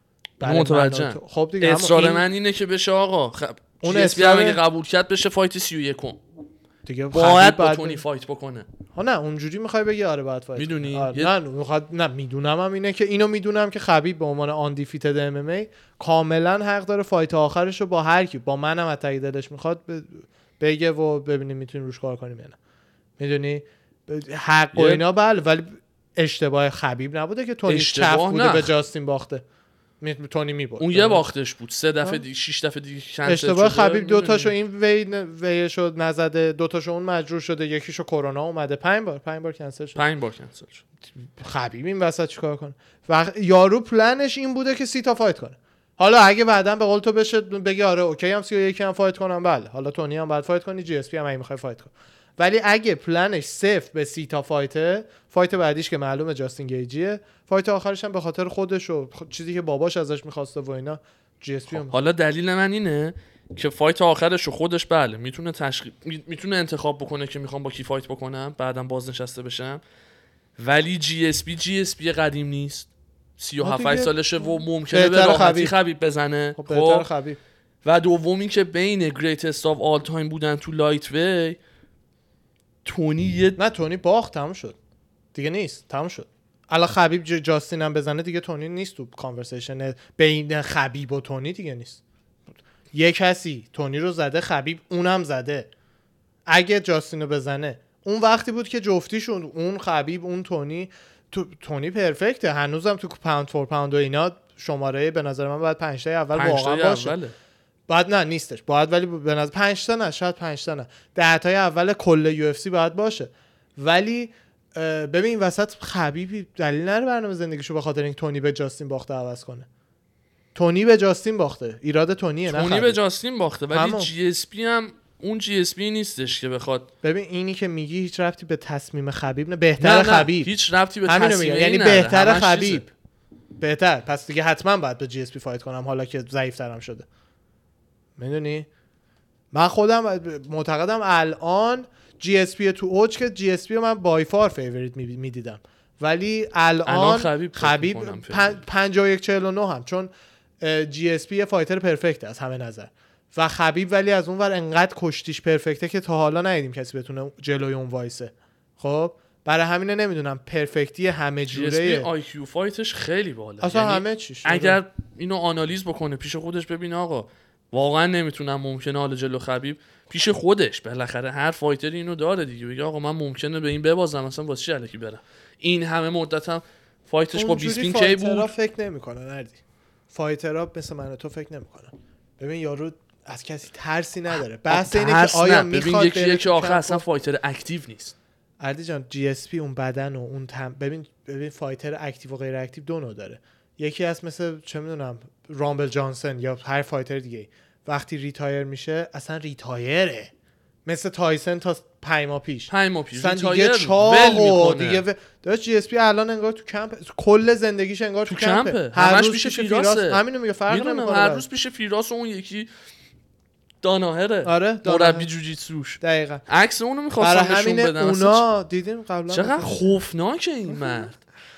متوجه. خب دیگه اصرار این... من اینه که بشه آقا خب اون جی اس پی اصرار... اگه قبول کرد بشه فایت سی و یک دیگه باید با تونی فایت بکنه. ها نه اونجوری میخوای بگی آره باید فایت میدونی آره. یه... نه میخواد نه میدونم هم اینه که اینو میدونم که خبیب به عنوان آن دیفیتد ام ام ای کاملا حق داره فایت آخرش رو با هر کی، با منم حتی دلش میخواد بگه و ببینیم میتونیم روش کار کنیم یا نه، میدونی حق و اینا بله، ولی اشتباه خبیب نبوده که تونی چف بوده نه. به جاستین باخته تونی میبرد، اون یه باختش بود، سه دفعه دیگه شش دفعه دیگه کنسل شده. اشتباه خبیب دو تاشو این وی وی شد نزده، دو تاشو اون مجروح شده، یکیشو کرونا اومده، پنج بار پنج بار کنسل شد پنج بار کنسل شد. خبیب این وسط چیکار کنه؟ و یارو پلنش این بوده که سی تا فایت کنه. حالا اگه بعداً به قول تو بشه بگی آره اوکی هم سی و یک هم فایت کنم، بله حالا تونی هم بعد فایت کنی، جی اس پی هم اگه میخوای فایت کن. ولی اگه پلنش صفر به سی تا فایته، فایت بعدیش که معلومه جاستین گیجیه، فایت آخرش هم به خاطر خودش و چیزی که باباش ازش می‌خواسته و اینا جی اس پی هم. حالا دلیل من اینه که فایت آخرش رو خودش بله میتونه تشخیص میتونه انتخاب بکنه که میخوام با کی فایت بکنم بعدم بازنشسته بشم، ولی جی اس پی جی اس پی قدیم نیست، سی و هفت سالشه و ممکنه به راحتی خبیب بزنه. خب بهتر خبیب. و دومی که بین گریتست آف آل تایم بودن تو لایت وی، تونی یه... نه تونی باخت تموم شد دیگه، نیست تموم شد. الان خبیب جاستین هم بزنه دیگه تونی نیست تو کانورسیشن بین خبیب و تونی دیگه نیست. یه کسی تونی رو زده، خبیب اونم زده. اگه جاستین رو بزنه اون وقتی بود که جفتیشون، اون خبیب اون تونی، تو تونی پرفکته هنوزم تو پاوند فور پاوند و اینا شماره به نظر من باید پنج تا اول واقعا باشه. اوله. بعد نه نیستش، باید ولی به نظر پنج تا نه، شاید پنج تا نه، ده تای اول کل یو اف سی باید باشه. ولی ببین این وسط خبیبی دلیل نره برنامه زندگیشو به خاطر این تونی به جاستین باخته عوض کنه. تونی به جاستین باخته، ایراد تونیه نه تونی خبیب. به جاستین باخته ولی همون. جی اس پی هم اون جی اس پی نیستش که بخواد. ببین اینی که میگی هیچ ربطی به تصمیم خبیب نه، بهتر نه نه خبیب هیچ ربطی به همینو تصمیم میگم، یعنی این نداره. بهتر همش خبیب چیزه. بهتر، پس دیگه حتما باید به جی اس پی فایت کنم حالا که ضعیف‌ترم شده. میدونی من خودم معتقدم الان جی اس پی تو اوج که جی اس پی رو من بای فار فیوریت میدیدم، ولی الان, الان خبیب خبیب پنجاه و یک چهل و نه هم، چون جی اس پی یه فایتر پرفکته از همه نظر و خبیب ولی از اون ور انقدر کشتیش پرفکته که تا حالا ندیدیم کسی بتونه جلوی اون وایسه. خب برای همینه نمیدونم پرفکتی همه جوره. جی اس پی آی کیو فایتش خیلی بالا اصلا یعنی همه چیش اگر اینو آنالیز بکنه پیش خودش ببینه آقا واقعا نمیتونم، ممکنه حالا جلو خبیب پیش خودش بالاخره هر فایتری اینو داره دیگه، بگه آقا من ممکنه به این ببازم مثلا واسه چی الکی برم. این همه مدتم فایتش با بیسپین کی بود. فکر نمیکنه نردی فایترها مثل من تو فکر نمیکنن. ببین یارو از کسی ترسی نداره. بحث اینه که آیا میخواد یکی یکی آخر اصلا فایتر اکتیو نیست. اردی جان جی اس پی اون بدن و اون تم... ببین ببین فایتر اکتیو و غیر اکتیو دو نوع داره. یکی از مثل چه میدونم رامبل جانسن یا هر فایتر دیگه وقتی ریتایر میشه اصلا ریتایره، مثل تایسن تا پنج ماه پیش پنج ماه پیش دیگه چاق و دیگه و... داشت جی اس پی الان انگار تو کمپ، کل زندگیش انگار تو, تو کمپه، هر روز پیش فیراسه. همینو میگه فرق نمیکنه، هر روز پیش فیراس و اون یکی داناهره. آره مربی جوجیتسوش دقیقاً عکس اونو می‌خواستم نشون بدم. اونا دیدیم قبلا چقدر خوفناکه این مرد.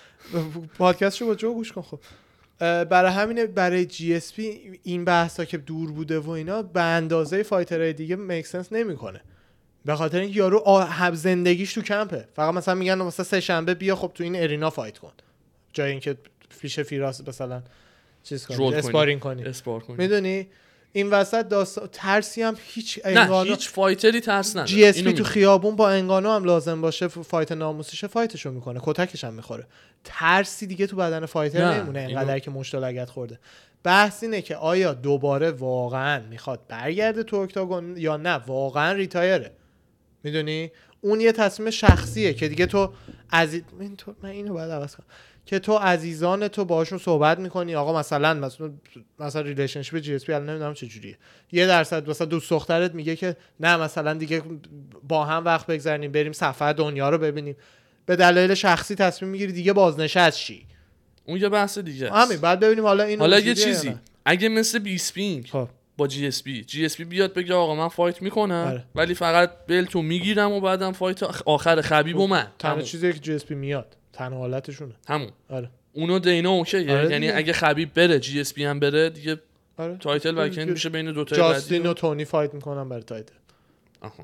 پادکستشو با جو گوش کن. خب برای همینه برای جی اس پی این بحثا که دور بوده و اینا به اندازه فایترهای دیگه میک سنس نمیکنه، به خاطر اینکه یارو آ... زندگیش تو کمپه. فقط مثلا میگن مثلا سه شنبه بیا خب تو این ارینا فایت کن، جای اینکه پیش فیراس مثلا چیز کنی اسپارینگ کنی اسپار کنی. میدونی این وسط داستان ترسی هم هیچ انگانو نه هیچ فایتری ترس نداره. جی اس پی تو خیابون با انگانو هم لازم باشه فایت ناموسیشه فایتشو میکنه، کتکش هم میخوره، ترسی دیگه تو بدن فایتر نمونه اینقدر اینو... که مشت و لگد خورده. بحث اینه که آیا دوباره واقعا میخواد برگرده تو اکتاگون یا نه واقعا ریتایره. میدونی اون یه تصمیم شخصیه که دیگه تو از این تو من اینو بعد عوض کنم که تو عزیزان تو باشون صحبت میکنی آقا مثلا مثلا مثلا ریلیشنشیپ جی اس پی الان نمیدونم چه جوریه، یه درصد مثلا دوست دخترت میگه که نه مثلا دیگه با هم وقت بگذرونیم بریم سفر دنیا رو ببینیم، به دلایل شخصی تصمیم میگیری دیگه بازنشست شی، اون یه بحث دیگه همین. بعد ببینیم حالا اینو حالا یه چیزی اگه مثل بیسپینگ با جی اس پی جی اس پی بیاد بگه آقا من فایت میکنم آره. ولی فقط بلتو میگیرم و بعدم فایت آخر خبیب و من تنها چیزی که جی اس پی میاد تنها حالتشونه همون آره اونو دینا اوکیه آره یعنی اگه خبیب بره جی اس پی هم بره دیگه آره. تایتل وکند میشه بین دو تا جاستین و تونی فایت میکنن برای تایتل. آها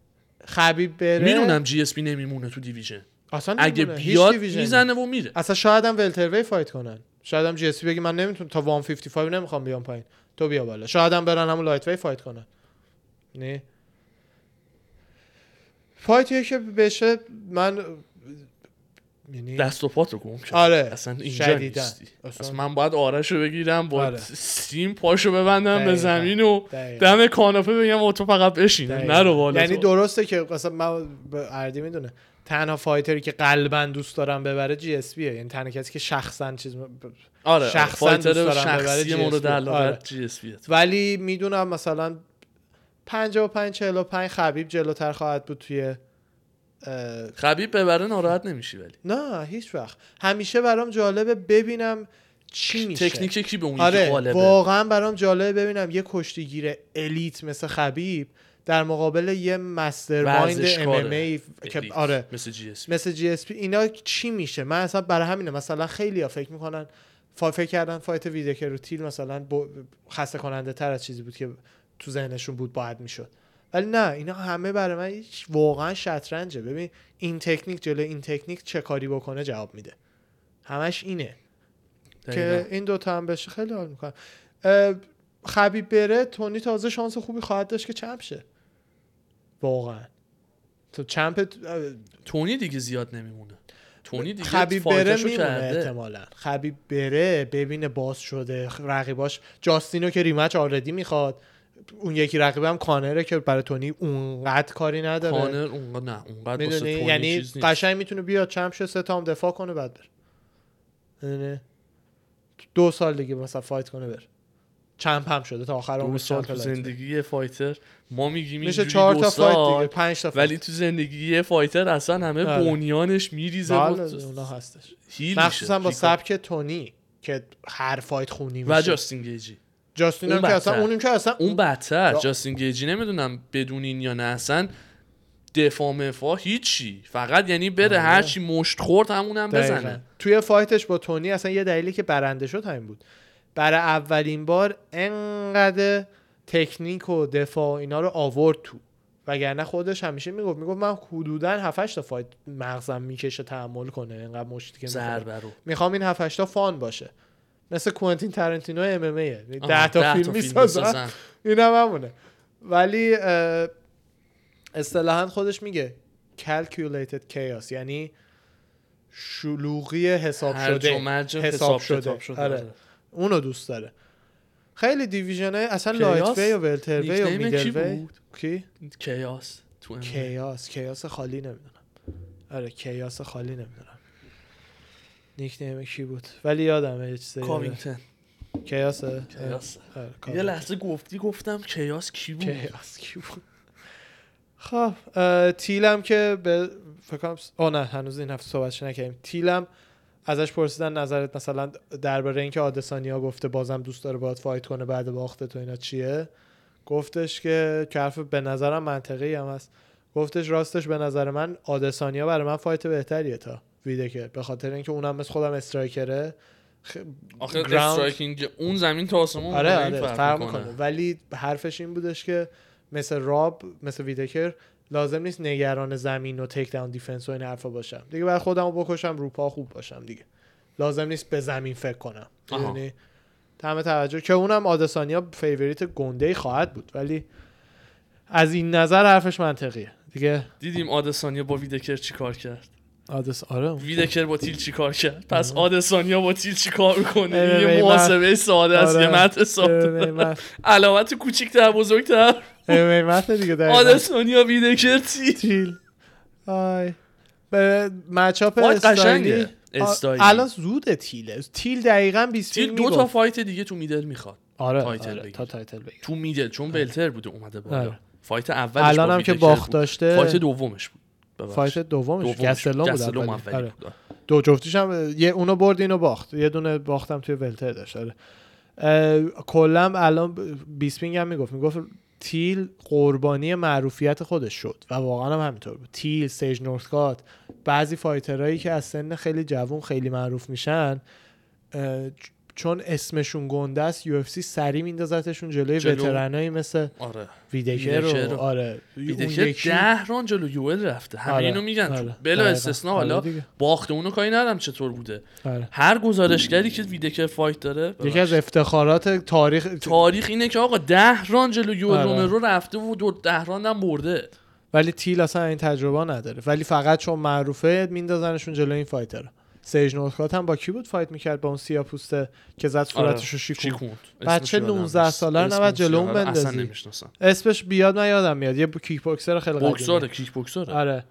خبیب بره میدونم جی اس پی نمیمونه تو دیویژن اصلا اگه بیاد میزنه و میره. اصلا شاید هم ولتروی فایت کنن، شاید هم جی اس پی بگه من نمیتونم تا صد و پنجاه و پنج نمیخوام بیام پایین تو بیا بالا، شاید هم برن همون لایت وی فایت کنن. نه فایتیه که بشه من یعنی دست و پات رو گم کردم. آره اصلا اینجا نیستی. اصلا من باید آرش رو بگیرم با آره. سیم پاشو ببندم دقیقا. به زمین و دقیقا. دم کاناپه بگم و تو فقط بشین نرو بالا. یعنی درسته که مثلا من اردی میدونه تنها فایتری که قلبا دوست دارم ببره جی اس پیه، یعنی تنها کسی که شخصا چیز م... آره شخصا دوست دارم ببره جی اس پی آره. جی اس پی ولی میدونم مثلا پنجاه و پنج چهل و پنج خبیب جلوتر خواهد بود توی خبیب ببره ناراحت نمیشی ولی نه هیچ وقت. همیشه برام جالبه ببینم چی میشه تکنیک کی به اون آره غالبه. واقعا برام جالبه ببینم یه کشتیگیر الیت مثل خبیب در مقابل یه مستر مایند ام ام ای که آره مثل جی اس پی مثل جی اس پی اینا چی میشه. من اصلا برای همینه مثلا خیلی‌ها فکر میکنن فکر کردن فایت ویدکر رو تیل مثلا خسته کننده تر از چیزی بود که تو ذهنشون بود باید میشد، ولی نه اینا همه برای من واقعا شطرنجه. ببین این تکنیک جلو این تکنیک چه کاری بکنه جواب میده، همش اینه دقیقا. که این دوتا هم بشه خیلی حال میکنم. خبیب بره تونی تازه شانس خوبی خواهد داشت که چمپ شه واقعا. تو چمپ تونی دیگه زیاد نمیمونه. تونی دیگه خبیب بره فایتشو میمونه کرده. احتمالاً. خبیب بره ببینه باز شده رقیباش، جاستینو که ریمچ آردی میخواد، اون یکی رقیبه هم کانره که برای تونی اونقدر کاری نداره. کانر اونقدر نه اونقدر واسه میدونی تونی یعنی چیز نیست. قشنگ میتونه بیاد چمپ شه سه تا هم دفاع کنه بعد بره. میدونی دو سال دیگه مثلا فایت کنه بره. چمپ هم شده تا آخر دو عمر سال چمپ تو لایت زندگی یه فایتر ما میگیم میشه اینجوری چهار دو تا فایت دیگه سال، پنج تا فایت. ولی تو زندگی یه فایتر اصلا همه بله. بنیانش میریزه بله و اونا هستش. هیل مخصوصا میشه. با سبک تونی که هر فایت خونی میشه. و جاستین گیجی جاستین اون هم که اصلا بدتر. اونم که اصلا اون بدتر. یا- جاستین گیجی نمیدونم بدونین یا نه اصلا دفاع مفاع هیچی، فقط یعنی بره هر چی مشت خورد همونم دقیقاً. بزنه. توی فایتش با تونی اصلا یه دلیلی که برنده شد همین بود. برای اولین بار انقدر تکنیک و دفاع اینا رو آورد تو، وگرنه خودش همیشه میگفت میگفت من حدوداً هفت هشت تا فایت مغزم میکشه تحمل کنه اینقدر مشتی که ضربه رو میخوام این هفت هشت تا فان باشه، مثل کوئنتین تارنتینو ام ام ایه آها، ده تا فیلم میسازن اینم همونه. ولی اصطلاحاً خودش میگه calculated chaos، یعنی شلوغی حساب هرج شده و مرج حساب حساب شده, کتاب شده. آره. آره. اونو دوست داره. خیلی دیویژنه اصلا کیاس؟ لایت وی و ولتر وی و نیکنیم میدل کی وی بود؟ کی کیاس تو ام ام ای. کیاس کیاس خالی نمیدونم. آره کیاس خالی نمیدونم نیک نیم کی بود ولی یادمه یه چیزی. کاوینگتن. کیاس کیاس. آره، یه کاوینگتن. لحظه گفتی گفتم کیاس کی بود؟ کیاس کی بود. خب اه، تیلم که به فکر کنم آه نه هنوز این هفته صحبتش نکردیم. تیلم ازش پرسیدن نظرت مثلا درباره اینکه آدسانیا گفته بازم دوست داره باهات فایت کنه بعد باخت تو اینا چیه. گفتش که حرف به نظرم منطقی هم هست. گفتش راستش به نظر من آدسانیا برای من فایت بهتریه تا ویدکر، به خاطر اینکه اونم مثل خودم استرایکره. خ... آخه گراوند- استرایکینگ اون زمین تا آسمون آره آره آره فرق, فرق میکنه. میکنه. ولی حرفش این بودش که مثل راب مثل ویدکر لازم نیست نگران زمین و تیک داون دیفنس و این حرفا باشم دیگه، بعد خودمو بکشم رو پا خوب باشم دیگه، لازم نیست به زمین فکر کنم. یعنی تمام توجه که اونم آدسانیا فیوریت گنده خواهد بود، ولی از این نظر حرفش منطقیه دیگه. دیدیم آدسانیا با ویدکر چی کار کرد. آدس آره ویدکر با تیل چی کار کرد، پس آدسانیا با تیل چی کار کنه. اه، یه اه، محاسبه ساده است، آره. یه متن ساده، علامت کوچیک‌تر بزرگتر. مت دیگه دقیقاً آدسانیا ویدکر تیل تیل آی به مچاپ فایت استایلی قشنگه. استایلی. الان زوده تیله تیل دقیقاً بیست تیل دو تا فایت دیگه تو میدل میخواد. آره تایتل آره بگیر. تا تایتل بگیر تو میدل چون ولتر بوده اومده بالا. آره. فایت اولش الان با هم که ویدکر باخت بود. داشته فایت دومش بود. ببخشید. فایت دومش گستلون بود گستلون اولی. اولی آره. بود. دو جفتیش هم یه اونو برد اینو باخت، یه دونه باختم توی ولتر داشت. آره کلا الان بیسپینگ هم میگفت میگفت تیل قربانی معروفیت خودش شد و واقعا هم همینطور بود. تیل، سیج نورثکات، بعضی فایترهایی که از سن خیلی جوون خیلی معروف میشن چون اسمشون گنده است یو اف سی سری میندازتشون جلوی جلو. وترنایی مثل آره ویدکر ویدکر و آره ویدکر یکی... ده ران جلو یوئل رفته همه آره. اینو میگن آره. تو بلا دقیقا. استثنا. آره حالا دیگه. باخته اونو کاری ندارم چطور بوده. آره. هر گزارشگری که ویدکر فایت داره یکی از افتخارات تاریخ تاریخ اینه که آقا ده ران جلو یوئل آره. رومرو رفته و دو ده ران هم برده. ولی تیل اصلا این تجربه نداره، ولی فقط چون معروفه میندازنشون جلوی این فایتر. سیج نورثکات هم با کی بود فایت میکرد؟ با اون سیاه‌پوسته که زد صورتشو شیکوند. بچه نوزده ساله رو نباید جلو اون بندازی. اصلا نمیشناسم اسمش بیاد من یادم میاد، یه کیک بوکسر خیلی قدیمی. بوکسوره کیک بوکسوره. آره.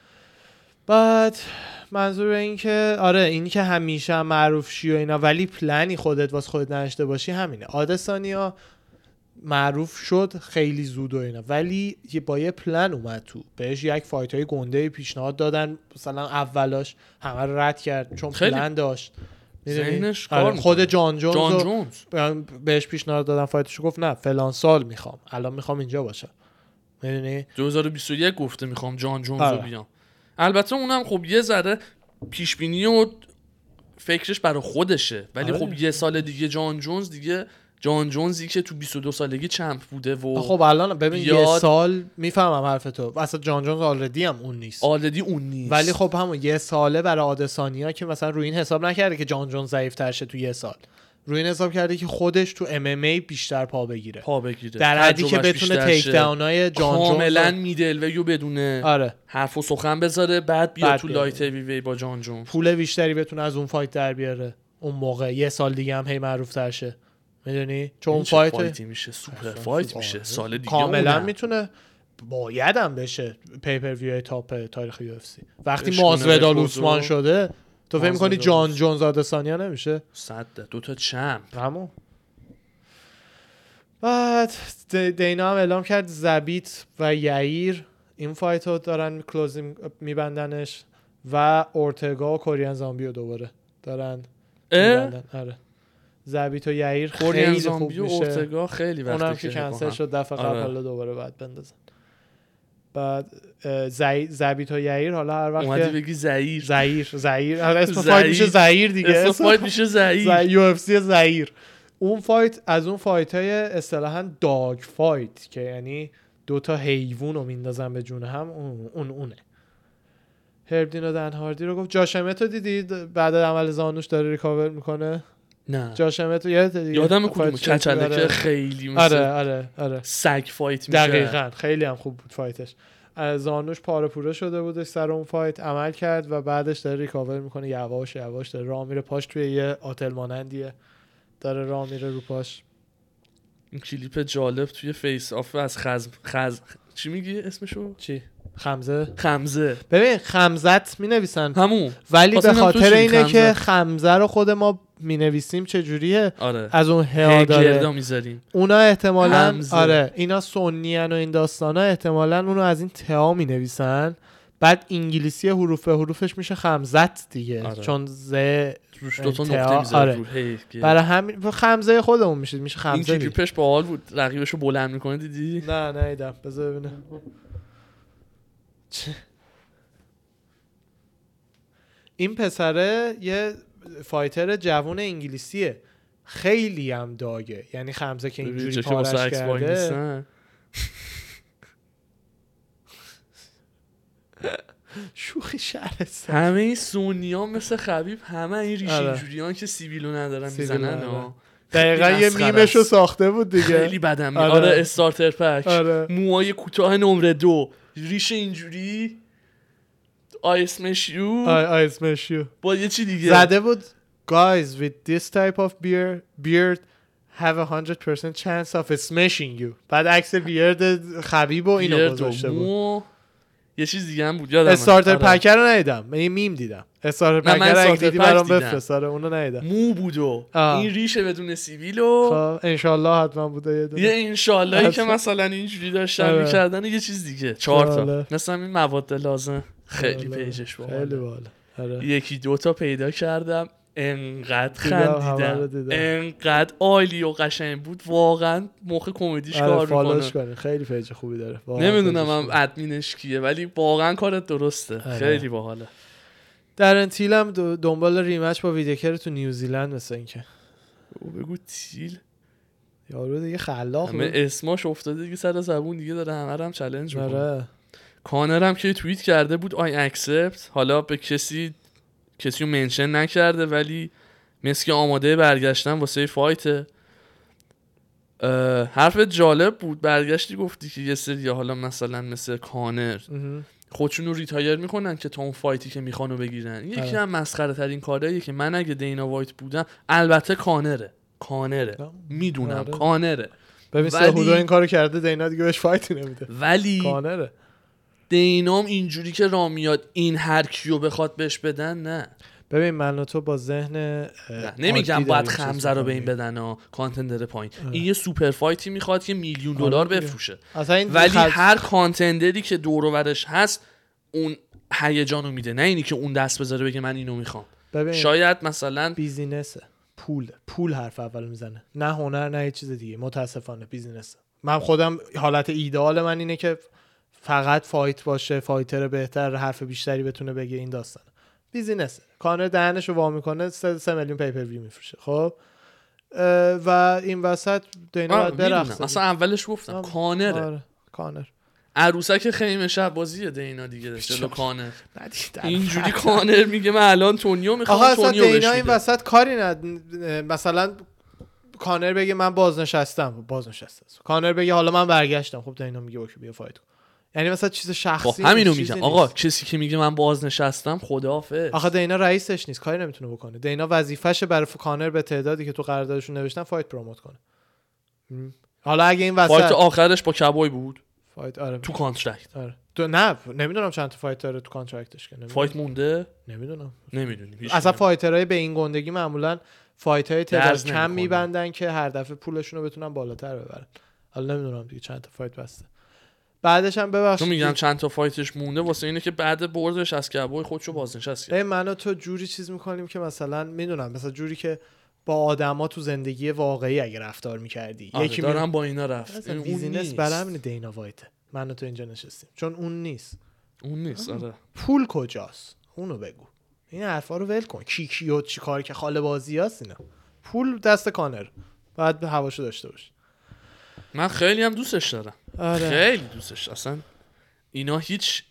بعد منظور این که آره این که همیشه هم معروف شی و اینا ولی پلنی خودت واسه خودت نداشته باشی همینه. آدسانیا معروف شد خیلی زود و اینا ولی یه با یه پلن اومد تو، بهش یک فایت های گنده پیشنهاد دادن، مثلا اولاش همه رو رد کرد چون پلن داشت. ذهنش آره. کار خود جان جونز, جان جونز. بهش پیشنهاد دادن فایتشو، گفت نه فلان سال میخوام، الان میخوام اینجا باشم. میدونی دو هزار و بیست و یک گفته میخوام جان جونز آره. رو بیام. البته اونم خب یه ذره پیش بینی و فکرش برای خودشه ولی آره. خب یه سال دیگه جان جونز دیگه جان جونزی که تو بیست و دو سالگی چمپ بوده و خب الان ببین بیاد... یه سال میفهمم حرف تو، اصلا جان جونز آلردی هم اون نیست آلردی اون نیست ولی خب همون یه ساله برای آدسانیا که مثلا روی این حساب نکرده که جان جونز ضعیف تر شه تو یه سال، روی این حساب کرده که خودش تو ام ام ای بیشتر پا بگیره پا بگیره در حدی که تجربهش بتونه بیشتر تیک شه. داونای جان جونز کاملا میدل ویو بدونه آره حرف و سخن بذاره بعد بیا بعد تو بیاره. لایت هیوی وی با جان جونز پول بیشتری بتونه از اون فایت در بیاره اون موقع یه سال دیگه هم هی معروف تر شه میدونی چون اون فایت فایتی میشه سوپر فایت میشه سال دیگه کاملا اونم. میتونه باید هم بشه پیپر ویو تاپ تاریخ یو اف سی وقتی اشکونه مازودال رکوردو. اوسمان شده تو فکر می‌کنی مازودال جان جونز آدسانیا نمیشه صد دو تا چمپ همون بعد د- دینا هم اعلام کرد زبیت و یعیر این فایت رو دارن کلوزینگ میبندنش و اورتگا و کوریان زامبیو دوباره دارن میبندن آره زبیت و یعیر کوریان خیلی زامبی خوب و میشه اورتگا خیلی وقته اونم که کنسل شد دفعه قبل آره. حالا دوباره بعد بندازن بعد اه، زی... زبیت و یعیر حالا هر وقت اومدی که بگی زعیر زعیر زعیر آره، اسم زعیر. فایت میشه زعیر دیگه اسم فایت میشه زعیر یو اف سی زعیر اون فایت از اون فایت های اصطلاحاً داگ فایت که یعنی دوتا حیوان رو میندازن به جون هم اون اون اونه هربدین و دن هاردی رو گفت جاشمت رو دیدید بعد عمل زانوش داره ریکاور میکنه نه جاشمت رو یادت دیگه یادم کدوم فایت شد. کچله که آره. خیلی آره مثل آره آره سگ فایت میشه دقیقاً خیلی هم خوب بود فایتش از زانوش پاره پوره شده بودش سر اون فایت عمل کرد و بعدش داره ریکاور میکنه یواش یواش داره راه میره پاش توی یه آتل مانندیه داره راه میره رو پاش این کلیپ جالب توی فیس آف از خز خز چی میگی اسمشو چی خمزه خمزه ببین خمزت می نویسن همون ولی به خواستم تو خاطر چی اینه خمزه؟ که خمزه رو خود ما می نویسیم چجوریه آره از اون هیا هی داره گردا میذاریم اونا احتمالاً همزه. آره اینا سنی ان و این داستانا احتمالاً اونو از این تا می نویسن بعد انگلیسی حروف به حروفش میشه خمزت دیگه آره. چون ز روش دو تا ته- نقطه میذاره آره. رو هی گرد. برای همین خمزه خودمون میشه میشه این خمزه دیگه. کلیپش باحال بود رقیبشو بلند میکنه دیدی نه نه ایدم بذار ببینم چه؟ این پسره یه فایتر جوون انگلیسیه خیلی هم داگه یعنی خمزه که اینجوری پارش کرده شوخی شهرستان همه این سونیان مثل خبیب همه این ریشه آره. اینجوریان که سیبیلو ندارن سیبیلو میزنن ندارن. ها. دقیقا خیلی یه مسخره میمشو است. ساخته بود دیگه خیلی بدم میاد آره. آره استارتر پک آره. موهای کوتاه نمره دو ریشه اینجوری I smash you I, I smash you با یه چی دیگه زده بود guys with this type of beard beard have a hundred percent chance of smashing you بعد عکس بیرد خبیب و اینو بیرد و گذاشته بود مو یه چیز دیگه هم بود یادم استارتر آره. پکر رو ندیدم من یه میم دیدم استارتر نه، من پکر اگه استارتر دیدی پک برام دیدم. بفرست آره اونو ندیدم مو بود و آه. این ریشه بدون سیبیل و خب انشالله حتما بوده یه دونه یه انشاللهی که اصلا. مثلا اینجوری داشتن آره. میکردن یه چیز دیگه چهار تا آره. مثلا این مواد لازم خیلی آره. پیجش خیلی باحاله بالا آره. یکی دوتا پیدا کردم انقدر دیدم، همه رو خندیدم دیدم. انقدر عالی و قشنگ بود واقعا موقع کمدیش آره کار فالوش میکنه کنی خیلی پیج خوبی داره واقعا نمیدونم پیجش هم خوبه. ادمینش کیه ولی واقعا کارت درسته آره. خیلی باحاله در انتیل هم دو- دنبال ریمچ با ویدیکر تو نیوزیلند مثل اینکه او بگو تیل یارو دیگه خلاق همه بود. اسماش افتاده دیگه سر زبون دیگه داره همه رو هم چالش میکنه آره کانر هم که توییت کرده بود آی اکسپت حالا به کسی کسی رو منشن نکرده ولی مثل که آماده برگشتن واسه فایت حرف جالب بود برگشتی گفتی که یه سری حالا مثلا مثل کانر مهم. خودشون رو ریتایر میکنن که تا اون فایتی که میخوانو بگیرن یکی آره. هم مسخره ترین کاریه که من اگه دینا وایت بودم البته کانره کانره میدونم آره. کانره ببین ولی- سهودو این کارو کرده دینا دیگه بهش فایتی نمیده ولی کانره دینام اینجوری که را میاد این هر کیو بخواد بهش بدن نه ببین من و تو با ذهن نه نمیگم عادی باید داریم چیز خمزه رو به این می‌کنیم. بدن ها کانتندر پایین این یه سوپر فایتی میخواد که میلیون دلار دیگه. بفروشه اصلا این ولی خل... هر کانتندری که دور و برش هست اون هیجانو میده نه اینی که اون دست بذاره بگه من اینو میخوام ببین شاید مثلا بیزینسه پول پول حرف اول میزنه نه هنر نه چیز دیگه متاسفانه بیزینسه من خودم حالت ایدئال من اینه که فقط فایت باشه فایتر بهتر حرف بیشتری بتونه بگه این داستانه بیزینسه کانر دهنش رو وا میکنه سه میلیون پیپر ویو میفروشه خب و این وسط دینا باید برقصه اصلا اولش گفتم کانره آره. کانر عروسک خیمه شب بازیه دینا دیگه جلو کانر ندیدم. اینجوری کانر میگه من الان تونیو آقا میخوام اصلا تونیو بهش دینا این میده وسط کاری ند مثلا کانر بگه من بازنشستم، بازنشسته است. کانر بگه حالا من برگشتم، خب دینا میگه اوکی بیا فایت کن. یعنی مثلا چیز شخصی خب همینو میگم آقا، کسی که میگه من بازنشستم خداحافظ. آخه دینا رئیسش نیست، کاری نمیتونه بکنه. دینا وظیفشه برای کانر به تعدادی که تو قراردادشون نوشتن فایت پروموت کنه. حالا اگه این وسط فایت آخرش با کبوی بود فایت آره تو کانترکت. آره تو نه نمیدونم چند تا فایت داره تو کانترکتش که فایت مونده نمیدونم نمیدونیم اصلا. فایترهای به این گندگی معمولا فایت های تعداد کم نمی میبندن که هر دفعه پولشون رو بتونن بالاتر ببرن. حالا نمیدونم دیگه چند تا فایت بسته. بعدش هم ببخشید تو میگم چند تا فایتش مونده واسه اینه که بعد بردش از کبوی خودشو بازنشست کرد. من و تو جوری چیز میکنیم که مثلا میدونم مثلا جوری که با آدما تو زندگی واقعی اگه رفتار میکردی آره یکی دارم می... با اینا رفت این بیزینس برای همین دینا وایته. من و تو اینجا نشستیم چون اون نیست. اون نیست. آره پول کجاست اونو بگو. این حرفا رو ول کن. کی کیو چی کار که خاله بازیاست اینا. پول دست کانر باید به هواشو داشته باشه. من خیلی هم دوستش دارم. آره. خیلی دوستش. اصلا اینا هیچ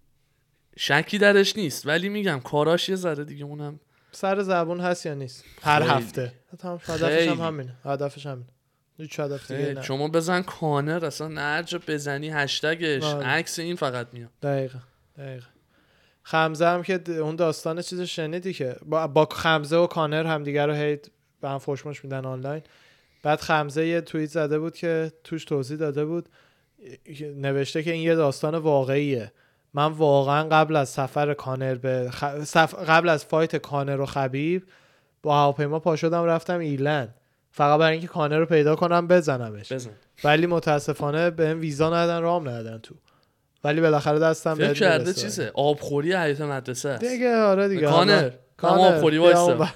شکی درش نیست، ولی میگم کاراش یه ذره دیگه اونم سر زبون هست یا نیست هر خیلی. هفته. تمام هدفش هم همینه. هدفش همینه. هیچ هدف دیگه نه. شما بزن کانر اصلا هر جا بزنی هشتگش آره. عکس این فقط میاد. دقیقاً دقیقاً. خمزه هم که اون داستان چیز شنیدی که با, با خمزه و کانر هم دیگه رو هی به هم فوشمش میدن آنلاین. بعد خمزه یه توییت زده بود که توش توضیح داده بود، نوشته که این یه داستان واقعیه. من واقعا قبل از سفر کانر به خ... سف... قبل از فایت کانر و خبیب با هواپیما پا شدم رفتم ایرلند فقط برای اینکه کانر رو پیدا کنم بزنمش. بزن. ولی متاسفانه بهم ویزا ندادن، رام ندادن تو. ولی بالاخره دستم فکر بهت کرده میرسه. چیزه آبخوری حیاط مدرسه است دیگه. آره دیگه. کانر کانر آبخوری وایسا.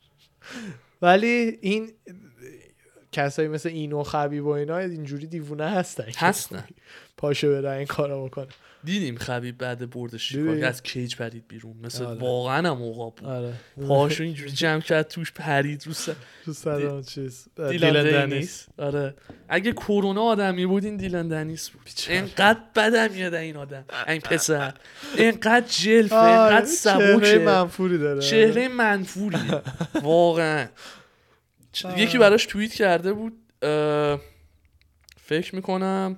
ولی این کسایی مثل اینو خبیب و اینا اینجوری دیوونه هستن هستن پاشو برن این کارو بکنه. دیدیم خبیب بعد بردش چیکار از کیج پرید بیرون مثل آره. واقعا هم عقاب بود. آره. پاشو اینجوری جمع کرد توش پرید رو سر تو سر اون چیز دیلان دنیس. آره اگه کرونا آدمی بود این دیلان دنیس بود. اینقدر بدم میاد این آدم، این پسر اینقدر جلفه، اینقدر سبوکه، چهره منفوری داره. چهره منفوری واقعا. یکی براش توییت کرده بود فکر میکنم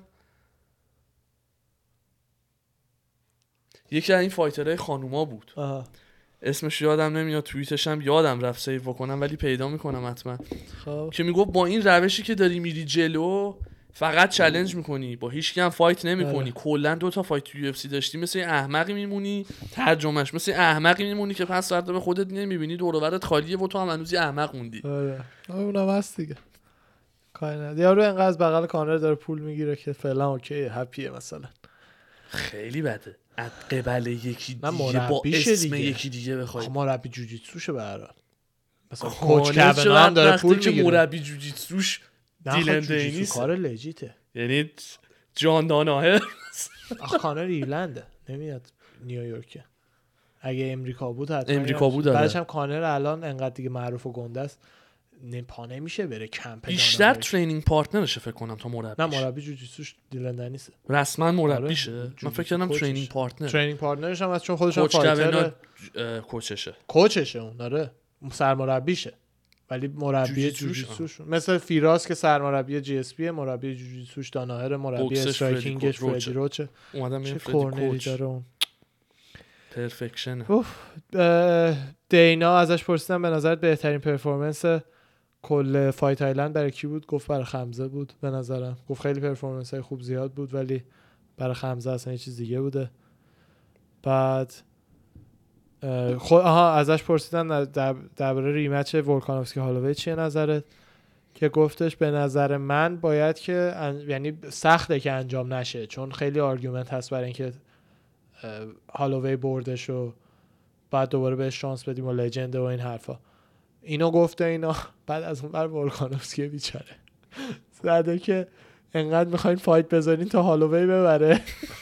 یکی از این فایترهای خانوما بود. آها. اسمش یادم نمیاد، توییتش هم یادم رفت سیو بکنم ولی پیدا میکنم حتما. خب که میگفت با این روشی که داری میری جلو فقط چالش میکنی، با هیچ کی هم فایت نمیکنی. کلا دو تا فایت تو یو اف سی داشتی مثل احمقی میمونی، ترجمهش مثل احمقی میمونی که پس فردا به خودت نمیبینی دور و برت خالیه و تو هم هنوز احمق موندی. آره اونم هست دیگه. کاری نداره. یارو انقدر بغل کانر داره پول میگیره که فعلا اوکیه، هپیه. مثلا خیلی بده از قبل یکی دیگه با اسم دیگه. یکی دیگه بخوای مربی جوجیتسوشه به هر حال. مثلا کوچ کوچ هم داره پول که میگیره. مربی جوجیتسوش دیلن دنیس کار لجیته. یعنی جان داناهر. آخ کانر ایرلنده نمیاد نیویورکه. اگه امریکا بود حتما امریکا بود. بعدش هم کانر الان انقدر دیگه معروف و گنده است پا نمیشه بره کمپ. بیشتر ترینینگ پارتنرشه فکر کنم تا مربیش. نه مربی جوجیتسوش دیلن دنیسه رسما مربیشه. من فکر کنم ترینینگ پارتنر. ترینینگ پارتنرش هم از چون خودش هم فایتر کوچشه. کوچشه اون داره سرمربیشه ولی مربی جوجیتسوش مثل فیراس که سرمربی جی اس پی، مربی جوجیتسوش داناهر، مربی استرایکینگش فردی روچه. اومدم چه فردی کورنری داره اون. پرفکشن. دینا ازش پرسیدم به نظرت بهترین پرفورمنس کل فایت آیلند برای کی بود؟ گفت برای خمزه بود به نظرم. گفت خیلی پرفورمنس های خوب زیاد بود ولی برای خمزه اصلا یه چیز دیگه بوده. بعد خود آها ازش پرسیدن درباره ریمچ ولکانوفسکی هالووی چیه نظرت؟ که گفتش به نظر من باید که ان... یعنی سخته که انجام نشه چون خیلی آرگومنت هست برای اینکه هالووی بردش و بعد دوباره بهش شانس بدیم و لجنده و این حرفا. اینو گفته اینا. بعد از اون بر ولکانوفسکی بیچاره زده که انقدر میخواین فایت بذارین تا هالووی ببره.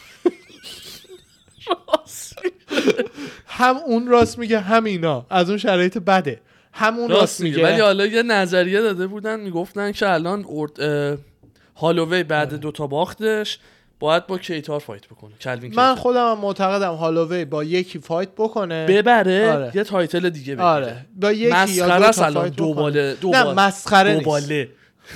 هم اون راست میگه هم اینا از اون شرایط بده همون راست, راست میگه. ولی حالا یه نظریه داده بودن میگفتن که الان هالووی بعد دوتا باختش باید با کیتار فایت بکنه. کلوین من کیتار. خودم هم معتقدم هالووی با یکی فایت بکنه ببره آره. یه تایتل دیگه بگیره. آره با یکی یا مسخره دو است تا الان فایت دوباره بکنه. نه مسخره نیست. دوباره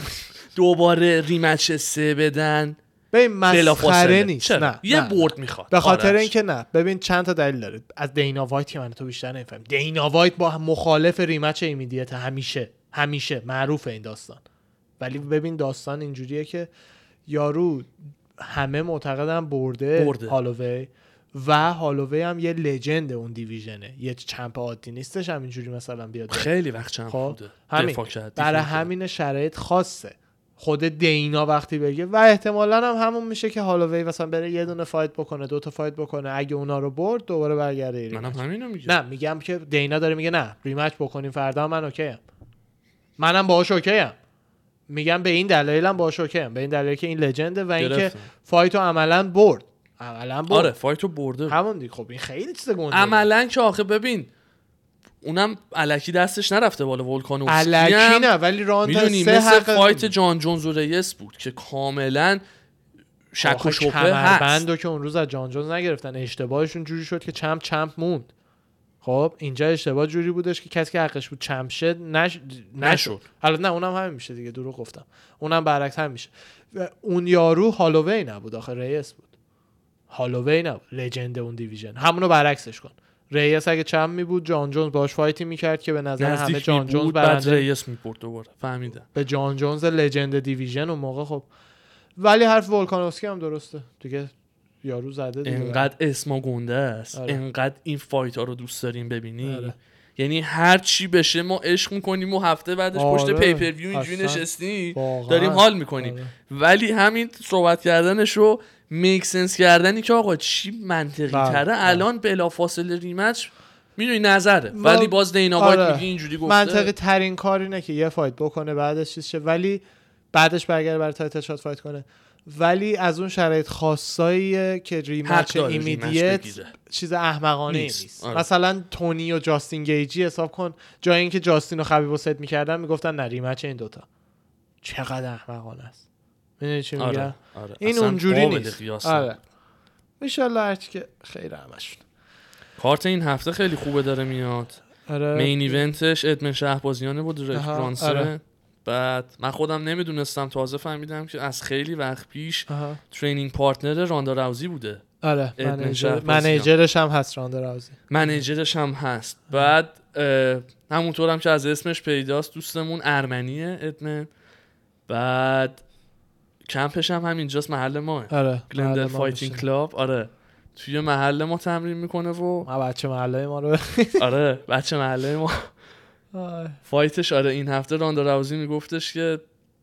دوباره ریمچ سه بدن ببین مسخره بلافاصله. نیست. چرا؟ نه یه نه. برد میخواد. به خاطر آرش. اینکه نه ببین چند تا دلیل داره. از دینا وایت که من تو بیشتر نمیفهم. دینا وایت با مخالف ریمچ ایمیدیت همیشه همیشه معروفه این داستان. ولی ببین داستان اینجوریه که یارو همه معتقدن برده, برده. هالووی و هالووی هم یه لجند اون دیویژنه، یه چمپ عادی نیستش همینجوری مثلا بیاد خیلی وقت چمپ خب بوده همین دفاع کرد. برای همین شرایط خاصه. خود دینا وقتی بگه و احتمالاً هم همون میشه که هالووی مثلا بره یه دونه فایت بکنه دو تا فایت بکنه، اگه اونا رو برد دوباره برگرده. منم همینو میگم. نه میگم که دینا داره میگه نه ریمچ بکنیم فردا، من اوکی ام، منم باهاش اوکی ام. میگم به این دلایلم باهاش اوکی ام، به این دلیل که این لجنده و اینکه فایتو عملاً برد. عملاً برد. آره فایتو برده. همون دیگه. خب این خیلی چیز گنده. عملاً که آخه ببین اونم الکی دستش نرفته بالا ولکانوفسکی الکی نه ولی راند میدونی سه مثل حق فایت جان جونز و ریس بود که کاملا شک و شبهه هست. کمربندو که اون روز از جان جونز نگرفتن، اشتباهشون جوری شد که چمپ چمپ موند. خب اینجا اشتباه جوری بودش که کسی که حقش بود چمپ شه نش... نشد. حالا نه اونم همین میشه دیگه، دروغ گفتم، اونم برعکس هم میشه. و اون یارو هالووی نبود آخه ریس بود. هالووی نبود، لجند اون دیویژن. همونو برعکسش کن. ریس اگه چمپ می بود جان جونز باش فایتی میکرد که به نظر همه جان جونز برنده، بعد ریس میبرد دوباره. فهمیدم به جان جونز لجند دیویژن اون موقع. خب ولی حرف ولکانوفسکی هم درسته دیگه، یارو زده دیگه. انقدر اسما گنده است. آره. انقدر این فایت ها رو دوست داریم ببینی. آره. یعنی هر چی بشه ما عشق میکنیم و هفته بعدش آره. پشت پیپر ویو اینجوری نشستیم واقعا. داریم حال میکنیم. آره. ولی همین صحبت کردنش رو میک سنس کردنی که آقا چی منطقی تره الان بلافاصله ریمچ میدونی نظره ما... ولی باز دینا وایت آره. میگه اینجوری گفته. منطقی ترین کار اینه که یه فایت بکنه بعدش چیز شه، ولی بعدش برگرده برای تایتل شات فایت کنه. ولی از اون شرایط خاصاییه که ریمچ ایمیدیت چیز احمقانه نیست, نیست. آره. مثلا تونی و جاستین گیجی حساب کن، جای اینکه جاستین و خبیب ست میکردن میگفتن نه ریمچ این دوتا. چقدر احمقانه است. میدونی چی میگم؟ آره. آره. این اونجوری نیست. آره. ان شاء الله هرچی که خیر همشون. کارت این هفته خیلی خوبه داره میاد. آره. مین ایونتش ادمن شهبازیانه بود، ریک برانسن. آره. بعد من خودم نمیدونستم، تازه فهمیدم که از خیلی وقت پیش آها. ترینینگ پارتنر راندا راوزی بوده. آره منیجر منیجرش هم هست راندا راوزی. منیجرش هم هست. بعد همونطور هم که از اسمش پیداست دوستمون ارمنیه ادمن. بعد کمپش هم همینجاست، محل ماه. آره گلندل فایتینگ کلاب. آره توی محل ما تمرین میکنه و ما بچه محله ما رو آره بچه محله ما فایتش. آره این هفته راندا راوزی میگفتش که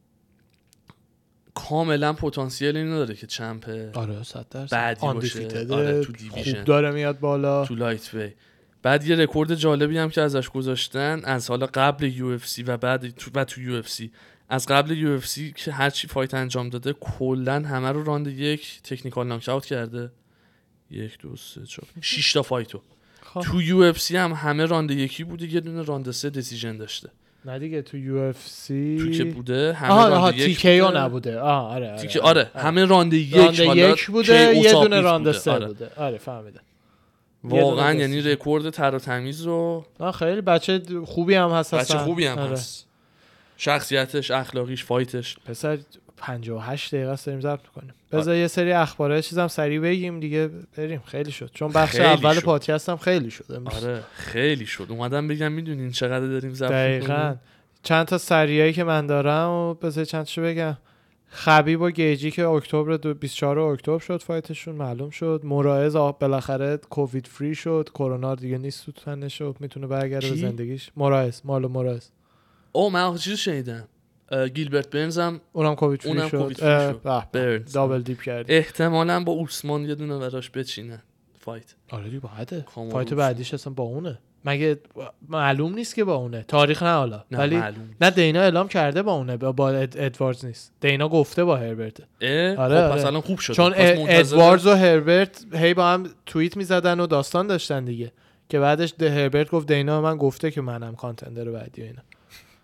کاملا پتانسیل اینو داره که چمپ آره صد درصد بعدی باشه. آره تو دیویژن خوب داره میاد بالا تو لایت وی. بعد یه رکورد جالبی هم که ازش گذاشتن از حالا قبل یو اف سی و بعد تو و تو یو اف سی، از قبل یو اف سی که هر چی فایت انجام داده کلا همه رو راند یک تکنیکال ناک اوت کرده. یک دو سه چهار شش تا فایتو. تو یو اف سی هم همه راند یکی بوده، یه دونه راند سه دیسیژن داشته. نه دیگه تو یو اف سی تو که بوده همه آها راند آها یک تی کی او نبوده. آه آره آره, آره, آره. آره. همه راند یک راند یک بوده، یه دونه راند سه آره. بوده. آره فهمیدم. واقعا یعنی رکورد تر و تمیز رو نه خیلی بچه خوبی هم هست. بچه خوبی هم آره. هست. شخصیتش، اخلاقیش، فایتش. پسر پنجاه و هشت دقیقه است داریم ضبط می‌کنیم. بذار یه سری اخباره چیزام سریع بگیم دیگه بریم. خیلی شد چون بخش اول پادکست هم خیلی شد امروز. آره خیلی شد. اومدم بگم میدونین چقدر داریم ضبط می‌کنیم. دقیقاً. چند تا سریایی که من دارم و بذار چند تاشو بگم. خبیب و گیجی که اکتبر بیست و چهارم اکتبر شد فایتشون معلوم شد. موراز بالاخره کووید فری شد، کرونا دیگه نیست تو تنش و میتونه برگرده به زندگیش. موراز مالو موراز. او من چیزی شنیدم گیلبرت برنز هم اونم کووید فری اونم شد, کووید فری شد. برنز دابل دیپ کرد. احتمالاً با اوسمان یه دونه براش بچینه فایت. آره دیگه بعده فایت بعدیش اصلا با اونه. مگه معلوم نیست که با اونه تاریخ نه حالا نه ولی نه دینا اعلام کرده با اونه با, با اد... ادواردز نیست. دینا گفته با هربرت. آره, آره خب پس الان خوب شد چون ادواردز و هربرت هی با هم توییت میزدن و داستان داشتن دیگه که بعدش ده هربرت گفت دینا من گفته که منم کانتندر بعدی و اینا.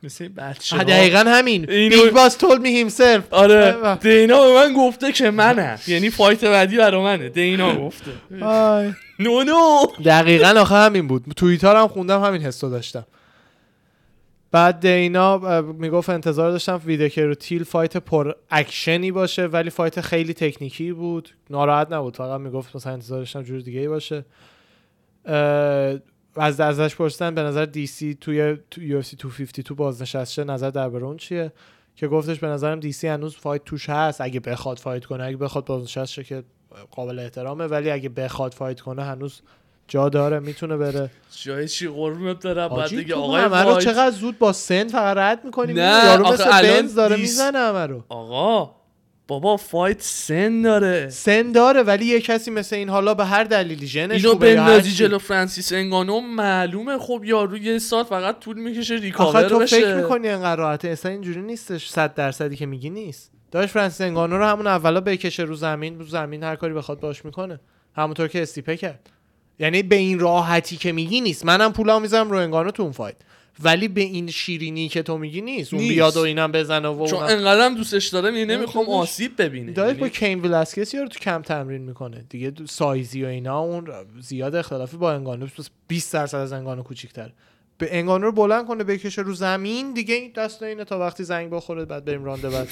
مثل بچه‌ها. دقیقاً همین. اینو- بیگ باس told me himself. آره دینا به من گفته که منم، یعنی فایت بعدی برا منه. دینا گفته آی. نو نو. دقیقاً آخه همین بود. توییتر هم خوندم همین حسو داشتم. بعد دینا اه، میگفت انتظار داشتم ویدکر و تیل فایت پر اکشنی باشه ولی فایت خیلی تکنیکی بود. ناراحت نبود، فقط میگفت مثلا انتظار داشتم جور دیگه ای باشه. اه، از ازش پرسیدن به نظر دی سی توی تو یو اف سی دویست و پنجاه و دو بازنشسته، نظر درباره اون چیه؟ که گفتش به نظرم دی سی هنوز فایت توش هست، اگه بخواد فایت کنه، اگه بخواد بازنشسته شه که قابل احترامه، ولی اگه بخواد فایت کنه هنوز جا داره، میتونه بره. جای چی قربونت دارم بعد حاجی دیگه تو آقای همه رو فایت. چقدر زود با سن فقط رد میکنیم. نه، یارو آخه مثل الان بنز داره دیس- میزنه همه رو. آقا بابا فایت سن داره. سن داره ولی یه کسی مثل این حالا به هر دلیلی ژنش اینو خوبه یا هر بندازی چی. جلو فرانسیس انگانو معلومه خب یارو یه سال فقط طول میکشه آخه ریکاور تو بشه. فکر میکنی انقدر راحته؟ اصلا اینجوری نیستش. صد درصدی که میگی نیست. داش فرانسیس انگانو رو همون اولا بکشه رو زمین، رو زمین هر کاری بخواد باش میکنه، همونطور که استیپه کرد. یعنی به این راحتی که میگی نیست. منم پولام میذارم رو انگانو تو اون فایت، ولی به این شیرینی که تو میگی نیست. اون نیست. بیاد و اینم بزنه و چون اونم. انقدرم دوستش دارم یعنی نمیخوام داداش- آسیب ببینه. داش با یعنی کین ولاسکس یارو تو کم تمرین میکنه دیگه، دو- سایزی و اینا اون زیاد اختلافی با انگانو، بیست درصد از انگانو کوچیک‌تره. به انگانو رو بلند کنه بکشه رو زمین دیگه، این دست اینه تا وقتی زنگ بخوره بعد بریم رانده بعد.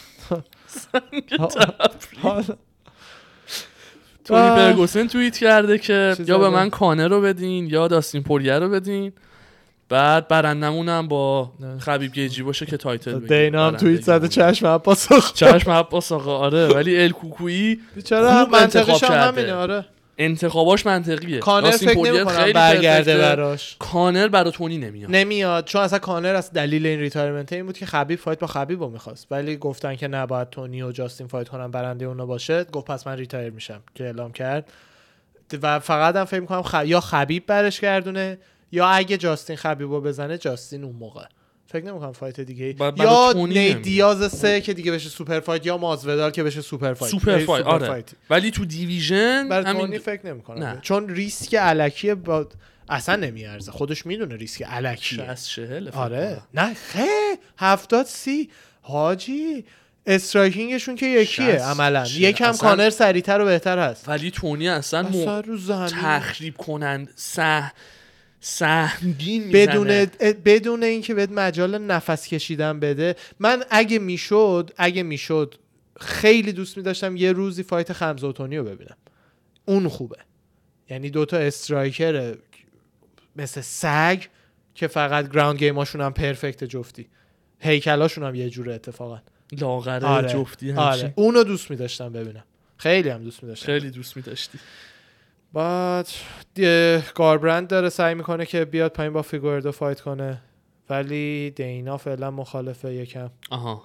حالا تونی آه. فرگوسن توییت کرده که چه یا به زده؟ من کانر رو بدین یا داستین پوریر رو بدین، بعد برندمون هم با خبیب گیجی باشه که تایتل بگیره. دینا هم توییت زده برندگی چشم عباس آقا. چشم عباس آقا. آره ولی الکوکویی بیچاره هم خوب انتخاب منطقش هم کرده. همینه. آره انتخاباش منطقیه. کانر داستین فکر پوریر نمی‌کنم خیلی برگرده پرفکته. براش. کانر برا تونی نمیاد. نمیاد چون اصلا کانر از دلیل این ریتایرمنت این بود که خبیب فایت با خبیب رو میخواست، ولی گفتن که نباید تونی و جاستین فایت کنن برنده اونا باشه. گفت پس من ریتایر میشم که اعلام کرد. و فقط هم فکر میکنم خ... یا خبیب برش گردونه یا اگه جاستین خبیب رو بزنه جاستین اون موقع. فکر نمیکنم فایت دیگه با- برای یا تونی نی نمیاد. دیاز سه که دیگه بشه سوپر فایت یا مازودال که بشه سوپر فایت. سوپر ای فایت سوپر آره فایت. ولی تو دیویژن برای همین تونی فکر نمیکنم نه. چون ریسک الکیه با... اصلا نمیارزه. خودش میدونه ریسک الکیه. شصت چهل فکر آره کنم. نه خیلی هفتاد سی حاجی استرایکینگشون که یکیه شصت، عملا چهل. یکم اصلا- کانر سریعتر و بهتر هست. ولی تونی اصلا, اصلا مو... رو زمین تخریب کنند سه سهمگین بدون میزنه. بدون اینکه بهت مجال نفس کشیدن بده. من اگه میشد اگه میشد خیلی دوست می‌داشتم یه روزی فایت خمزه و تونی رو ببینم. اون خوبه، یعنی دوتا استرایکر مثل سگ که فقط گراوند گیماشون هم پرفکت جفتی، هیکلاشون هم یه جوره اتفاقا لاغره آره. جفتی همچین. آره اونو دوست می‌داشتم ببینم، خیلی هم دوست می‌داشتم. خیلی دوست می‌داشتی. بعد دیگه گاربرند داره سعی میکنه که بیاد پایین با فیگوردو فایت کنه ولی دینا فعلا مخالفه یکم آها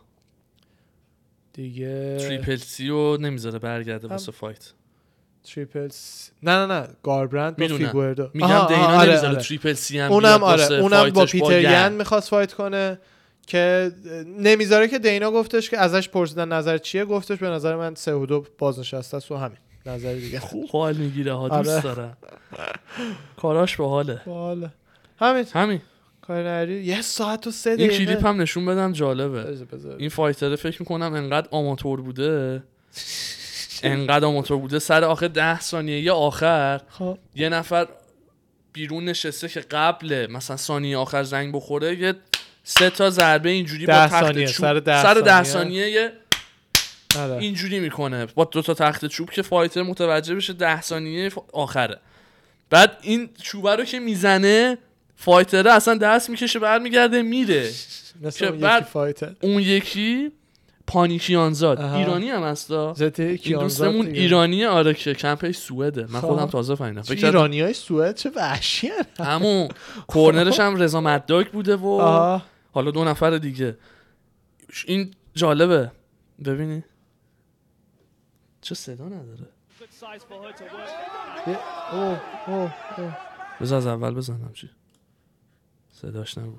دیگه. تریپل سی رو نمیذاره برگرده هم- واسه فایت. تریپل س... نه نه نه گاربرند با میدونم. فیگوردو. میگم آها، دینا آها، آره، نمیذاره آره. تریپل سی هم اونم بیاد آره واسه اونم با فایتش پیتر ین. ین میخواست فایت کنه که نمیذاره که دینا گفتش که ازش پرسیدن نظر چیه، گفتش به نظر من سه و دو بازنشسته است و همین نظر دیگه. خوب حال میگیره ها دوست آره. داره. کاراش باحاله. باحاله. همین همین کاری نری یه ساعت و سه این دقیقه. کلیپ هم نشون بدم جالبه. بذار، بذار. این فایتره فکر میکنم انقدر آماتور بوده انقدر آماتور بوده سر آخر ده ثانیه یه آخر خب یه نفر بیرون نشسته که قبل مثلا ثانیه آخر زنگ بخوره یه سه تا ضربه اینجوری با ده تخت ثانیه، چوب سر ده سر ده ثانیه. ثانیه یه آره. اینجوری میکنه با دو تا تخت چوب که فایتر متوجه بشه ده ثانیه ف- آخره. بعد این چوبه رو که میزنه فایتره اصلا دست میکشه برمیگرده میره. مثل که اون یکی بعد فایتر اون یکی پانیکیانزاد آها. ایرانی هم هستا. زته این کیانزاد دوستمون دیگه. ایرانیه آره که کمپش سوئده. من خب. خودم تازه فهمیدم. فکر کردم ایرانیای سوئد چه وحشی هستن. همون کورنرش هم رضا مداک بوده و آها. حالا دو نفر دیگه. این جالبه ببینی چه صدا نداره. یه- اوه، اوه، اوه. بذار از اول بزنم چی صداش نبود.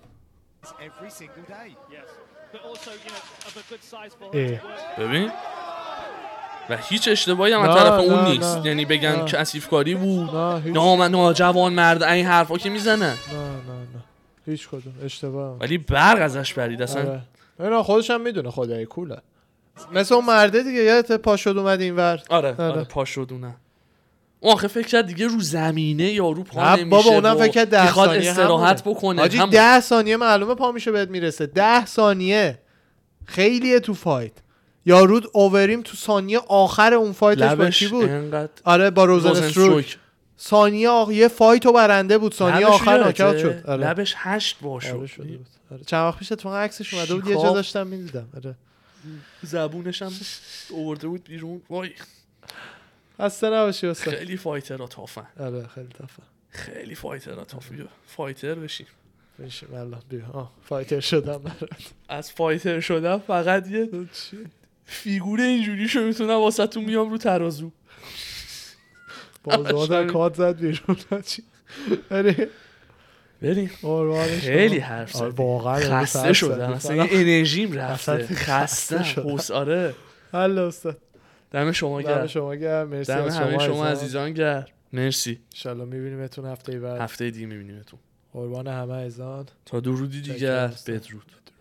اه. ببین و هیچ اشتباهی هم از نه، طرف اون نه، نیست نه. یعنی بگن نه. کثیف کاری بود نه هیچ- نه من نه جوان مرد این حرفا که میزنن نه نه نه هیچ کدوم اشتباه. ولی برق ازش برید اصلا. آره. اینا خودش هم میدونه خدای کوله. مثل اون مرده دیگه یادت پا شد اومد اینور. آره آره پا شد اونه. اون آخه فکر کرد دیگه رو زمینه یارو پا نمیشه. بابا اونم فکر کرد ده میخواد ثانیه استراحت بکنه. حاجی ده ثانیه معلومه پا میشه بهت میرسه. ده ثانیه خیلیه تو فایت. یارود اووریم تو ثانیه آخر اون فایتش با کی بود؟ انقدر... آره با روزن استروک. ثانیه آخر یه فایتو برنده بود، ثانیه آخر ناکاوت شد. آره. لبش هشت باشه. آره شده بود. آره. چند وقت پیش تو عکسش اومده بود یه جا داشتم می‌دیدم. آره. زبونش هم آورده بود بیرون. وای. خسته نباشی استاد. خیلی فایترها تافن. آره خیلی تافن. خیلی فایترها تافن. فایتر بشیم. بشیم الله بیا. آه فایتر شدم برات. از فایتر شدم فقط یه چی فیگور اینجوری شو میتونم واسهتون میام رو ترازو. بازوادر کات زد بیرون. آره بریم. خیلی حرف زدیم. واقعا خسته شدم اصلا انرژیم رفته. خسته شدم. آره الله استاد. دم شما گرم. دم شما گرم. مرسی دم از همه شما, شما عزیزان گرم. مرسی. ان شاء الله میبینیمتون هفته بعد. هفته دیگه میبینیمتون. قربان همه عزیزان. تا درودی دیگر. بدرود.